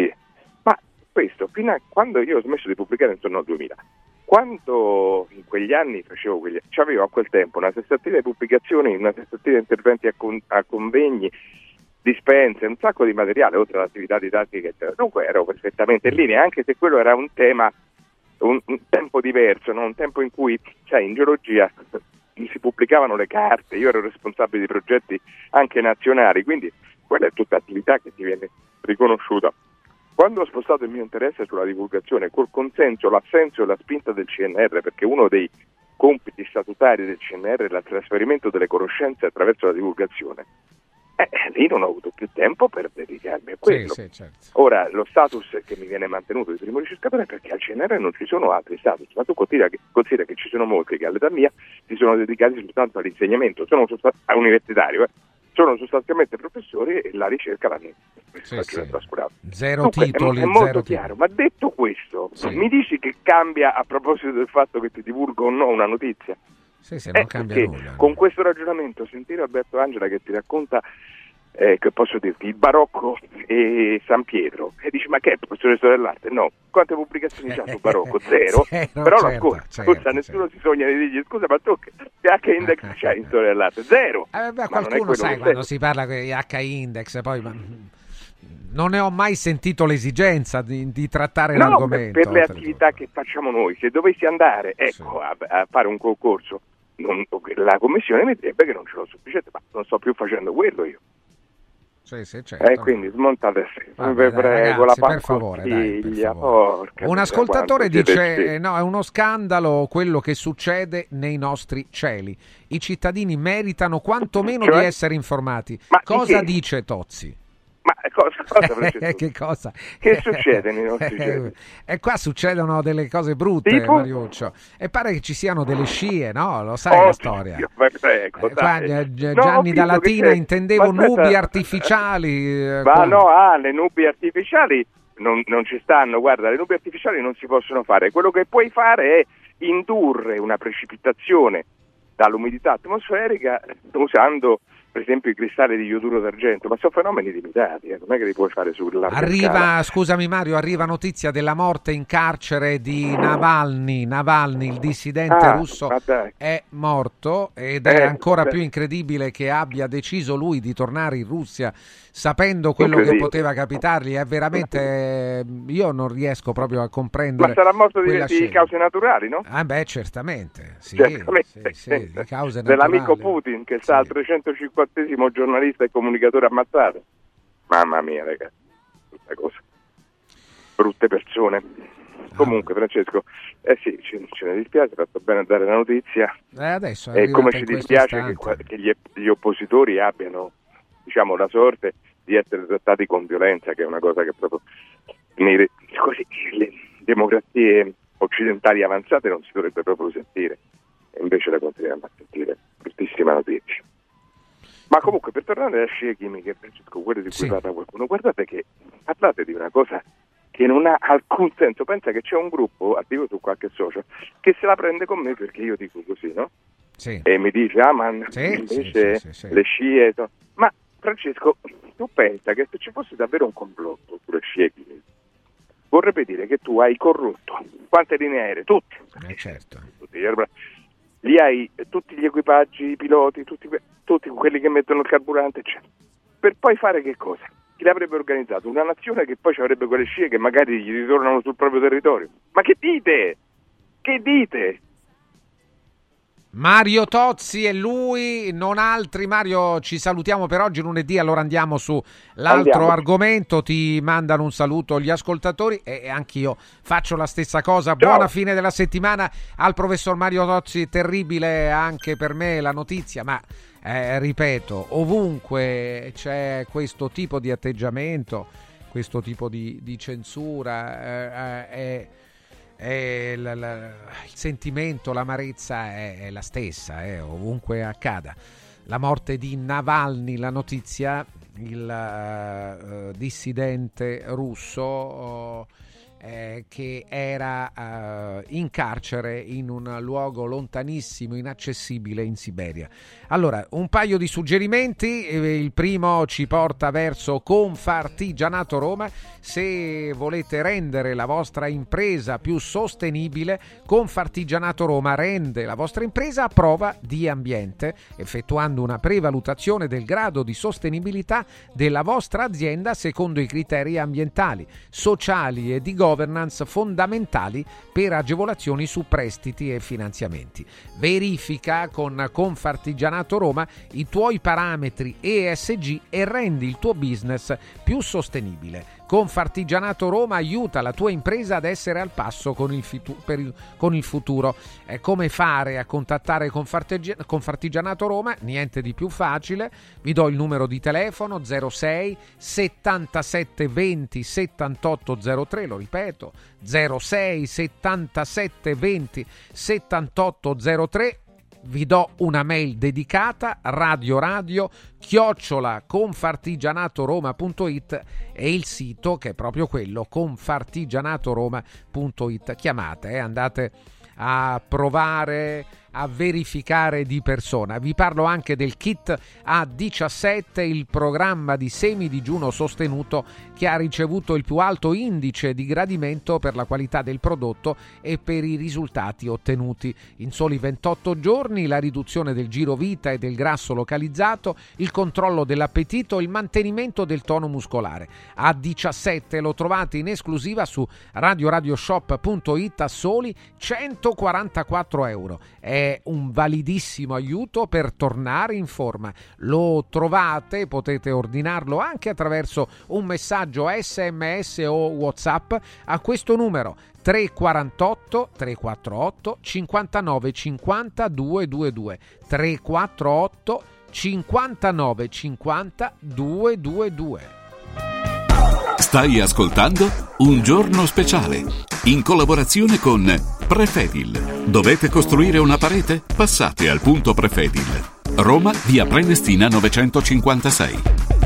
questo fino a quando io ho smesso di pubblicare intorno al 2000, quando in quegli anni c'avevo a quel tempo una sessantina di pubblicazioni, una sessantina di interventi a convegni, dispense, un sacco di materiale oltre all'attività didattica, eccetera. Dunque ero perfettamente in linea, anche se quello era un tema, un tempo diverso, no? Un tempo in cui, sai, in geologia si pubblicavano le carte, io ero responsabile di progetti anche nazionali, quindi quella è tutta attività che ti viene riconosciuta. Quando ho spostato il mio interesse sulla divulgazione, col consenso, l'assenso e la spinta del CNR, perché uno dei compiti statutari del CNR è il trasferimento delle conoscenze attraverso la divulgazione, lì non ho avuto più tempo per dedicarmi a quello. Sì, certo. Ora, lo status che mi viene mantenuto di primo ricercatore è perché al CNR non ci sono altri status, ma tu considera che ci sono molti che all'età mia si sono dedicati soltanto all'insegnamento, universitario, sono sostanzialmente professori e la ricerca l'hanno trascurato. Zero titoli. È molto chiaro, ma detto questo, mi dici che cambia a proposito del fatto che ti divulgo o no una notizia? Sì, non cambia nulla. Con questo ragionamento, sentire Alberto Angela che ti racconta, che posso dirti, il barocco e San Pietro, e dici ma che è professore di storia dell'arte? No, quante pubblicazioni c'ha sul barocco? Zero. Però lo ascolta, nessuno si sogna di dirgli scusa ma tu che H-index c'hai in storia dell'arte? Zero. Qualcuno sai quando si parla di H-index, poi non ne ho mai sentito l'esigenza di trattare l'argomento. Per le attività che facciamo noi, se dovessi andare a fare un concorso, la commissione mi direbbe che non ce l'ho sufficiente, ma non sto più facendo quello io. Certo. Quindi smontate sempre. Ragazzi, per favore. Un ascoltatore dice: no, è uno scandalo quello che succede nei nostri cieli. I cittadini meritano quantomeno di essere informati. Cosa dice Tozzi? Ma cosa che cosa? Che succede nei nostri cieli? E qua succedono delle cose brutte, tipo? Mariuccio. E pare che ci siano delle scie, no? Lo sai la storia. Gianni da Latina intendevo nubi artificiali. Le nubi artificiali non ci stanno. Guarda, le nubi artificiali non si possono fare. Quello che puoi fare è indurre una precipitazione dall'umidità atmosferica usando per esempio i cristalli di ioduro d'argento, ma sono fenomeni limitati, non è che li puoi fare sulla Scusami Mario, arriva notizia della morte in carcere di Navalny, il dissidente russo è morto ed è ancora più incredibile che abbia deciso lui di tornare in Russia sapendo quello che poteva capitargli. È veramente, io non riesco proprio a comprendere. Ma sarà morto di cause naturali, no? Certamente, sì, di cause naturali. Dell'amico Putin che sta al 350 giornalista e comunicatore ammazzato. Mamma mia, ragazzi, questa cosa. Brutte persone. Comunque, Francesco, ce ne dispiace, ha fatto bene a dare la notizia. Adesso e come ci dispiace che gli oppositori abbiano, diciamo, la sorte di essere trattati con violenza, che è una cosa che proprio le democrazie occidentali avanzate non si dovrebbe proprio sentire, e invece la continuiamo a sentire. Bruttissima notizia. Ma comunque, per tornare alle scie chimiche, Francesco, quello di cui parla qualcuno, guardate che parlate di una cosa che non ha alcun senso. Pensa che c'è un gruppo attivo su qualche social che se la prende con me perché io dico così, no? Sì. E mi dice, ma invece le scie... Ma Francesco, tu pensa che se ci fosse davvero un complotto sulle scie chimiche, vorrebbe dire che tu hai corrotto quante linee aeree? Tutte. Certo. Lì hai tutti gli equipaggi, i piloti, tutti quelli che mettono il carburante, eccetera. Per poi fare che cosa? Chi l'avrebbe organizzato? Una nazione che poi ci avrebbe quelle scie che magari gli ritornano sul proprio territorio. Ma che dite? Che dite? Mario Tozzi e lui, non altri. Mario, ci salutiamo per oggi, lunedì, allora andiamo su l'altro argomento. Ti mandano un saluto gli ascoltatori e anch'io faccio la stessa cosa. Ciao. Buona fine della settimana al professor Mario Tozzi. Terribile anche per me la notizia, ma ripeto, ovunque c'è questo tipo di atteggiamento, questo tipo di censura, il sentimento, l'amarezza è la stessa, ovunque accada. La morte di Navalny, la notizia, il dissidente russo che era in carcere in un luogo lontanissimo, inaccessibile in Siberia. Allora, un paio di suggerimenti. Il primo ci porta verso Confartigianato Roma. Se volete rendere la vostra impresa più sostenibile, Confartigianato Roma rende la vostra impresa a prova di ambiente, effettuando una prevalutazione del grado di sostenibilità della vostra azienda secondo i criteri ambientali, sociali e di governance fondamentali per agevolazioni su prestiti e finanziamenti. Verifica con Confartigianato Roma i tuoi parametri ESG e rendi il tuo business più sostenibile. Confartigianato Roma aiuta la tua impresa ad essere al passo con il futuro. Come fare a contattare Confartigianato Roma? Niente di più facile. Vi do il numero di telefono 06 77 20 78 03, lo ripeto, 06 77 20 78 03. Vi do una mail dedicata, radio@confartigianatoroma.it, e il sito che è proprio quello, confartigianatoroma.it. Chiamate, andate a provare, a verificare di persona. Vi parlo anche del kit A17, il programma di semidigiuno sostenuto che ha ricevuto il più alto indice di gradimento per la qualità del prodotto e per i risultati ottenuti. In soli 28 giorni la riduzione del giro vita e del grasso localizzato, il controllo dell'appetito, il mantenimento del tono muscolare. A17 lo trovate in esclusiva su radioshop.it a soli 144 euro. È un validissimo aiuto per tornare in forma. Lo trovate, potete ordinarlo anche attraverso un messaggio SMS o WhatsApp a questo numero 348 59 50 222 348 59 50 222. Stai ascoltando Un Giorno Speciale in collaborazione con Prefedil. Dovete costruire una parete? Passate al punto Prefedil. Roma, via Prenestina 956.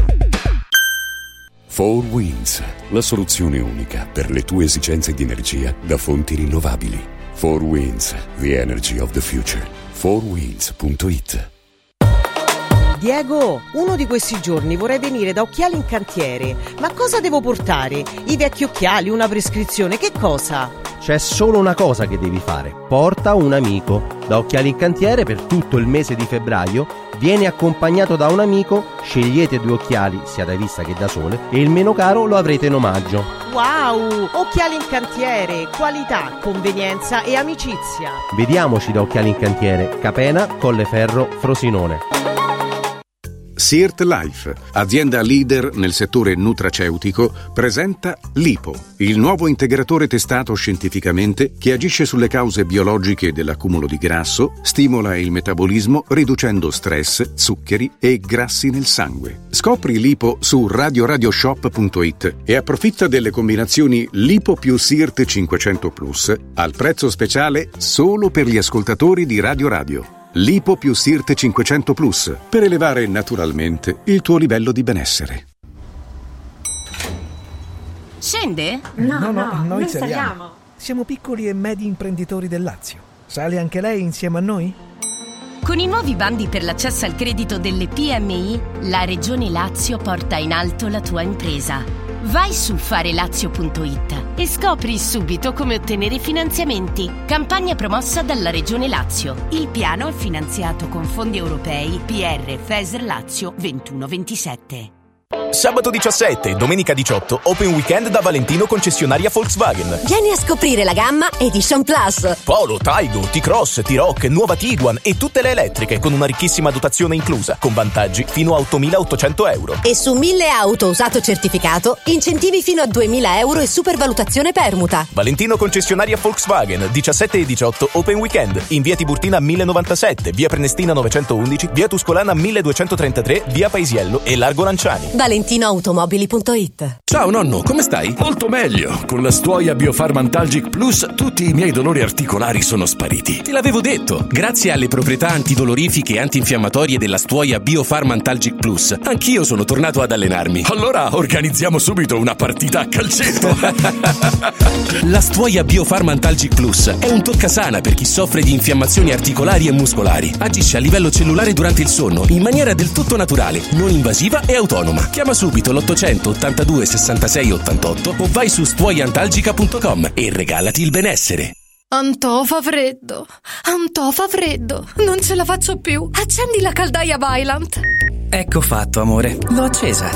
4Winds, la soluzione unica per le tue esigenze di energia da fonti rinnovabili. 4Winds, the energy of the future. 4winds.it. Diego, uno di questi giorni vorrei venire da Occhiali in Cantiere. Ma cosa devo portare? I vecchi occhiali, una prescrizione, che cosa? C'è solo una cosa che devi fare: porta un amico. Da Occhiali in Cantiere per tutto il mese di febbraio vieni accompagnato da un amico, scegliete 2 occhiali sia da vista che da sole e il meno caro lo avrete in omaggio. Wow! Occhiali in Cantiere, qualità, convenienza e amicizia. Vediamoci da Occhiali in Cantiere, Capena, Colleferro, Frosinone. Sirt Life, azienda leader nel settore nutraceutico, presenta Lipo, il nuovo integratore testato scientificamente che agisce sulle cause biologiche dell'accumulo di grasso, stimola il metabolismo riducendo stress, zuccheri e grassi nel sangue. Scopri Lipo su radioshop.it e approfitta delle combinazioni Lipo più Sirt 500 Plus al prezzo speciale solo per gli ascoltatori di Radio. Lipo più Sirt 500 Plus per elevare naturalmente il tuo livello di benessere. Scende? No, noi saliamo. Siamo piccoli e medi imprenditori del Lazio. Sale anche lei insieme a noi? Con i nuovi bandi per l'accesso al credito delle PMI, la Regione Lazio porta in alto la tua impresa. Vai su farelazio.it e scopri subito come ottenere finanziamenti. Campagna promossa dalla Regione Lazio. Il piano è finanziato con fondi europei PR FESR Lazio 21-27. Sabato 17 e domenica 18 Open Weekend da Valentino concessionaria Volkswagen. Vieni a scoprire la gamma Edition Plus. Polo, Taigo, T-Cross, T-Roc, nuova Tiguan e tutte le elettriche con una ricchissima dotazione inclusa, con vantaggi fino a 8.800 euro. E su 1.000 auto usato certificato, incentivi fino a 2.000 euro e supervalutazione permuta. Valentino concessionaria Volkswagen, 17 e 18 Open Weekend, in via Tiburtina 1097, via Prenestina 911, via Tuscolana 1233, via Paisiello e Largo Lanciani. ValentinoAutomobili.it. Ciao nonno, come stai? Molto meglio. Con la Stuoia Biofarmantalgic Plus tutti i miei dolori articolari sono spariti. Te l'avevo detto. Grazie alle proprietà antidolorifiche e antinfiammatorie della Stuoia Biofarmantalgic Plus, anch'io sono tornato ad allenarmi. Allora organizziamo subito una partita a calcetto. La Stuoia Biofarmantalgic Plus è un toccasana per chi soffre di infiammazioni articolari e muscolari. Agisce a livello cellulare durante il sonno in maniera del tutto naturale, non invasiva e autonoma. Chiama subito l'800 82 66 88 o vai su stuoiantalgica.com e regalati il benessere. Antò fa freddo, non ce la faccio più. Accendi la caldaia Vaillant. Ecco fatto, amore, l'ho accesa.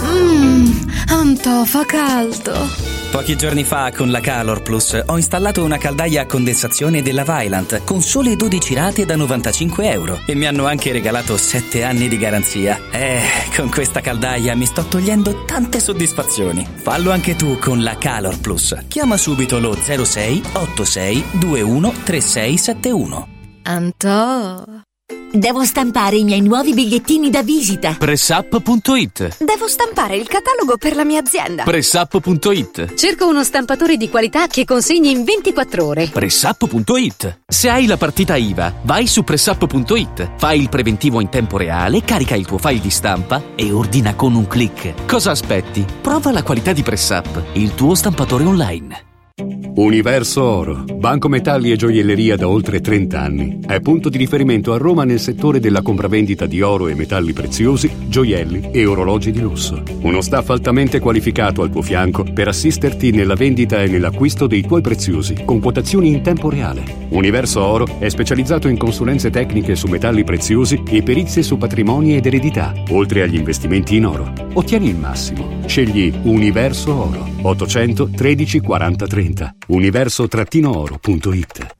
Antò fa caldo. Pochi giorni fa con la Calor Plus ho installato una caldaia a condensazione della Vaillant con sole 12 rate da 95 euro e mi hanno anche regalato 7 anni di garanzia. Con questa caldaia mi sto togliendo tante soddisfazioni. Fallo anche tu con la Calor Plus. Chiama subito lo 06 86 21 3671. Antò. Devo stampare i miei nuovi bigliettini da visita. Pressup.it. Devo stampare il catalogo per la mia azienda. Pressup.it. Cerco uno stampatore di qualità che consegni in 24 ore. Pressup.it. Se hai la partita IVA, vai su Pressup.it. Fai il preventivo in tempo reale, carica il tuo file di stampa e ordina con un click. Cosa aspetti? Prova la qualità di Pressup, il tuo stampatore online. Universo Oro, banco metalli e gioielleria da oltre 30 anni. È punto di riferimento a Roma nel settore della compravendita di oro e metalli preziosi, gioielli e orologi di lusso. Uno staff altamente qualificato al tuo fianco per assisterti nella vendita e nell'acquisto dei tuoi preziosi, con quotazioni in tempo reale. Universo Oro è specializzato in consulenze tecniche su metalli preziosi e perizie su patrimoni ed eredità, oltre agli investimenti in oro. Ottieni il massimo. Scegli Universo Oro. 800 13 40 30. Universo-oro.it.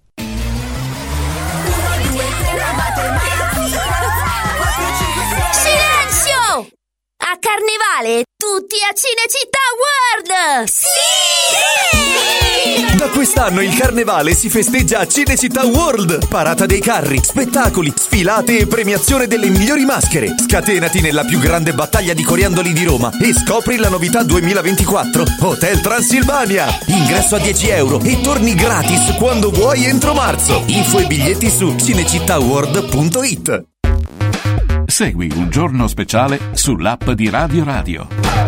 Silenzio! A Carnevale tutti a Cinecittà World! Sì! Da quest'anno il Carnevale si festeggia a Cinecittà World. Parata dei carri, spettacoli, sfilate e premiazione delle migliori maschere. Scatenati nella più grande battaglia di coriandoli di Roma e scopri la novità 2024 Hotel Transilvania. Ingresso a 10 euro e torni gratis quando vuoi entro marzo. Info e biglietti su cinecittàworld.it. Segui Un Giorno Speciale sull'app di Radio Radio.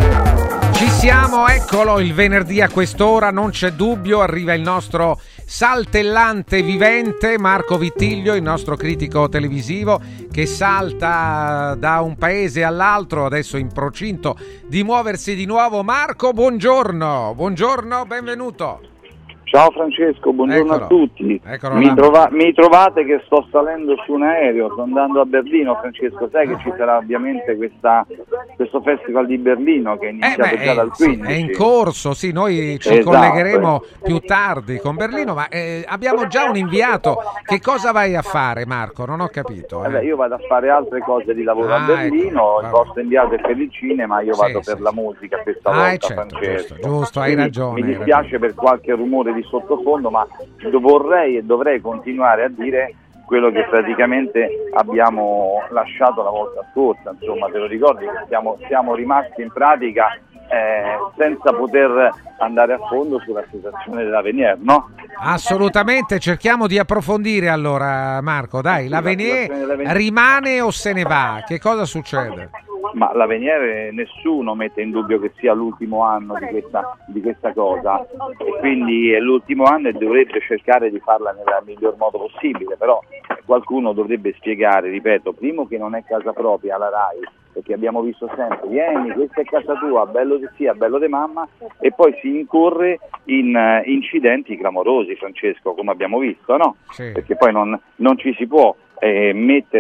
Ci siamo, eccolo, il venerdì a quest'ora, non c'è dubbio, arriva il nostro saltellante vivente Marco Vittiglio, il nostro critico televisivo che salta da un paese all'altro, adesso in procinto di muoversi di nuovo. Marco, buongiorno, benvenuto. Ciao Francesco, buongiorno a tutti. Mi trovate che sto salendo su un aereo, sto andando a Berlino. Francesco, sai che ci sarà ovviamente questo festival di Berlino che è iniziato già dal 15. È in corso, sì, noi ci collegheremo più tardi con Berlino, ma abbiamo già un inviato. Che cosa vai a fare, Marco? Non ho capito. Io vado a fare altre cose di lavoro a Berlino, il vostro inviato è per il cinema, io vado per la musica questa volta, certo, Francesco. Giusto, hai ragione. Mi dispiace per qualche rumore di sottofondo, ma vorrei e dovrei continuare a dire quello che praticamente abbiamo lasciato la volta scorsa, insomma, te lo ricordi che siamo rimasti in pratica senza poter andare a fondo sulla situazione della Venier, no? Assolutamente, cerchiamo di approfondire allora, Marco, dai, la Venier rimane o se ne va? Che cosa succede? Ma la Venier nessuno mette in dubbio che sia l'ultimo anno di questa cosa, e quindi è l'ultimo anno e dovrebbe cercare di farla nel miglior modo possibile, però qualcuno dovrebbe spiegare, ripeto, primo che non è casa propria la RAI, perché abbiamo visto sempre, vieni, questa è casa tua, bello di sia, bello di mamma, e poi si incorre in incidenti clamorosi, Francesco, come abbiamo visto, no? Sì. Perché poi non ci si può mettere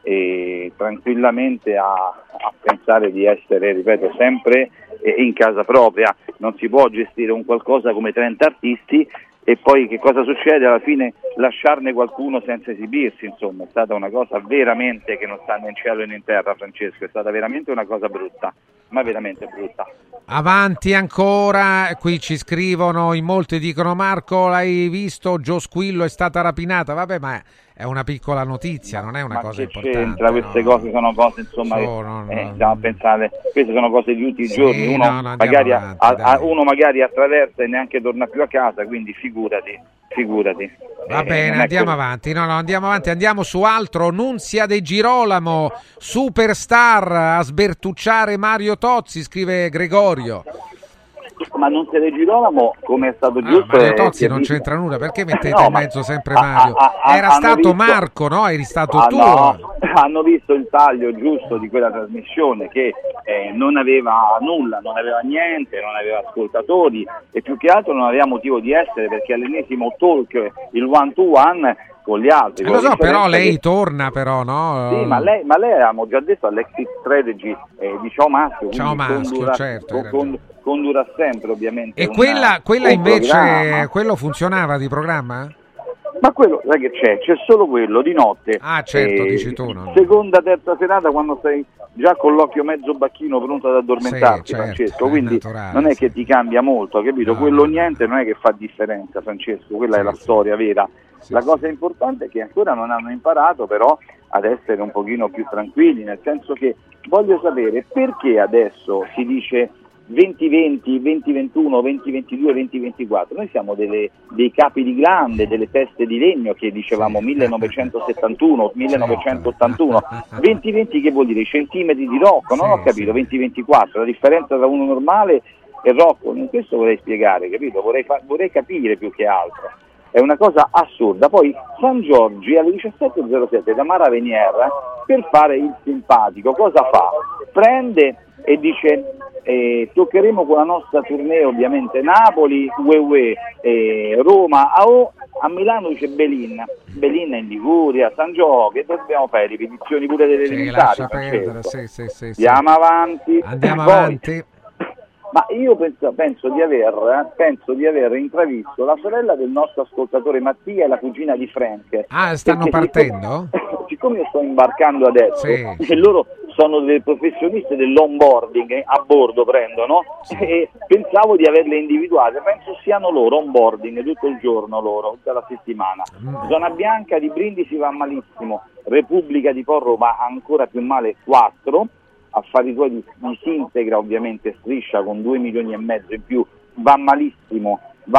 tranquillamente a pensare di essere, ripeto, sempre in casa propria. Non si può gestire un qualcosa come 30 artisti e poi che cosa succede? Alla fine lasciarne qualcuno senza esibirsi, insomma, è stata una cosa veramente che non sta né in cielo né in terra, Francesco, è stata veramente una cosa brutta, ma veramente brutta. Avanti ancora, qui ci scrivono, in molti dicono: Marco, l'hai visto? Gio Squillo è stata rapinata. Vabbè, ma è una piccola notizia, non è una cosa importante. C'entra? Queste cose sono cose, insomma, stiamo a pensare, queste sono cose di tutti i giorni, uno magari attraversa e neanche torna più a casa, quindi figurati. Va bene, andiamo avanti. Andiamo su altro. Nunzia De Girolamo, superstar a sbertucciare Mario Tozzi, scrive Gregorio. Ma Nunzia De Girolamo, come è stato giusto, Mario Tozzi non c'entra nulla, perché mettete in mezzo sempre Mario? Era stato Marco, no? Eri stato tu. No, hanno visto il taglio giusto di quella trasmissione che non aveva nulla, non aveva niente, non aveva ascoltatori e più che altro non aveva motivo di essere, perché all'ennesimo talk, il one to one con gli altri. Lo so, però lei torna, però, no? Sì, ma lei avevamo già detto all'exit strategy di Ciao Maschio. Ciao Maschio, certo. Condurrà sempre, ovviamente. E quella invece, programma. Quello funzionava di programma? Ma quello, sai che c'è solo quello di notte. Ah, certo, dici tu. No? Seconda, terza serata, quando sei già con l'occhio mezzo bacchino pronto ad addormentarti, sì, certo, Francesco, quindi naturale, non è che ti cambia molto, capito? No, quello niente non è che fa differenza, Francesco, quella è la storia vera. La cosa importante è che ancora non hanno imparato però ad essere un pochino più tranquilli, nel senso che voglio sapere perché adesso si dice 2020, 2021, 2022, 2024. Noi siamo dei capi di glande, delle teste di legno che dicevamo 1971, 1981. 2020 che vuol dire? Centimetri di Rocco? Non ho capito, 2024, la differenza tra uno normale e Rocco, in questo vorrei spiegare, capito? Vorrei capire più che altro. È una cosa assurda. Poi San Giorgi alle 17.07 da Mara Venier per fare il simpatico cosa fa? Prende e dice toccheremo con la nostra tournée ovviamente Napoli, Roma, a Milano dice Belin è in Liguria, San Gio, che dobbiamo fare ripetizioni pure delle elementari. Andiamo avanti. Ma io penso di aver intravisto la sorella del nostro ascoltatore Mattia e la cugina di Frank. Ah, stanno partendo? Siccome io sto imbarcando adesso, e loro sono delle professioniste dell'onboarding, a bordo prendono, e pensavo di averle individuate, penso siano loro, onboarding tutto il giorno loro, tutta la settimana. Zona Bianca di Brindisi va malissimo, Repubblica di Porro va ancora più male, 4, affari tuoi di Sintegra ovviamente Striscia con 2 milioni e mezzo in più, va malissimo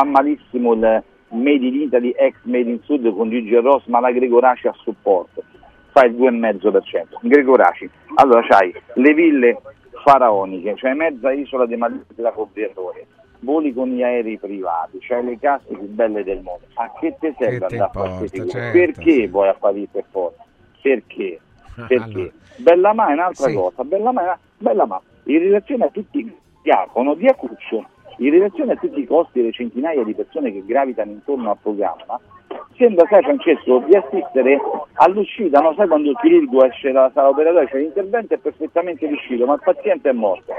il Made in Italy ex Made in Sud con Gigi Ross, ma la Gregoraci a supporto fa il 2,5%. Gregoraci, allora c'hai le ville faraoniche, c'hai mezza isola dei Maldivi da Cobriatore, voli con gli aerei privati, c'hai le case più belle del mondo. A che te serve andare a fare queste cose? Certo, perché vuoi apparire per forza? Perché? Allora. Bellamà è un'altra cosa, Bellamà in relazione a tutti Diacono, Diacuccio, in relazione a tutti i costi e le centinaia di persone che gravitano intorno al programma, sembra, sai Francesco, di assistere all'uscita, no? Sai quando il chirurgo esce dalla sala operatoria, cioè l'intervento è perfettamente riuscito, ma il paziente è morto.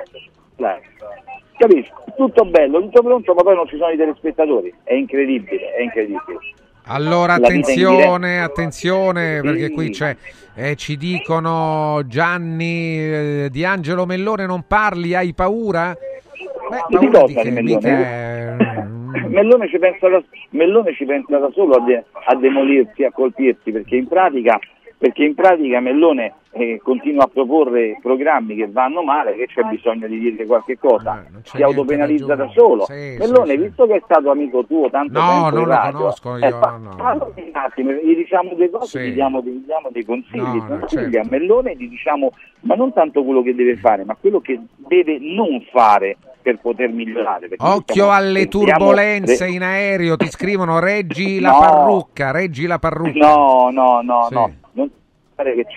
Capisco? Tutto bello, tutto pronto, ma poi non ci sono i telespettatori, è incredibile. Allora attenzione, perché qui c'è ci dicono Gianni Di Angelo Mellone, non parli, hai paura? Paura di che? Mellone ci pensa da solo a demolirsi, a colpirsi, perché in pratica Mellone continua a proporre programmi che vanno male, che c'è bisogno di dire qualche cosa, si autopenalizza da solo. Mellone, visto che è stato amico tuo tanto tempo non lo conosco io. Un attimo, gli diciamo delle cose, gli diamo dei consigli, certo. A Mellone gli diciamo, ma non tanto quello che deve fare, ma quello che deve non fare per poter migliorare. Occhio alle turbolenze in aereo, ti scrivono reggi la parrucca. No, non pare che c'è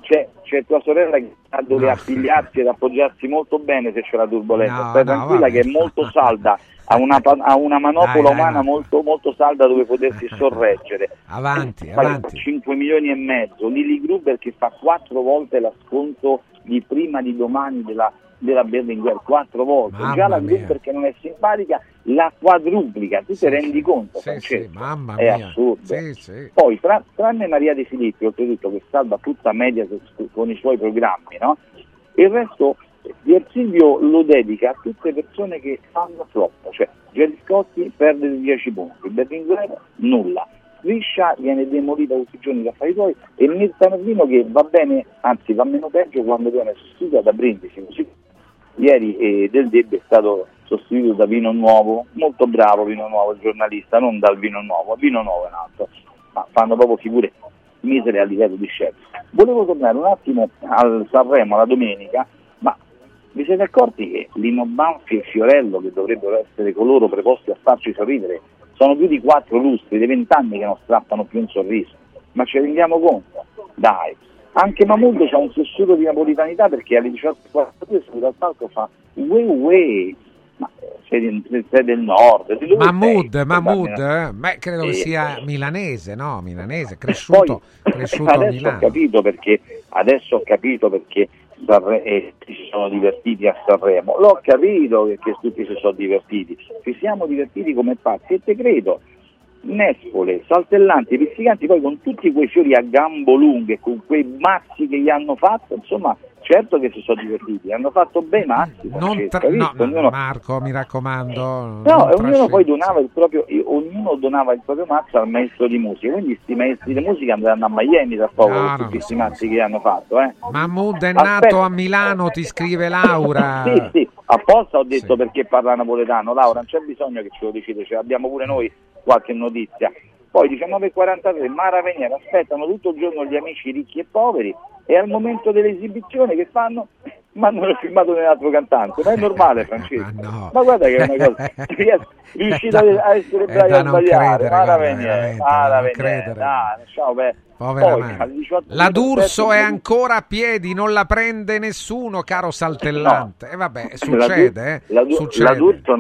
c'è tua sorella che ha dove appigliarsi ed appoggiarsi molto bene se c'è la turbolenza, stai tranquilla che è molto salda, ha una manopola umana molto, molto salda dove potersi sorreggere. Avanti. 5 milioni e mezzo, Lily Gruber che fa 4 volte la sconto di prima di domani della Berlinguer, 4 volte. Mamma già la mia. Gruber che non è simpatica la quadruplica, tu ti rendi conto? Mamma è mia. assurdo. Poi tranne Maria De Filippi, oltretutto, che salva tutta media con i suoi programmi, no? Il resto Pier Silvio lo dedica a tutte persone che fanno troppo, cioè Gerry Scotti perde 10 punti, Berlinguer nulla, Striscia viene demolita tutti i giorni da fare i suoi, e Mirta Merlino che va bene, anzi va meno peggio quando viene sostituita da Brindisi, così ieri Del Debbio è stato sostituito da Vino Nuovo, molto bravo Vino Nuovo, il giornalista, non dal Vino Nuovo è un altro, ma fanno proprio figure misere a livello di chef. Volevo tornare un attimo al Sanremo la domenica, ma vi siete accorti che Lino Banfi e Fiorello, che dovrebbero essere coloro preposti a farci sorridere, sono più di 4 lustri, dei 20 anni che non strappano più un sorriso, ma ci rendiamo conto? Dai, anche Mahmood c'ha un sussurro di napolitanità perché alle 18:42 su dal palco fa uè, ma sei del nord, di dove Mahmood, credo che sia milanese, cresciuto a Milano. Adesso ho capito perché si sono divertiti a Sanremo, l'ho capito perché tutti si sono divertiti, ci siamo divertiti come pazzi, e te credo. Nespole, saltellanti, pizzicanti, poi con tutti quei fiori a gambo lunghe, con quei mazzi che gli hanno fatto, insomma, certo che si sono divertiti, hanno fatto bei mazzi. Marco, mi raccomando. Ognuno poi donava il proprio mazzo al maestro di musica, quindi questi maestri di musica andranno a Miami tra poco con tutti questi mazzi che gli hanno fatto. Mahmood è nato a Milano, ti scrive Laura. Sì, apposta ho detto perché parla napoletano. Laura, non c'è bisogno che ce lo decide, ce l'abbiamo pure noi qualche notizia. Poi 19:43 Mara Veniera, aspettano tutto il giorno gli amici ricchi e poveri, e al momento dell'esibizione che fanno? Mandano il filmato di un altro cantante, ma è normale, Francesco. Ma guarda che è una cosa, riuscite a essere bravi a sbagliare. Mara Veniera, ciao, la D'Urso è ancora a piedi, non la prende nessuno, caro saltellante. Succede. La D'Urso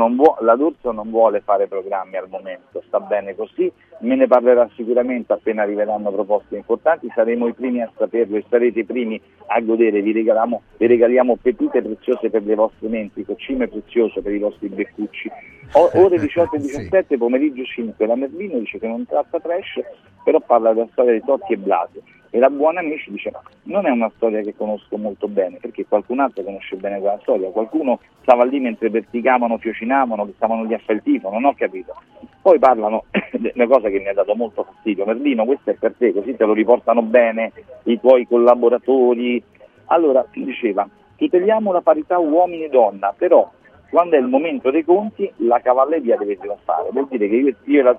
non vuole fare programmi al momento, sta bene così, me ne parlerà sicuramente appena arriveranno proposte importanti, saremo i primi a saperlo e sarete i primi a godere, vi regaliamo pepite preziose per le vostre menti, coccime preziose per i vostri beccucci. Ore 18 e 17, pomeriggio 5, la Merlino dice che non tratta trash, però parla della storia di Totti e Blasi, e la Buona Amici dice non è una storia che conosco molto bene, perché qualcun altro conosce bene quella storia, qualcuno stava lì mentre verticavano, fiocinavano, che stavano lì a fare il tifo, non ho capito. Poi parlano di una cosa che mi ha dato molto fastidio: Merlino, questo è per te, così te lo riportano bene i tuoi collaboratori. Allora diceva, tuteliamo la parità uomini e donna, però quando è il momento dei conti la cavalleria deve fare, vuol dire che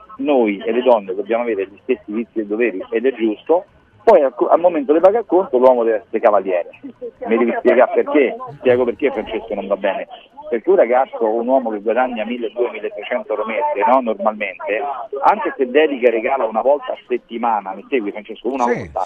noi e le donne dobbiamo avere gli stessi vizi e doveri, ed è giusto. Poi al momento di pagare il conto l'uomo deve essere cavaliere. Mi devi spiegare perché? Spiego perché, Francesco, non va bene. Perché un ragazzo o un uomo che guadagna 1.200-1.300 euro mese, no? Normalmente, anche se dedica e regala una volta a settimana, mi segui, Francesco, volta,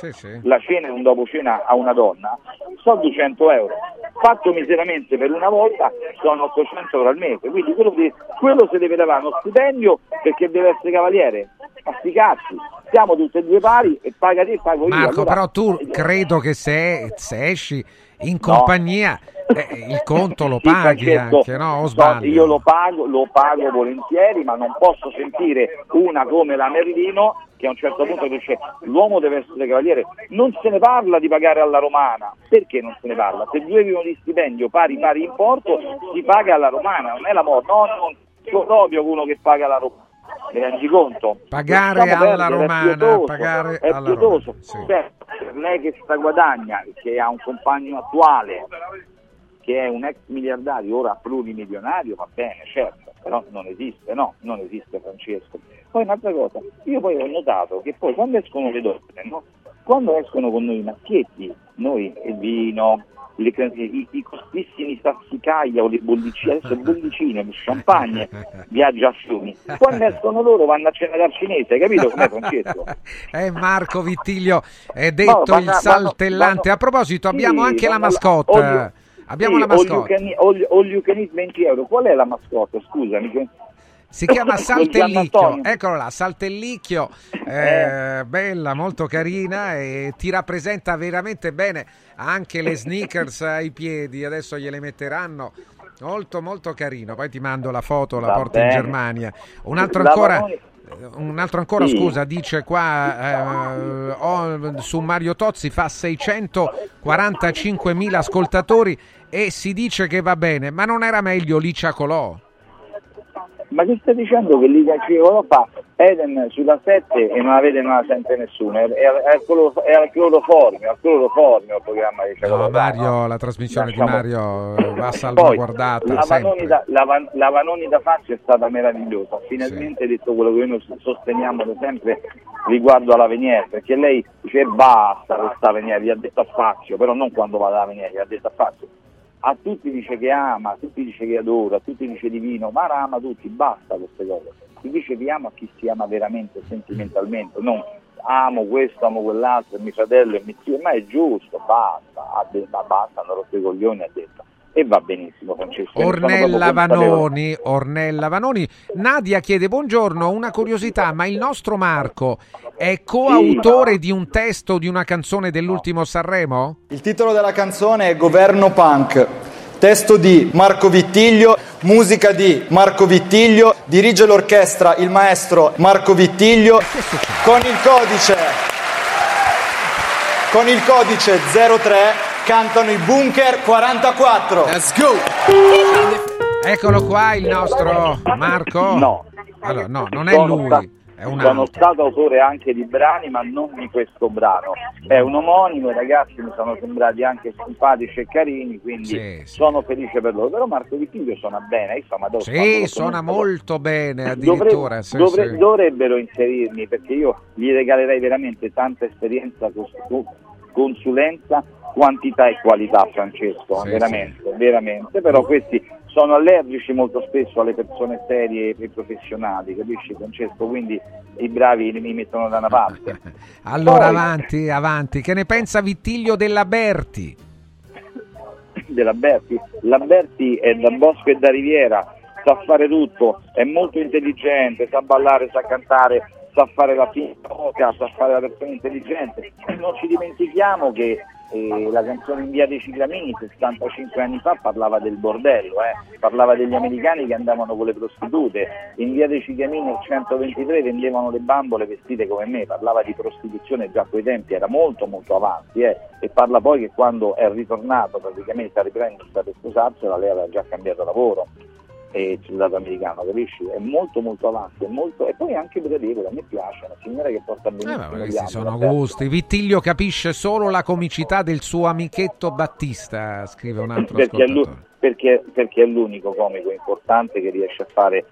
la cena e un dopo cena a una donna, sono 200 euro. Fatto miseramente per una volta sono 800 euro al mese, quindi quello si deve levare uno stipendio perché deve essere cavaliere. Ma sti cazzi, siamo tutti e due pari e paga te e pago io. Marco, allora, però tu credo che se esci in compagnia il conto lo paghi, Francesco, anche, no? O sbaglio? Io lo pago volentieri, ma non posso sentire una come la Merlino che a un certo punto dice l'uomo deve essere cavaliere. Non se ne parla di pagare alla romana. Perché non se ne parla? Se 2 vivono di stipendio pari importo, si paga alla romana, non è la morte. No, non sono proprio uno che paga alla romana. Mi rendi conto? Pagare alla romana, pagare è alla pietoso. romana, sì. Per lei che sta guadagna, che ha un compagno attuale, che è un ex miliardario, ora plurimilionario, va bene, certo, però non esiste, Francesco. Poi un'altra cosa, io poi ho notato che poi quando escono le donne, no? Quando escono con noi i maschietti, noi il vino, i costissimi sassicaia o le bollicine, adesso bollicine, champagne, viaggia a fiumi. Quando escono loro vanno a cena dal cinese, hai capito com'è, Francesco? Marco Vittiglio è detto il saltellante. A proposito, abbiamo anche la mascotte. Abbiamo la mascotte. All you can eat 20 euro. Qual è la mascotte? Scusami. Si chiama Saltellicchio, eccolo là, Saltellicchio, bella, molto carina e ti rappresenta veramente bene, anche le sneakers ai piedi, adesso gliele metteranno, molto molto carino, poi ti mando la foto, la porto in Germania. Un altro ancora, sì. Scusa, dice qua su Mario Tozzi fa 645.000 ascoltatori e si dice che va bene, ma non era meglio Licia Colò? Ma che stai dicendo che Licia Colò fa Eden sulla 7 e non la sente nessuno? È al cloroformio il programma di Licia Colò. No, Mario, la trasmissione di Mario va salvaguardata. La Vanoni da Fazio è stata meravigliosa, finalmente ha detto quello che noi sosteniamo da sempre riguardo alla Venier, perché lei dice basta questa Venier, gli ha detto a Fazio, però non quando va dalla Venier, gli ha detto a Fazio. A tutti dice che ama, a tutti dice che adora, a tutti dice divino, ma ama tutti, basta queste cose. Si dice che ama chi si ama veramente, sentimentalmente, non amo questo, amo quell'altro, è mio fratello, è mio zio, ma è giusto, basta, hanno rotto i coglioni, ha detto. E va benissimo, Francesco. Ornella Vanoni. Nadia chiede: buongiorno, una curiosità, ma il nostro Marco è coautore di un testo di una canzone dell'ultimo Sanremo? Il titolo della canzone è Governo Punk, testo di Marco Vittiglio, musica di Marco Vittiglio, dirige l'orchestra il maestro Marco Vittiglio con il codice 03 cantano i Bunker 44. Let's go! Eccolo qua il nostro Marco. No, allora, no, non è lui. Sono stato autore anche di brani, ma non di questo brano. È un omonimo, i ragazzi mi sono sembrati anche simpatici e carini, quindi sono felice per loro. Però Marco Vittiglio suona bene, insomma. Suona molto bene, addirittura. Dovrebbero inserirmi, perché io gli regalerei veramente tanta esperienza, consulenza, quantità e qualità, Francesco, veramente, però questi sono allergici molto spesso alle persone serie e professionali, capisci, Francesco? Quindi i bravi mi mettono da una parte. Allora poi, avanti, che ne pensa Vittiglio della Berti? La Berti è da Bosco e da Riviera, sa fare tutto, è molto intelligente, sa ballare, sa cantare, sa fare la finta, sa fare la persona intelligente. Non ci dimentichiamo che la canzone In via dei Ciclamini 65 anni fa parlava del bordello, parlava degli americani che andavano con le prostitute. In via dei Ciclamini al 123 vendevano le bambole vestite come me, parlava di prostituzione già a quei tempi, era molto molto avanti, e parla poi che quando è ritornato praticamente a riprendersi per sposarsela, lei aveva già cambiato lavoro e soldato americano, capisci? È molto molto avanti, e poi anche gradevole, a me piace, una signora che porta benissimo. Questi sono gusti. Vittiglio capisce solo la comicità del suo amichetto Battista, scrive un altro ascoltatore. Perché è l'unico comico importante che riesce a fare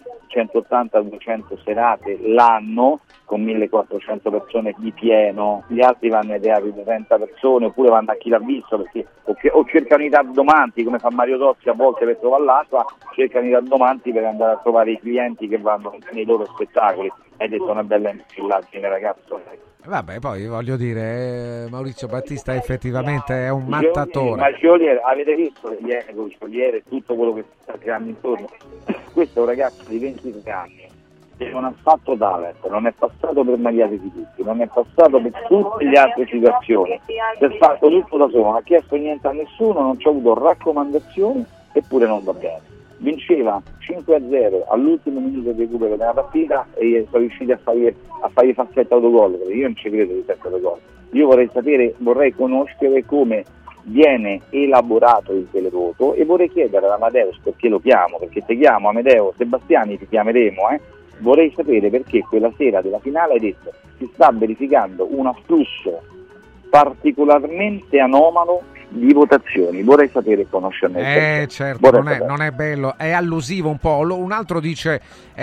180-200 serate l'anno con 1400 persone di pieno. Gli altri vanno ai teatri di 30 persone, oppure vanno a chi l'ha visto, perché o cercano i tardomanti, come fa Mario Tozzi a volte per trovare l'acqua, cercano i tardomanti per andare a trovare i clienti che vanno nei loro spettacoli. Hai detto una bella imbecchillaggine, ragazzo. Vabbè, poi voglio dire, Maurizio Battista effettivamente è un mattatore. Ma Gioliere, avete visto Gioliere e tutto quello che sta creando intorno? Questo è un ragazzo di 23 anni che non ha fatto talent, non è passato per Magliate di tutti, non è passato per tutte le altre situazioni, si è fatto tutto da solo, non ha chiesto niente a nessuno, non ci ha avuto raccomandazioni, eppure non va bene. Vinceva 5-0 all'ultimo minuto di recupero della partita e sono riusciti a fargli fare 7 autogol, perché io non ci credo di 7 autogol. Io vorrei conoscere come viene elaborato il televoto e vorrei chiedere ad Amadeus, perché lo chiamo, perché ti chiamo Amedeo Sebastiani, ti chiameremo, vorrei sapere perché quella sera della finale hai detto si sta verificando un afflusso particolarmente anomalo di votazioni. Vorrei sapere e conoscerne certo, non è bello, è allusivo un po'. Un altro dice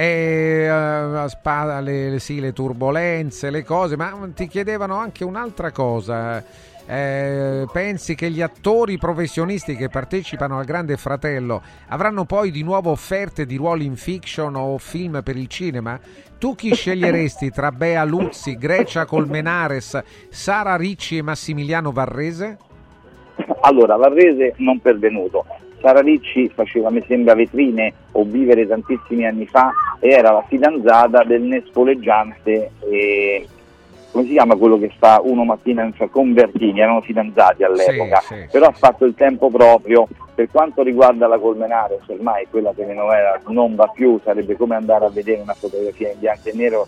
le turbolenze, le cose, ma ti chiedevano anche un'altra cosa. pensi che gli attori professionisti che partecipano al Grande Fratello avranno poi di nuovo offerte di ruoli in fiction o film per il cinema? Tu chi sceglieresti tra Bea Luzzi, Grecia Colmenares, Sara Ricci e Massimiliano Varrese? Allora, Varrese non pervenuto. Sara Ricci faceva, mi sembra, Vetrine o Vivere tantissimi anni fa e era la fidanzata del nespoleggiante, come si chiama quello che fa Uno mattina in Convertini, erano fidanzati all'epoca, sì. Però ha fatto il tempo proprio. Per quanto riguarda la Colmenares, ormai quella telenovela non va più, sarebbe come andare a vedere una fotografia in bianco e nero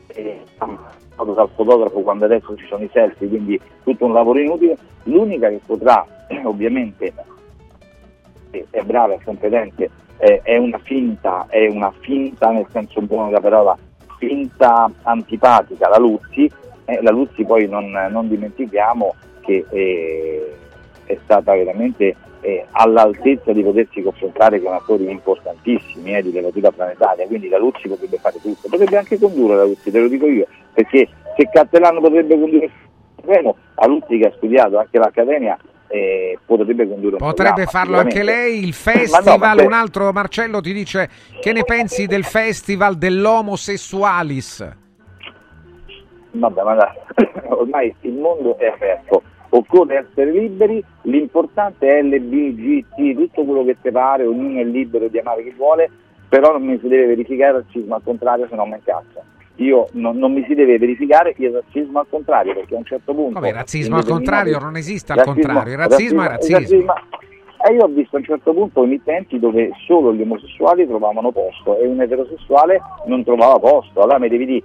dal fotografo quando adesso ci sono i selfie, quindi tutto un lavoro inutile. L'unica che potrà, ovviamente, è brava, è competente, è una finta nel senso buono della parola, finta antipatica, la Luzzi. La Luzzi poi non dimentichiamo che è stata veramente all'altezza di potersi confrontare con attori importantissimi di levatura planetaria, quindi la Luzzi potrebbe fare tutto, potrebbe anche condurre la Luzzi, te lo dico io, perché se Cattelano potrebbe condurre il Sanremo, la Luzzi che ha studiato anche l'Accademia potrebbe condurre un potrebbe farlo anche lei. Il festival, un altro Marcello ti dice: che ne pensi del festival dell'omosessualis? Vabbè, ma ormai il mondo è aperto, occorre essere liberi, l'importante è LBGT, tutto quello che ti pare, ognuno è libero di amare chi vuole, però non mi si deve verificare il razzismo al contrario, se no mi incazzo. Non mi si deve verificare il razzismo al contrario, perché a un certo punto... Come razzismo al contrario? Non esiste al contrario, il razzismo è razzismo. Io ho visto a un certo punto emittenti dove solo gli omosessuali trovavano posto e un eterosessuale non trovava posto. Allora mi devi dire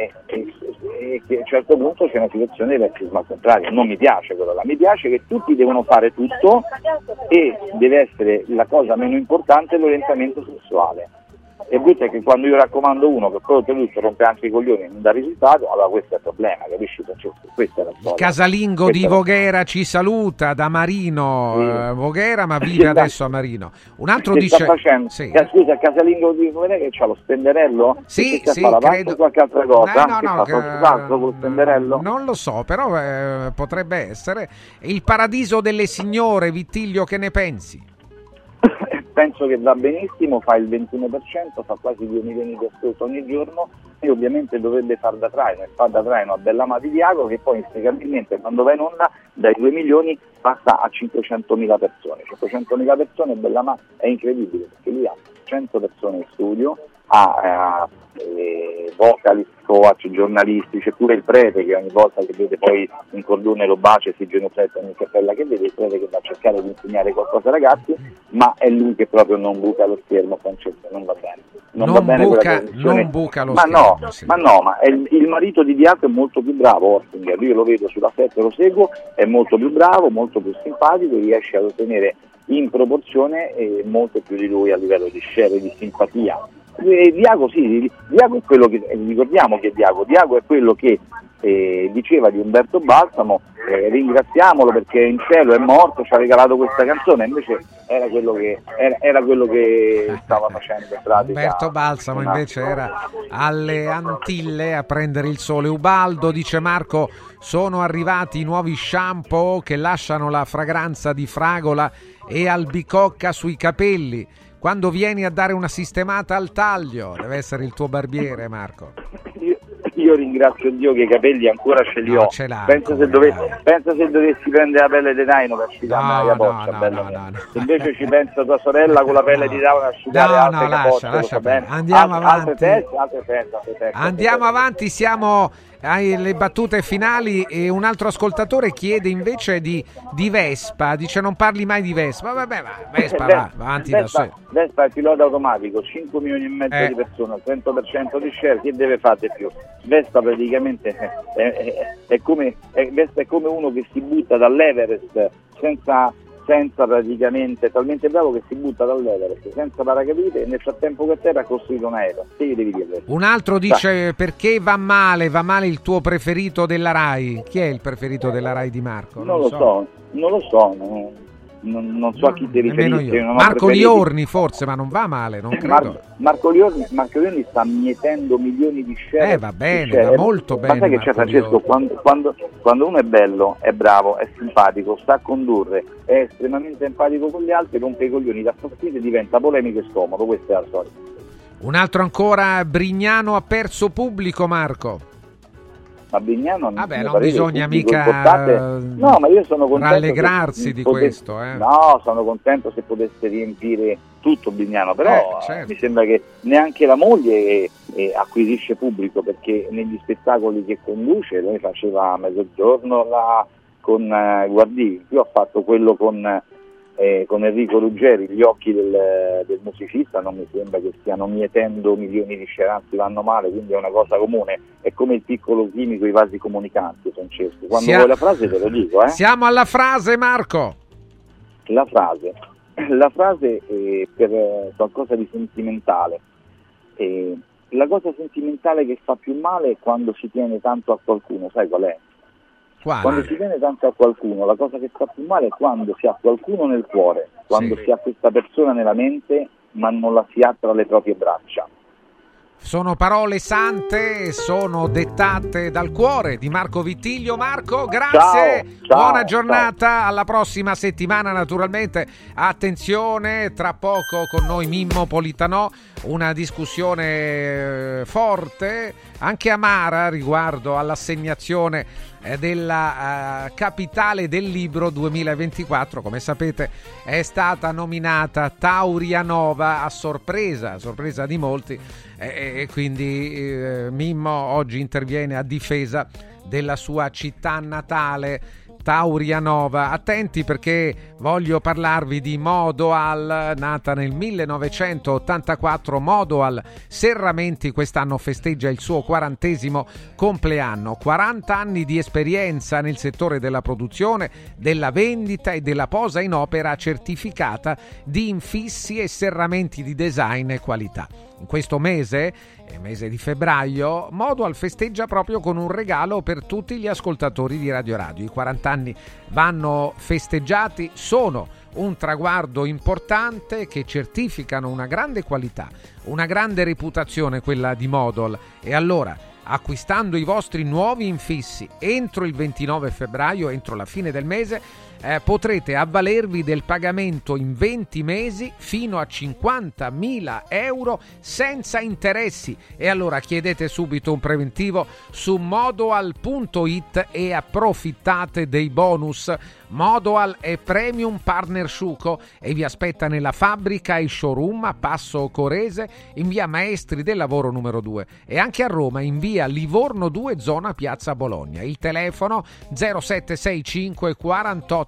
che a un certo punto c'è una situazione di razzismo al contrario. Non mi piace quello là, mi piace che tutti devono fare tutto e deve essere la cosa meno importante l'orientamento sessuale. E il brutto è che quando io raccomando uno che poi oltretutto rompe anche i coglioni e non dà risultato, allora questo è il problema, capisci? Questa è la storia. Casalingo di Voghera ci saluta da Marino, Voghera ma vive adesso a Marino. Un altro che dice... Scusa, Casalingo di Voghera che c'ha lo spenderello? Sì, credo. Qualche altra cosa? Col spenderello? Non lo so, però potrebbe essere. Il paradiso delle signore, Vittilio, che ne pensi? Penso che va benissimo, fa il 21%, fa quasi 2 milioni di ascolti ogni giorno e ovviamente dovrebbe far da traino, e fa da traino a Bellamà di Diago, che poi inspiegabilmente quando va in onda dai 2 milioni passa a 500.000 persone. 500.000 persone, Bellamà è incredibile perché lui ha 100 persone in studio, ha vocalist, coach, giornalisti, c'è pure il prete che ogni volta che vede poi un cordone lo bacia e si genufletta nel cappella che vede, il prete che va a cercare di insegnare qualcosa ai ragazzi, ma è lui che proprio non buca lo schermo, Francesco, non va bene. Non buca lo schermo. Ma il marito di Diaco è molto più bravo, Ortinger, io lo vedo sulla sette, lo seguo, è molto più bravo, molto più simpatico, riesce ad ottenere in proporzione molto più di lui a livello di share e di simpatia. Diago è quello che ricordiamo che Diago è quello che diceva di Umberto Balsamo, ringraziamolo perché in cielo è morto, ci ha regalato questa canzone, invece era quello che stava facendo in pratica. Umberto Balsamo invece era alle Antille a prendere il sole. Ubaldo dice: Marco, sono arrivati i nuovi shampoo che lasciano la fragranza di fragola e albicocca sui capelli. Quando vieni a dare una sistemata al taglio, deve essere il tuo barbiere, Marco. Io ringrazio Dio che i capelli ancora ce li ho. Pensa se dovessi prendere la pelle di daino per asciugarmi la capoccia, no. Se invece ci pensa tua sorella con la pelle di daino per asciugare altre capocce, lascia bene. Andiamo avanti. Andiamo avanti, siamo alle battute finali e un altro ascoltatore chiede invece di Vespa, dice: non parli mai di Vespa. Vabbè, ma Vespa va avanti da sé. Vespa è pilota automatico, 5 milioni e mezzo di persone, 100% di share, che deve fare di più? Vespa praticamente è come uno che si butta dall'Everest senza praticamente, talmente bravo che si butta dall'Everest senza paracadute e nel frattempo che a terra ha costruito un aereo. Che gli devi dire? Un altro dice: perché va male il tuo preferito della Rai? Chi è il preferito della Rai di Marco? Non lo so. non so a chi ti riferisci. Marco Liorni forse, ma non va male, non credo. Marco Liorni sta mietendo milioni di share. Va bene, va molto bene. Ma sai che c'è, Francesco, quando uno è bello, è bravo, è simpatico, sa condurre, è estremamente empatico con gli altri, rompe i coglioni, dà fastidio, diventa polemico e scomodo, questa è la storia. Un altro ancora, Brignano ha perso pubblico, Marco. Ma Brignano non bisogna mica no, ma io sono contento rallegrarsi di questo. No, sono contento se potesse riempire tutto Brignano, però certo. Mi sembra che neanche la moglie acquisisce pubblico, perché negli spettacoli che conduce lei faceva Mezzogiorno con Guardini, io ho fatto quello con Enrico Ruggeri, gli occhi del musicista, non mi sembra che stiano mietendo milioni di share, anzi vanno male, quindi è una cosa comune, è come il piccolo chimico, i vasi comunicanti, Francesco. Quando vuoi la frase te lo dico. Siamo alla frase, Marco. La frase per qualcosa di sentimentale. La cosa sentimentale che fa più male è quando si tiene tanto a qualcuno, sai qual è? Quando si tiene tanto a qualcuno, la cosa che fa più male è quando si ha qualcuno nel cuore, quando si ha questa persona nella mente ma non la si ha tra le proprie braccia. Sono parole sante, sono dettate dal cuore di Marco Vittiglio. Marco, grazie, buona giornata, alla prossima settimana naturalmente. Attenzione, tra poco con noi Mimmo Politano, una discussione forte, anche amara, riguardo all'assegnazione della capitale del libro 2024. Come sapete è stata nominata Taurianova a sorpresa di molti, e quindi Mimmo oggi interviene a difesa della sua città natale, Taurianova. Attenti, perché voglio parlarvi di Modoal, nata nel 1984. Modoal Serramenti quest'anno festeggia il suo 40° compleanno. 40 anni di esperienza nel settore della produzione, della vendita e della posa in opera certificata di infissi e serramenti di design e qualità. In questo mese di febbraio, Modoal festeggia proprio con un regalo per tutti gli ascoltatori di Radio Radio. I 40 anni vanno festeggiati, sono un traguardo importante che certificano una grande qualità, una grande reputazione, quella di Modoal. E allora, acquistando i vostri nuovi infissi entro il 29 febbraio, entro la fine del mese, potrete avvalervi del pagamento in 20 mesi fino a 50.000 euro senza interessi. E allora chiedete subito un preventivo su modoal.it e approfittate dei bonus. Modoal è Premium Partner Sciuco e vi aspetta nella fabbrica e showroom a Passo Corese, in via Maestri del Lavoro numero 2, e anche a Roma in via Livorno 2, zona Piazza Bologna. Il telefono 0765 48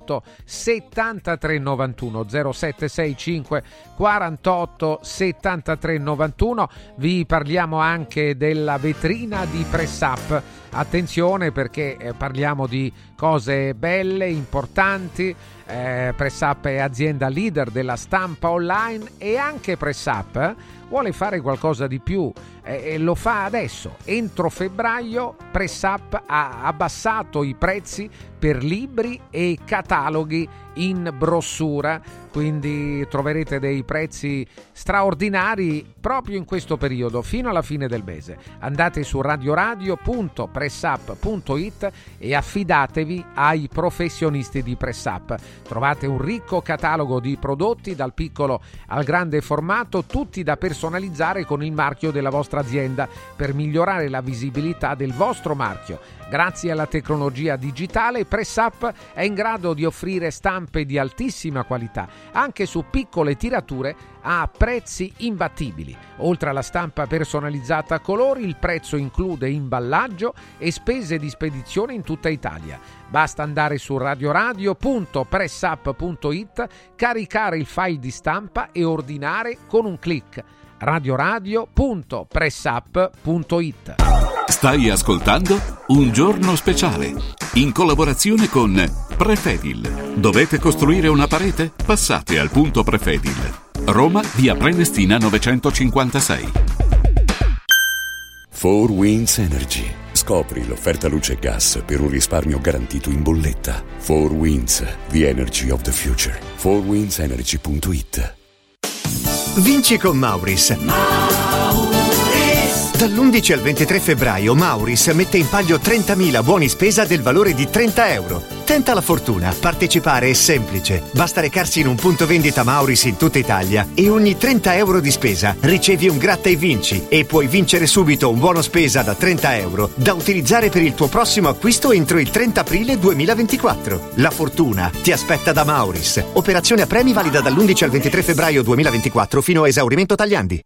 73 91 0765 48 73 91. Vi parliamo anche della vetrina di Press Up. Attenzione, perché parliamo di cose belle, importanti. Press Up è azienda leader della stampa online, e anche Press Up vuole fare qualcosa di più, e lo fa adesso. Entro febbraio Press Up ha abbassato i prezzi per libri e cataloghi in brossura, quindi troverete dei prezzi straordinari proprio in questo periodo fino alla fine del mese. Andate su radioradio.pressup.it e affidatevi ai professionisti di Press Up. Trovate un ricco catalogo di prodotti dal piccolo al grande formato, tutti da personalizzare con il marchio della vostra azienda per migliorare la visibilità del vostro marchio. Grazie alla tecnologia digitale, Press Up è in grado di offrire stampe di altissima qualità, anche su piccole tirature a prezzi imbattibili. Oltre alla stampa personalizzata a colori, il prezzo include imballaggio e spese di spedizione in tutta Italia. Basta andare su radioradio.pressup.it, caricare il file di stampa e ordinare con un click. radioradio.pressup.it. Stai ascoltando Un Giorno Speciale, in collaborazione con Prefedil. Dovete costruire una parete? Passate al punto Prefedil. Roma, via Prenestina 956. 4 Winds Energy. Scopri l'offerta luce e gas per un risparmio garantito in bolletta. 4 Winds, the energy of the future. 4windsenergy.it. Vinci con Mauris. Dall'11 al 23 febbraio Mauris mette in palio 30.000 buoni spesa del valore di €30. Tenta la fortuna, partecipare è semplice. Basta recarsi in un punto vendita Mauris in tutta Italia e ogni €30 di spesa ricevi un gratta e vinci e puoi vincere subito un buono spesa da €30 da utilizzare per il tuo prossimo acquisto entro il 30 aprile 2024. La fortuna ti aspetta da Mauris. Operazione a premi valida dall'11 al 23 febbraio 2024 fino a esaurimento tagliandi.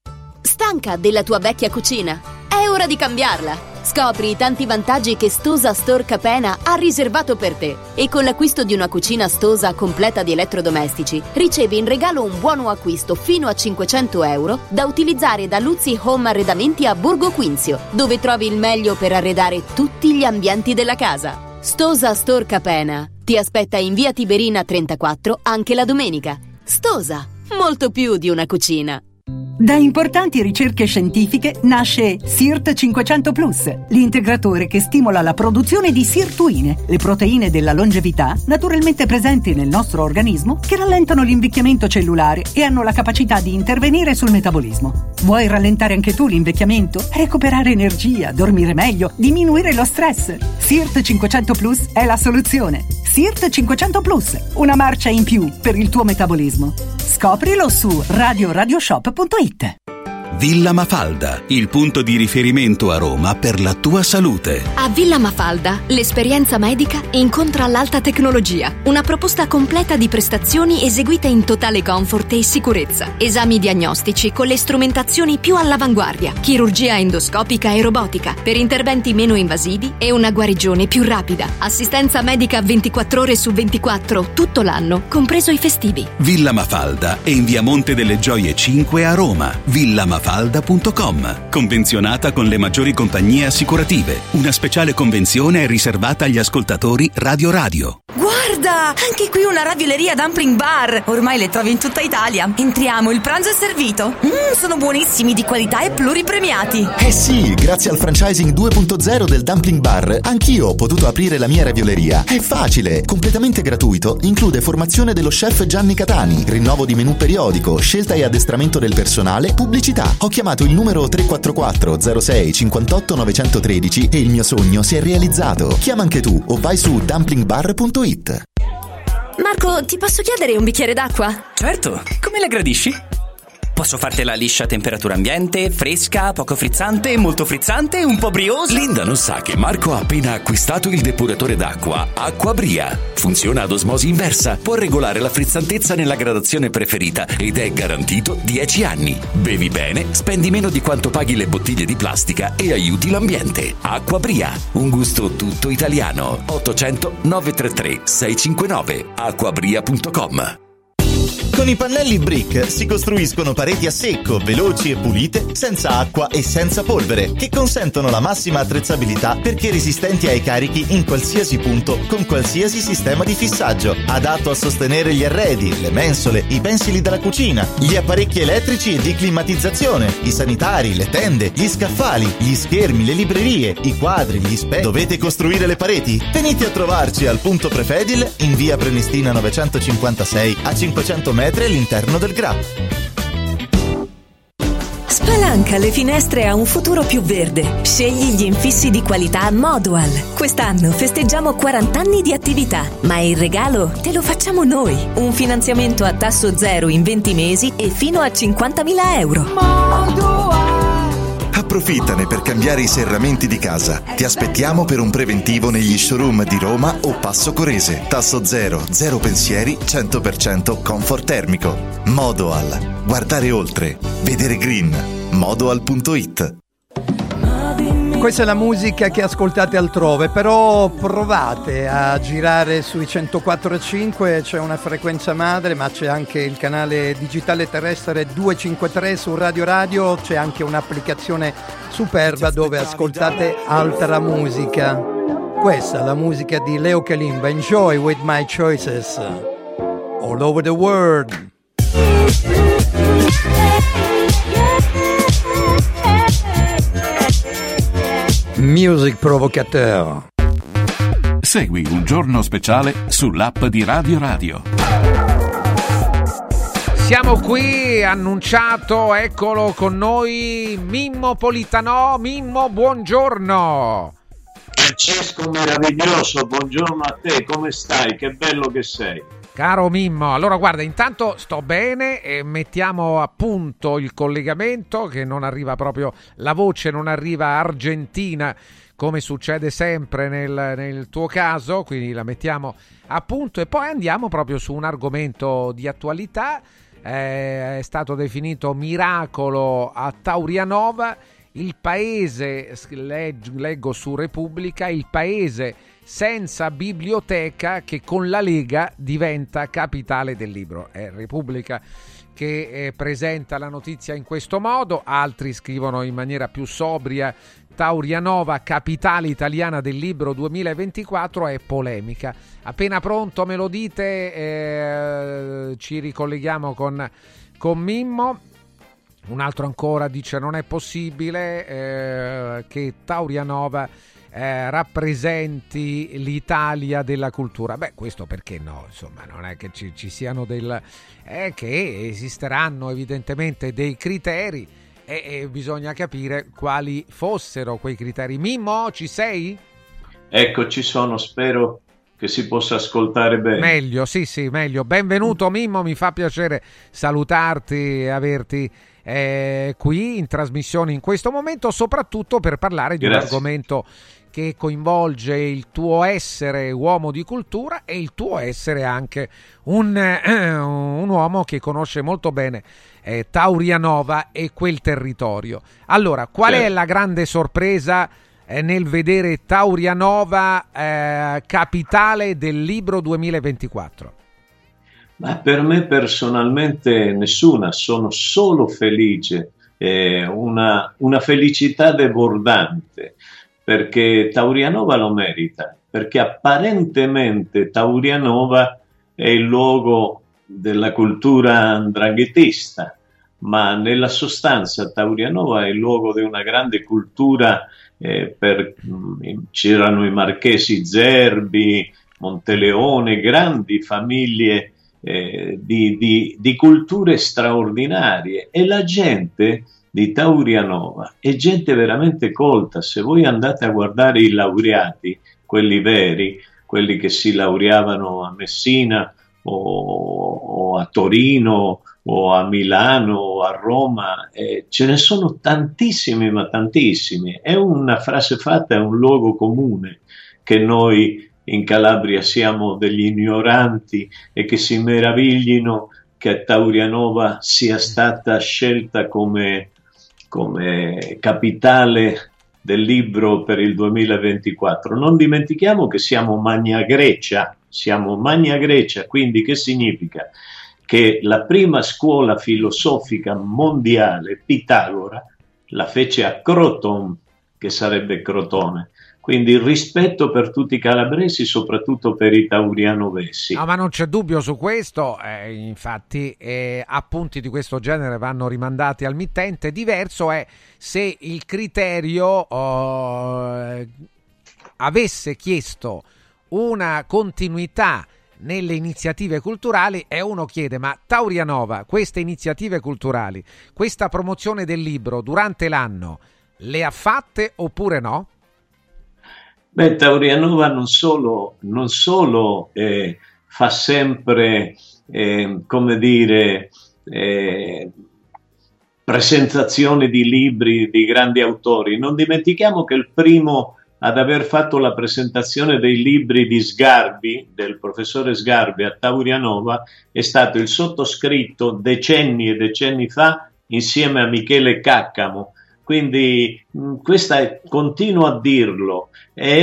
Stanca della tua vecchia cucina? È ora di cambiarla! Scopri i tanti vantaggi che Stosa Store Capena ha riservato per te. E con l'acquisto di una cucina Stosa completa di elettrodomestici, ricevi in regalo un buono acquisto fino a €500 da utilizzare da Luzzi Home Arredamenti a Borgo Quinzio, dove trovi il meglio per arredare tutti gli ambienti della casa. Stosa Store Capena ti aspetta in via Tiberina 34 anche la domenica. Stosa, molto più di una cucina. Da importanti ricerche scientifiche nasce SIRT 500 Plus, l'integratore che stimola la produzione di sirtuine, le proteine della longevità naturalmente presenti nel nostro organismo che rallentano l'invecchiamento cellulare e hanno la capacità di intervenire sul metabolismo. Vuoi rallentare anche tu l'invecchiamento? Recuperare energia, dormire meglio, diminuire lo stress? SIRT 500 Plus è la soluzione. SIRT 500 Plus, una marcia in più per il tuo metabolismo. Scoprilo su radioshop.it. Villa Mafalda, il punto di riferimento a Roma per la tua salute. A Villa Mafalda l'esperienza medica incontra l'alta tecnologia. Una proposta completa di prestazioni eseguite in totale comfort e sicurezza. Esami diagnostici con le strumentazioni più all'avanguardia. Chirurgia endoscopica e robotica per interventi meno invasivi e una guarigione più rapida. Assistenza medica 24 ore su 24 tutto l'anno, compreso i festivi. Villa Mafalda è in via Monte delle Gioie 5 a Roma. villamafalda.com. Convenzionata con le maggiori compagnie assicurative. Una speciale convenzione è riservata agli ascoltatori Radio. Guarda, anche qui una ravioleria Dumpling Bar. Ormai le trovi in tutta Italia. Entriamo, il pranzo è servito. Sono buonissimi, di qualità e pluripremiati. Eh sì, grazie al franchising 2.0 del Dumpling Bar, anch'io ho potuto aprire la mia ravioleria. È facile, completamente gratuito, include formazione dello chef Gianni Catani, rinnovo di menù periodico, scelta e addestramento del personale, pubblicità. Ho chiamato il numero 344 06 58 913 e il mio sogno si è realizzato. Chiama anche tu o vai su dumplingbar.it. Marco, ti posso chiedere un bicchiere d'acqua? Certo, come la gradisci? Posso fartela liscia a temperatura ambiente, fresca, poco frizzante, molto frizzante, un po' briosa? Linda non sa che Marco ha appena acquistato il depuratore d'acqua Acquabria. Funziona ad osmosi inversa, può regolare la frizzantezza nella gradazione preferita ed è garantito 10 anni. Bevi bene, spendi meno di quanto paghi le bottiglie di plastica e aiuti l'ambiente. Acquabria, un gusto tutto italiano. 800 933 659 acquabria.com. Con i pannelli Brick si costruiscono pareti a secco, veloci e pulite, senza acqua e senza polvere, che consentono la massima attrezzabilità perché resistenti ai carichi in qualsiasi punto, con qualsiasi sistema di fissaggio, adatto a sostenere gli arredi, le mensole, i pensili della cucina, gli apparecchi elettrici e di climatizzazione, i sanitari, le tende, gli scaffali, gli schermi, le librerie, i quadri, gli specchi. Dovete costruire le pareti? Venite a trovarci al punto Prefedil in via Prenestina 956 a 500 metri all'interno del GRA. Spalanca le finestre a un futuro più verde. Scegli gli infissi di qualità Modual. Quest'anno festeggiamo 40 anni di attività, ma il regalo te lo facciamo noi. Un finanziamento a tasso zero in 20 mesi e fino a 50.000 euro. Approfittane per cambiare i serramenti di casa. Ti aspettiamo per un preventivo negli showroom di Roma o Passo Corese. Tasso zero, zero pensieri, 100% comfort termico. Modoal. Guardare oltre. Vedere green. Modoal.it. Questa è la musica che ascoltate altrove, però provate a girare sui 104.5, c'è una frequenza madre, ma c'è anche il canale digitale terrestre 253 su Radio, c'è anche un'applicazione superba dove ascoltate altra musica. Questa è la musica di Leo Kalimba, Enjoy with my choices, all over the world. Music Provocateur. Segui Un Giorno Speciale sull'app di Radio Radio. Siamo qui, annunciato, eccolo con noi Mimmo Politano. Mimmo, buongiorno. Francesco meraviglioso, buongiorno a te, come stai? Che bello che sei. Caro Mimmo, allora guarda, intanto sto bene e mettiamo a punto il collegamento, che non arriva proprio, la voce non arriva argentina come succede sempre nel tuo caso, quindi la mettiamo a punto e poi andiamo proprio su un argomento di attualità. È stato definito miracolo a Taurianova, il paese, leggo su Repubblica, il paese senza biblioteca che con la Lega diventa capitale del libro. È Repubblica che presenta la notizia in questo modo, altri scrivono in maniera più sobria: Taurianova, capitale italiana del libro 2024, è polemica. Appena pronto me lo dite, ci ricolleghiamo con Mimmo. Un altro ancora dice: non è possibile che Taurianova rappresenti l'Italia della cultura. Beh, questo perché no? Insomma, non è che ci siano che esisteranno evidentemente dei criteri e bisogna capire quali fossero quei criteri. Mimmo, ci sei? Ecco, ci sono, spero che si possa ascoltare bene. Meglio, sì, meglio. Benvenuto Mimmo, mi fa piacere salutarti e averti qui in trasmissione in questo momento, soprattutto per parlare di un argomento che coinvolge il tuo essere uomo di cultura e il tuo essere anche un uomo che conosce molto bene Taurianova e quel territorio. Allora, qual è la grande sorpresa nel vedere Taurianova capitale del libro 2024? Ma per me personalmente nessuna, sono solo felice, una felicità debordante, perché Taurianova lo merita, perché apparentemente Taurianova è il luogo della cultura 'ndranghetista, ma nella sostanza Taurianova è il luogo di una grande cultura, c'erano i Marchesi Zerbi, Monteleone, grandi famiglie di culture straordinarie, e la gente di Taurianova è gente veramente colta. Se voi andate a guardare i laureati, quelli veri, quelli che si laureavano a Messina o a Torino o a Milano o a Roma, ce ne sono tantissimi, ma tantissimi. È una frase fatta, è un luogo comune che noi in Calabria siamo degli ignoranti e che si meraviglino che Taurianova sia stata scelta come capitale del libro per il 2024. Non dimentichiamo che siamo Magna Grecia, quindi che significa? Che la prima scuola filosofica mondiale, Pitagora, la fece a Croton, che sarebbe Crotone. Quindi il rispetto per tutti i calabresi, soprattutto per i taurianovesi. No, ma non c'è dubbio su questo, infatti appunti di questo genere vanno rimandati al mittente. Diverso è se il criterio avesse chiesto una continuità nelle iniziative culturali, e uno chiede: ma Taurianova queste iniziative culturali, questa promozione del libro durante l'anno le ha fatte oppure no? Beh, Taurianova non solo fa sempre, presentazioni di libri di grandi autori. Non dimentichiamo che il primo ad aver fatto la presentazione dei libri di Sgarbi, del professore Sgarbi a Taurianova, è stato il sottoscritto decenni e decenni fa insieme a Michele Caccamo. Quindi questa, continuo a dirlo, è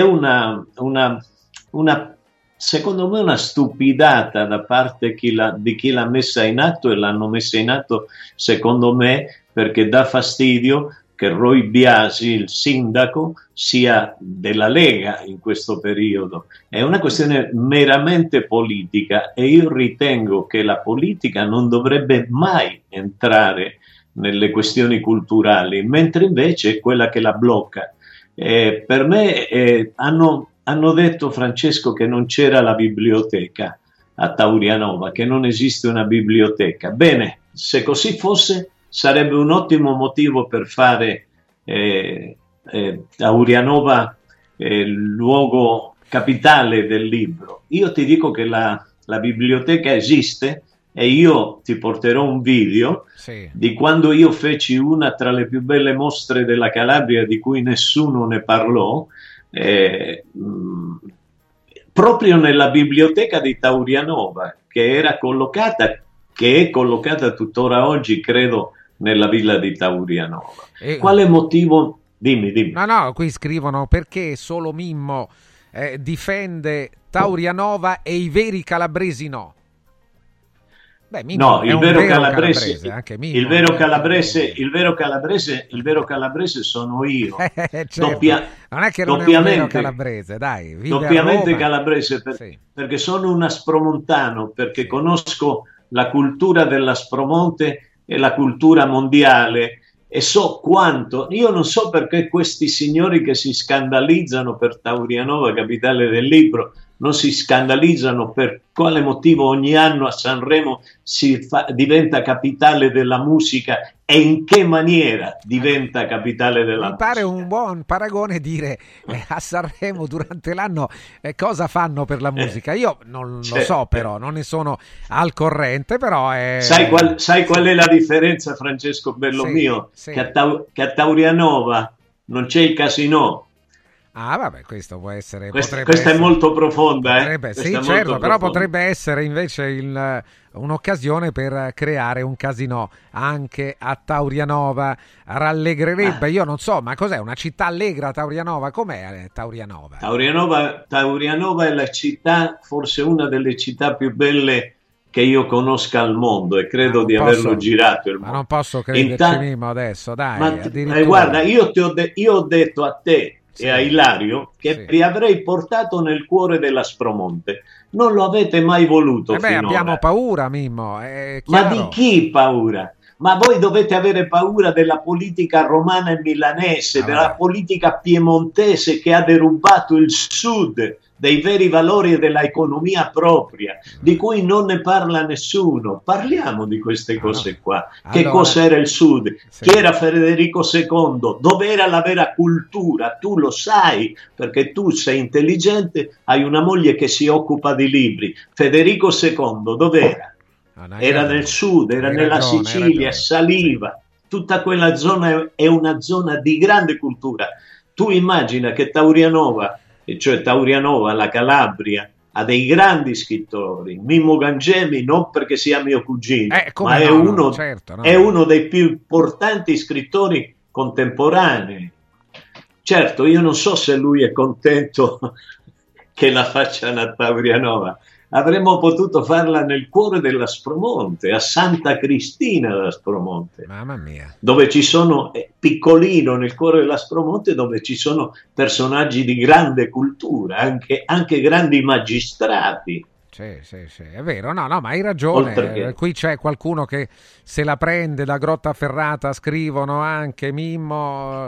secondo me una stupidata da parte di chi l'ha messa in atto, e l'hanno messa in atto secondo me perché dà fastidio che Roy Biasi, il sindaco, sia della Lega in questo periodo. È una questione meramente politica e io ritengo che la politica non dovrebbe mai entrare nelle questioni culturali, mentre invece è quella che la blocca. Per me hanno detto, Francesco, che non c'era la biblioteca a Taurianova, che non esiste una biblioteca. Bene, se così fosse sarebbe un ottimo motivo per fare Taurianova luogo capitale del libro. Io ti dico che la biblioteca esiste, e io ti porterò un video di quando io feci una tra le più belle mostre della Calabria, di cui nessuno ne parlò, proprio nella biblioteca di Taurianova, che è collocata tuttora oggi, credo, nella villa di Taurianova. Quale motivo? Dimmi. No, qui scrivono perché solo Mimmo difende Taurianova e i veri calabresi no. Beh, Mimmo no, il vero calabrese, anche Mimmo, il vero calabrese sono io. Certo. Non è che non è un vero calabrese, dai. Doppiamente calabrese perché sono un aspromontano, perché conosco la cultura dell'Aspromonte e la cultura mondiale, e so quanto. Io non so perché questi signori che si scandalizzano per Taurianova, capitale del libro, non si scandalizzano per quale motivo ogni anno a Sanremo diventa capitale della musica, e in che maniera diventa capitale della musica. Mi pare un buon paragone dire a Sanremo durante l'anno cosa fanno per la musica. Io non lo so, però non ne sono al corrente, però sai qual è la differenza, Francesco bello mio? Che a Taurianova non c'è il casinò. Ah, vabbè, questo può essere. Questa è molto profonda, però potrebbe essere invece un'occasione per creare un casinò anche a Taurianova. Rallegrerebbe, io non so, ma cos'è? Una città allegra Taurianova? Com'è Taurianova? Taurianova è la città, forse una delle città più belle che io conosca al mondo, e credo di averlo girato il mondo. Ma non posso crederci, Mimmo, adesso, dai. Guarda, io ho detto a te e a Ilario che vi avrei portato nel cuore dell'Aspromonte. Non lo avete mai voluto finora. Abbiamo paura, Mimmo, ma di chi paura? Ma voi dovete avere paura della politica romana e milanese, della politica piemontese che ha derubato il sud dei veri valori e della economia propria, di cui non ne parla nessuno. Parliamo di queste cose qua. Che cos'era il Sud? Chi era Federico II? Dov'era la vera cultura? Tu lo sai, perché tu sei intelligente, hai una moglie che si occupa di libri. Federico II dov'era? Era nel Sud, era nella Sicilia, saliva. Tutta quella zona è una zona di grande cultura. Tu immagina che Taurianova, cioè Taurianova, la Calabria, ha dei grandi scrittori. Mimmo Gangemi, non perché sia mio cugino, ma è uno dei più importanti scrittori contemporanei. Certo, io non so se lui è contento che la facciano a Taurianova. Avremmo potuto farla nel cuore dell'Aspromonte, a Santa Cristina dell'Aspromonte. Mamma mia. Dove ci sono, piccolino nel cuore dell'Aspromonte, dove ci sono personaggi di grande cultura, anche grandi magistrati. Sì, è vero, no, ma hai ragione. Qui c'è qualcuno che se la prende da Grottaferrata, scrivono anche Mimmo.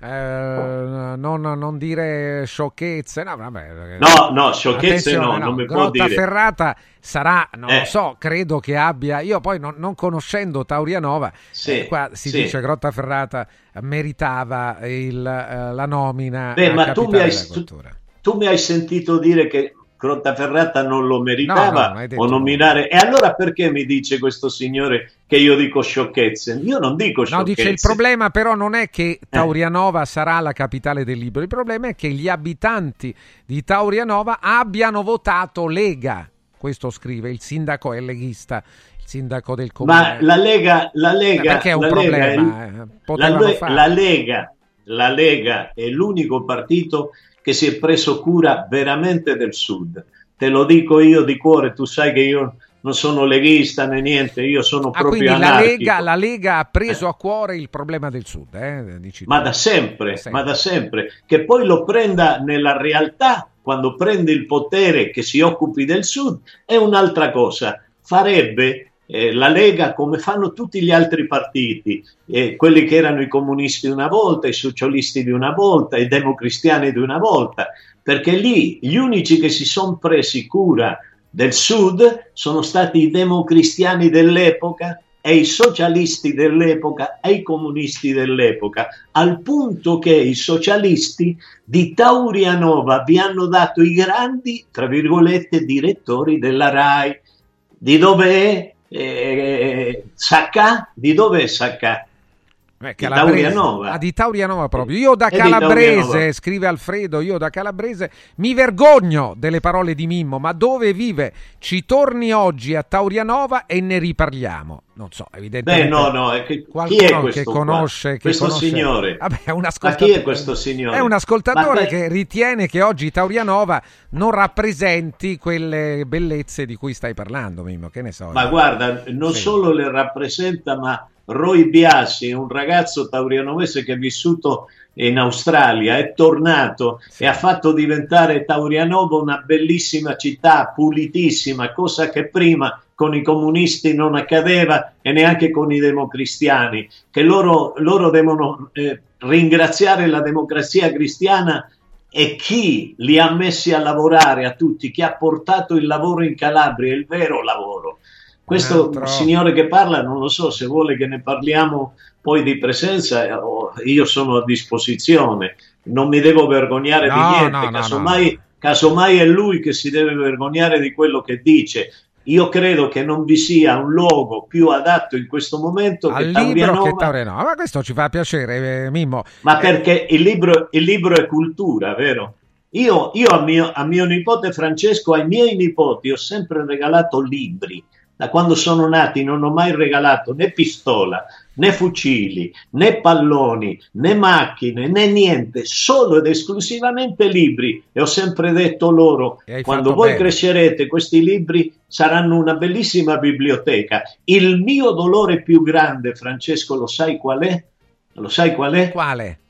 Non dire sciocchezze, no, vabbè. No, sciocchezze non mi può dire. Grottaferrata sarà, non lo so, credo che abbia. Io poi non conoscendo Taurianova, qua si dice Grottaferrata meritava la nomina. Ma tu mi hai sentito dire che Grottaferrata non lo meritava o nominare, e allora perché mi dice questo signore che io dico sciocchezze? Io non dico sciocchezze. No, dice il problema però non è che Taurianova sarà la capitale del libro, il problema è che gli abitanti di Taurianova abbiano votato Lega. Questo scrive il sindaco, è leghista, il sindaco del comune. Ma la Lega perché è un problema? La Lega è l'unico partito che si è preso cura veramente del Sud. Te lo dico io di cuore, tu sai che io non sono leghista né niente, io sono proprio anarchico. La Lega ha preso a cuore il problema del Sud, dici tu. Ma da sempre, che poi lo prenda nella realtà, quando prende il potere, che si occupi del Sud, è un'altra cosa. Farebbe la Lega, come fanno tutti gli altri partiti, quelli che erano i comunisti una volta, i socialisti di una volta, i democristiani di una volta, perché lì gli unici che si sono presi cura del Sud sono stati i democristiani dell'epoca e i socialisti dell'epoca e i comunisti dell'epoca, al punto che i socialisti di Taurianova vi hanno dato i grandi, tra virgolette, direttori della RAI. Di dove è? Sacca? Di dove è Sacca? Di Taurianova. Di Taurianova proprio. Io da Calabrese, scrive Alfredo, io da Calabrese mi vergogno delle parole di Mimmo, ma dove vive? Ci torni oggi a Taurianova e ne riparliamo. Non so, evidentemente. Chi è questo che conosce signore? Vabbè, è un ascoltatore. Ma chi è questo signore? È un ascoltatore che ritiene che oggi Taurianova non rappresenti quelle bellezze di cui stai parlando, Mimmo, che ne so. Ma guarda, non solo le rappresenta, ma Roy Biasi, un ragazzo taurianovese che è vissuto in Australia, è tornato e ha fatto diventare Taurianova una bellissima città, pulitissima, cosa che prima con i comunisti non accadeva e neanche con i democristiani, che loro devono ringraziare la democrazia cristiana e chi li ha messi a lavorare, a tutti, chi ha portato il lavoro in Calabria, il vero lavoro. Questo signore che parla, non lo so, se vuole che ne parliamo poi di presenza, io sono a disposizione, non mi devo vergognare di niente, casomai è lui che si deve vergognare di quello che dice. Io credo che non vi sia un luogo più adatto in questo momento che Taurianova. Ma questo ci fa piacere, Mimmo. Ma perché il libro è cultura, vero? Io a mio nipote Francesco, ai miei nipoti ho sempre regalato libri. Da quando sono nati non ho mai regalato né pistola, né fucili, né palloni, né macchine, né niente, solo ed esclusivamente libri. E ho sempre detto loro, quando voi crescerete, questi libri saranno una bellissima biblioteca. Il mio dolore più grande, Francesco, lo sai qual è? Lo sai qual è? Quale?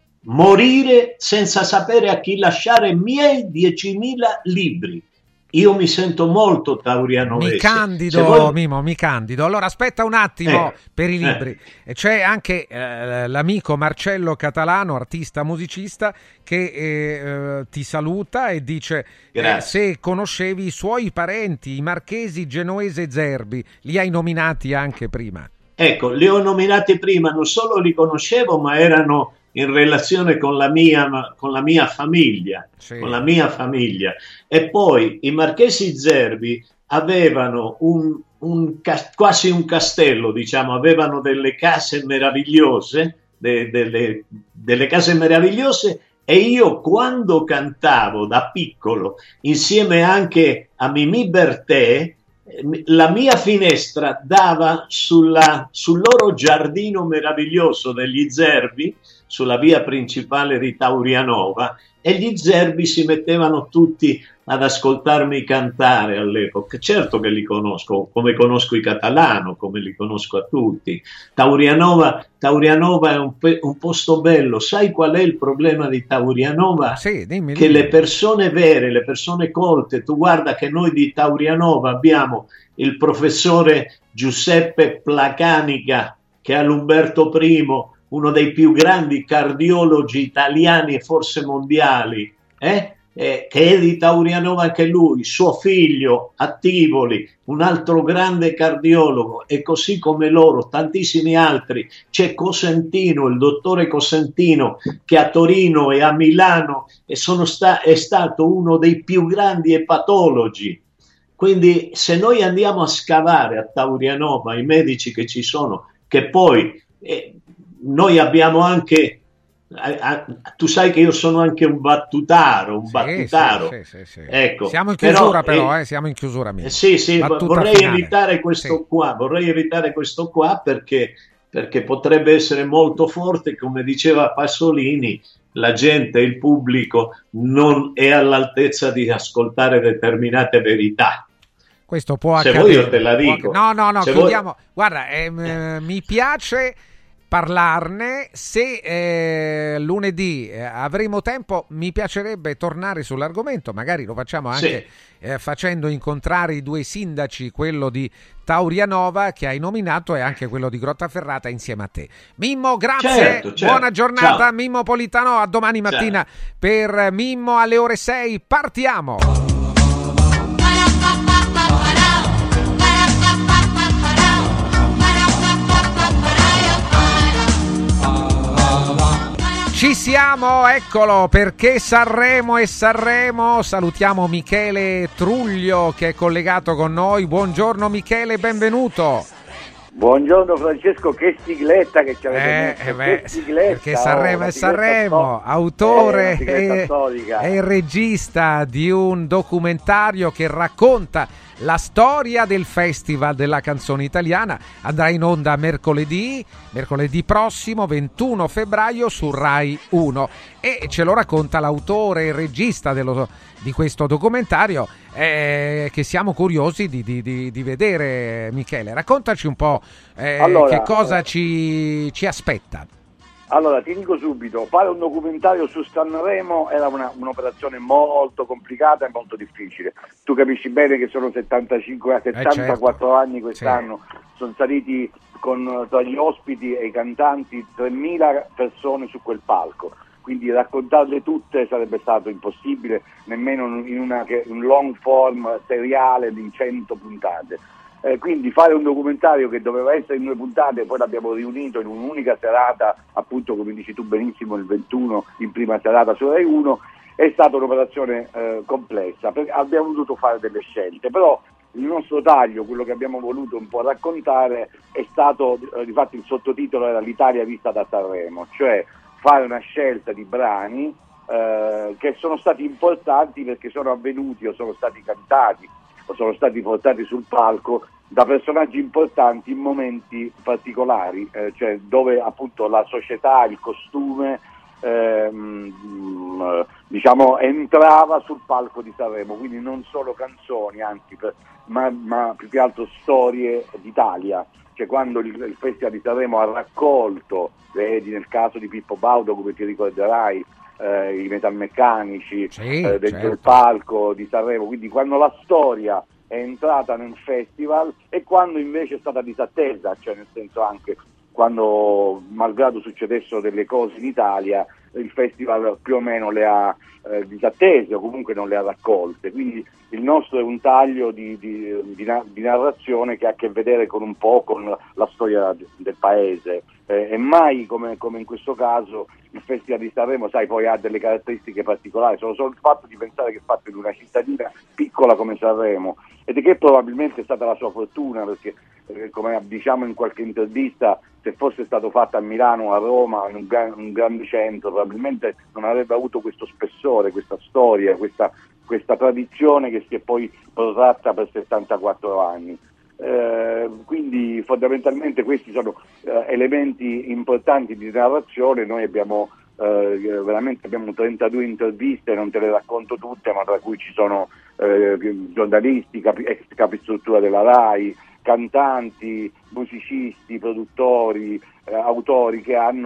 Morire senza sapere a chi lasciare miei 10.000 libri. Io mi sento molto taurianovese. Mi candido. Allora aspetta un attimo per i libri. C'è anche l'amico Marcello Catalano, artista musicista, che ti saluta e dice se conoscevi i suoi parenti, i marchesi Genoese e Zerbi, li hai nominati anche prima. Ecco, li ho nominati prima, non solo li conoscevo, ma erano in relazione con la mia famiglia, con la mia famiglia. E poi i marchesi Zerbi avevano quasi un castello, diciamo, avevano delle case meravigliose, delle case meravigliose, e io quando cantavo da piccolo, insieme anche a Mimì Bertè, la mia finestra dava sul loro giardino meraviglioso degli Zerbi, sulla via principale di Taurianova, e gli Zerbi si mettevano tutti ad ascoltarmi cantare all'epoca. Certo che li conosco, come conosco i Catalano, come li conosco a tutti. Taurianova è un posto bello. Sai qual è il problema di Taurianova? Dimmi. Che le persone vere, le persone colte, tu guarda che noi di Taurianova abbiamo il professore Giuseppe Placanica, che è all'Umberto I, uno dei più grandi cardiologi italiani e forse mondiali, che è di Taurianova anche lui, suo figlio a Tivoli, un altro grande cardiologo, e così come loro tantissimi altri. C'è Cosentino, il dottore Cosentino, che a Torino e a Milano è stato uno dei più grandi epatologi. Quindi se noi andiamo a scavare a Taurianova i medici che ci sono, che poi noi abbiamo anche, tu sai che io sono anche un battutaro. Sì. Ecco, siamo in chiusura siamo in chiusura. Vorrei evitare questo qua perché potrebbe essere molto forte, come diceva Pasolini. La gente, il pubblico non è all'altezza di ascoltare determinate verità. Questo può accadere. Se vuoi io te la dico. No, chiudiamo. Guarda, mi piace parlarne. Se lunedì avremo tempo, mi piacerebbe tornare sull'argomento, magari lo facciamo anche facendo incontrare i due sindaci, quello di Taurianova che hai nominato e anche quello di Grottaferrata insieme a te. Mimmo, grazie, certo. Buona giornata. Ciao. Mimmo Politano, a domani mattina. Ciao. Per Mimmo alle ore 6, partiamo. Ci siamo, eccolo, perché Sanremo e Sanremo. Salutiamo Michele Truglio che è collegato con noi. Buongiorno Michele, benvenuto. Buongiorno Francesco, che sigletta che ci avete messo, che sigletta, perché Sanremo è Sanremo, autore e regista di un documentario che racconta la storia del Festival della Canzone Italiana. Andrà in onda mercoledì prossimo, 21 febbraio, su Rai 1, e ce lo racconta l'autore e regista di questo documentario, che siamo curiosi di vedere. Michele, raccontaci un po' che cosa ci aspetta. Allora, ti dico subito, fare un documentario su Sanremo era un'operazione molto complicata e molto difficile. Tu capisci bene che sono 74 anni quest'anno, sono saliti tra gli ospiti e i cantanti 3.000 persone su quel palco. Quindi raccontarle tutte sarebbe stato impossibile, nemmeno in un long form seriale di 100 puntate. Quindi fare un documentario che doveva essere in 2 puntate, poi l'abbiamo riunito in un'unica serata, appunto come dici tu benissimo, il 21 in prima serata su Rai 1, è stata un'operazione complessa, perché abbiamo dovuto fare delle scelte, però il nostro taglio, quello che abbiamo voluto un po' raccontare, è stato, difatti il sottotitolo era l'Italia vista da Sanremo, cioè fare una scelta di brani che sono stati importanti perché sono avvenuti o sono stati cantati o sono stati portati sul palco da personaggi importanti in momenti particolari, cioè dove appunto la società, il costume diciamo entrava sul palco di Sanremo, quindi non solo canzoni, anzi, ma più che altro storie d'Italia. Cioè quando il Festival di Sanremo ha raccolto, vedi nel caso di Pippo Baudo, come ti ricorderai, i metalmeccanici dentro il palco di Sanremo, quindi quando la storia è entrata nel festival e quando invece è stata disattesa, cioè nel senso anche quando, malgrado succedessero delle cose in Italia, il festival più o meno le ha disattese o comunque non le ha raccolte. Quindi il nostro è un taglio di narrazione che ha a che vedere con un po' con la storia del paese, e mai come in questo caso il Festival di Sanremo, sai, poi ha delle caratteristiche particolari, solo il fatto di pensare che è fatto in una cittadina piccola come Sanremo, ed che probabilmente è stata la sua fortuna, perché come diciamo in qualche intervista, se fosse stato fatto a Milano o a Roma, in un grande centro, probabilmente non avrebbe avuto questo spessore, questa storia, questa tradizione che si è poi protratta per 74 anni. Quindi fondamentalmente questi sono elementi importanti di narrazione. Noi abbiamo veramente 32 interviste, non te le racconto tutte, ma tra cui ci sono giornalisti, ex capistruttura della RAI, cantanti, musicisti, produttori, autori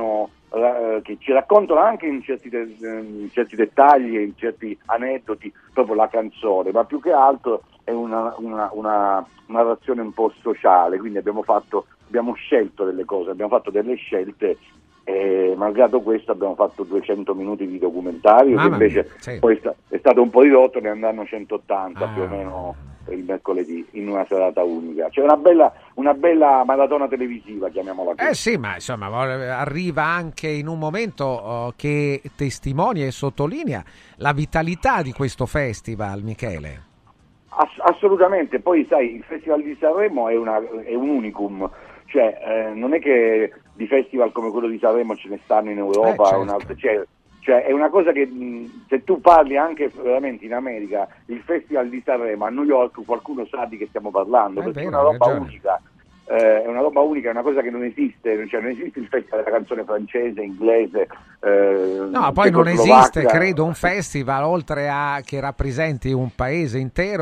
che ci raccontano anche in certi dettagli e in certi aneddoti proprio la canzone, ma più che altro è una narrazione un po' sociale. Quindi abbiamo scelto delle cose, abbiamo fatto delle scelte, e malgrado questo abbiamo fatto 200 minuti di documentario, che invece poi è stato un po' ridotto, ne andranno 180 più o meno il mercoledì in una serata unica. Cioè una bella maratona televisiva, chiamiamola così. Sì, ma insomma arriva anche in un momento che testimonia e sottolinea la vitalità di questo festival, Michele. Assolutamente. Poi sai, il Festival di Sanremo è un unicum, cioè non è che di festival come quello di Sanremo ce ne stanno in Europa, cioè è una cosa che se tu parli anche veramente in America, il Festival di Sanremo a New York, qualcuno sa di che stiamo parlando, perché è una roba unica. È una roba unica, è una cosa che non esiste, cioè non esiste il festival della canzone francese, inglese, no, poi non esiste, credo, un festival oltre a che rappresenti un paese intero,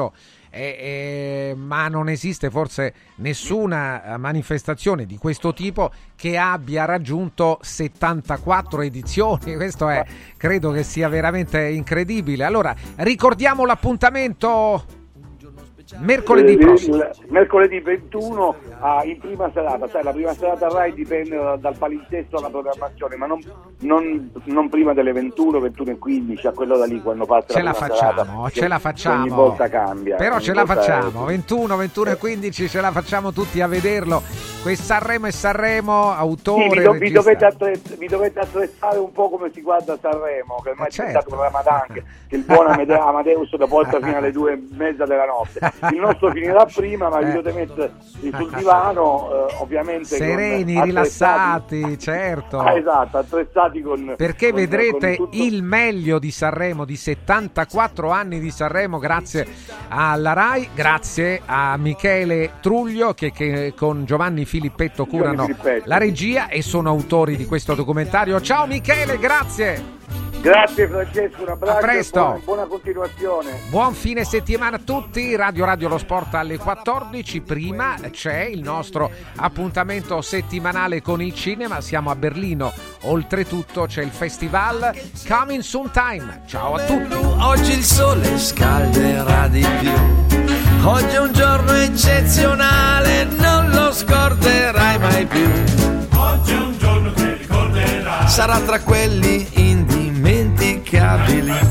ma non esiste forse nessuna manifestazione di questo tipo che abbia raggiunto 74 edizioni. Questo credo che sia veramente incredibile. Allora, ricordiamo l'appuntamento mercoledì prossimo. Mercoledì 21 in prima serata. Sai, la prima serata Rai dipende dal palinsesto alla programmazione, ma non prima delle 21 e 15, a quello da lì quando parte ce la facciamo, ce la facciamo. Ogni volta cambia. Però ce la facciamo, 21 e 15 ce la facciamo tutti a vederlo. Sanremo e Sanremo, autore, sì, vi dovete attrezzare un po' come si guarda Sanremo, che ormai è diventato un Ramadan, che il buon Amadeus lo porta fino alle 2:30 della notte. Il nostro finirà prima, ma vi dovete mettere sul divano, ovviamente sereni, rilassati, certo. Esatto, attrezzati perché vedrete il meglio di Sanremo, di 74 anni di Sanremo, grazie alla Rai, grazie a Michele Truglio che con Giovanni Filippetto curano la regia e sono autori di questo documentario. Ciao Michele, grazie. Grazie Francesco, un abbraccio, a presto. Buona continuazione. Buon fine settimana a tutti. Radio lo Sport alle 14. Prima c'è il nostro appuntamento settimanale con il cinema. Siamo a Berlino. Oltretutto c'è il festival Coming Soon Time. Ciao a tutti. Oggi il sole scalderà di più. Oggi è un giorno eccezionale, non lo scorderai mai più. Oggi è un giorno che ricorderai. Sarà tra quelli indimenticabili.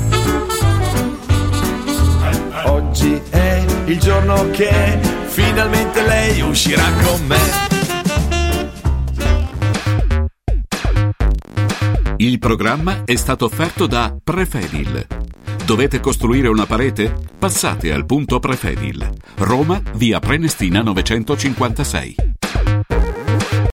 Oggi è il giorno che finalmente lei uscirà con me. Il programma è stato offerto da Prefedil. Dovete costruire una parete? Passate al punto Prefedil. Roma, via Prenestina 956.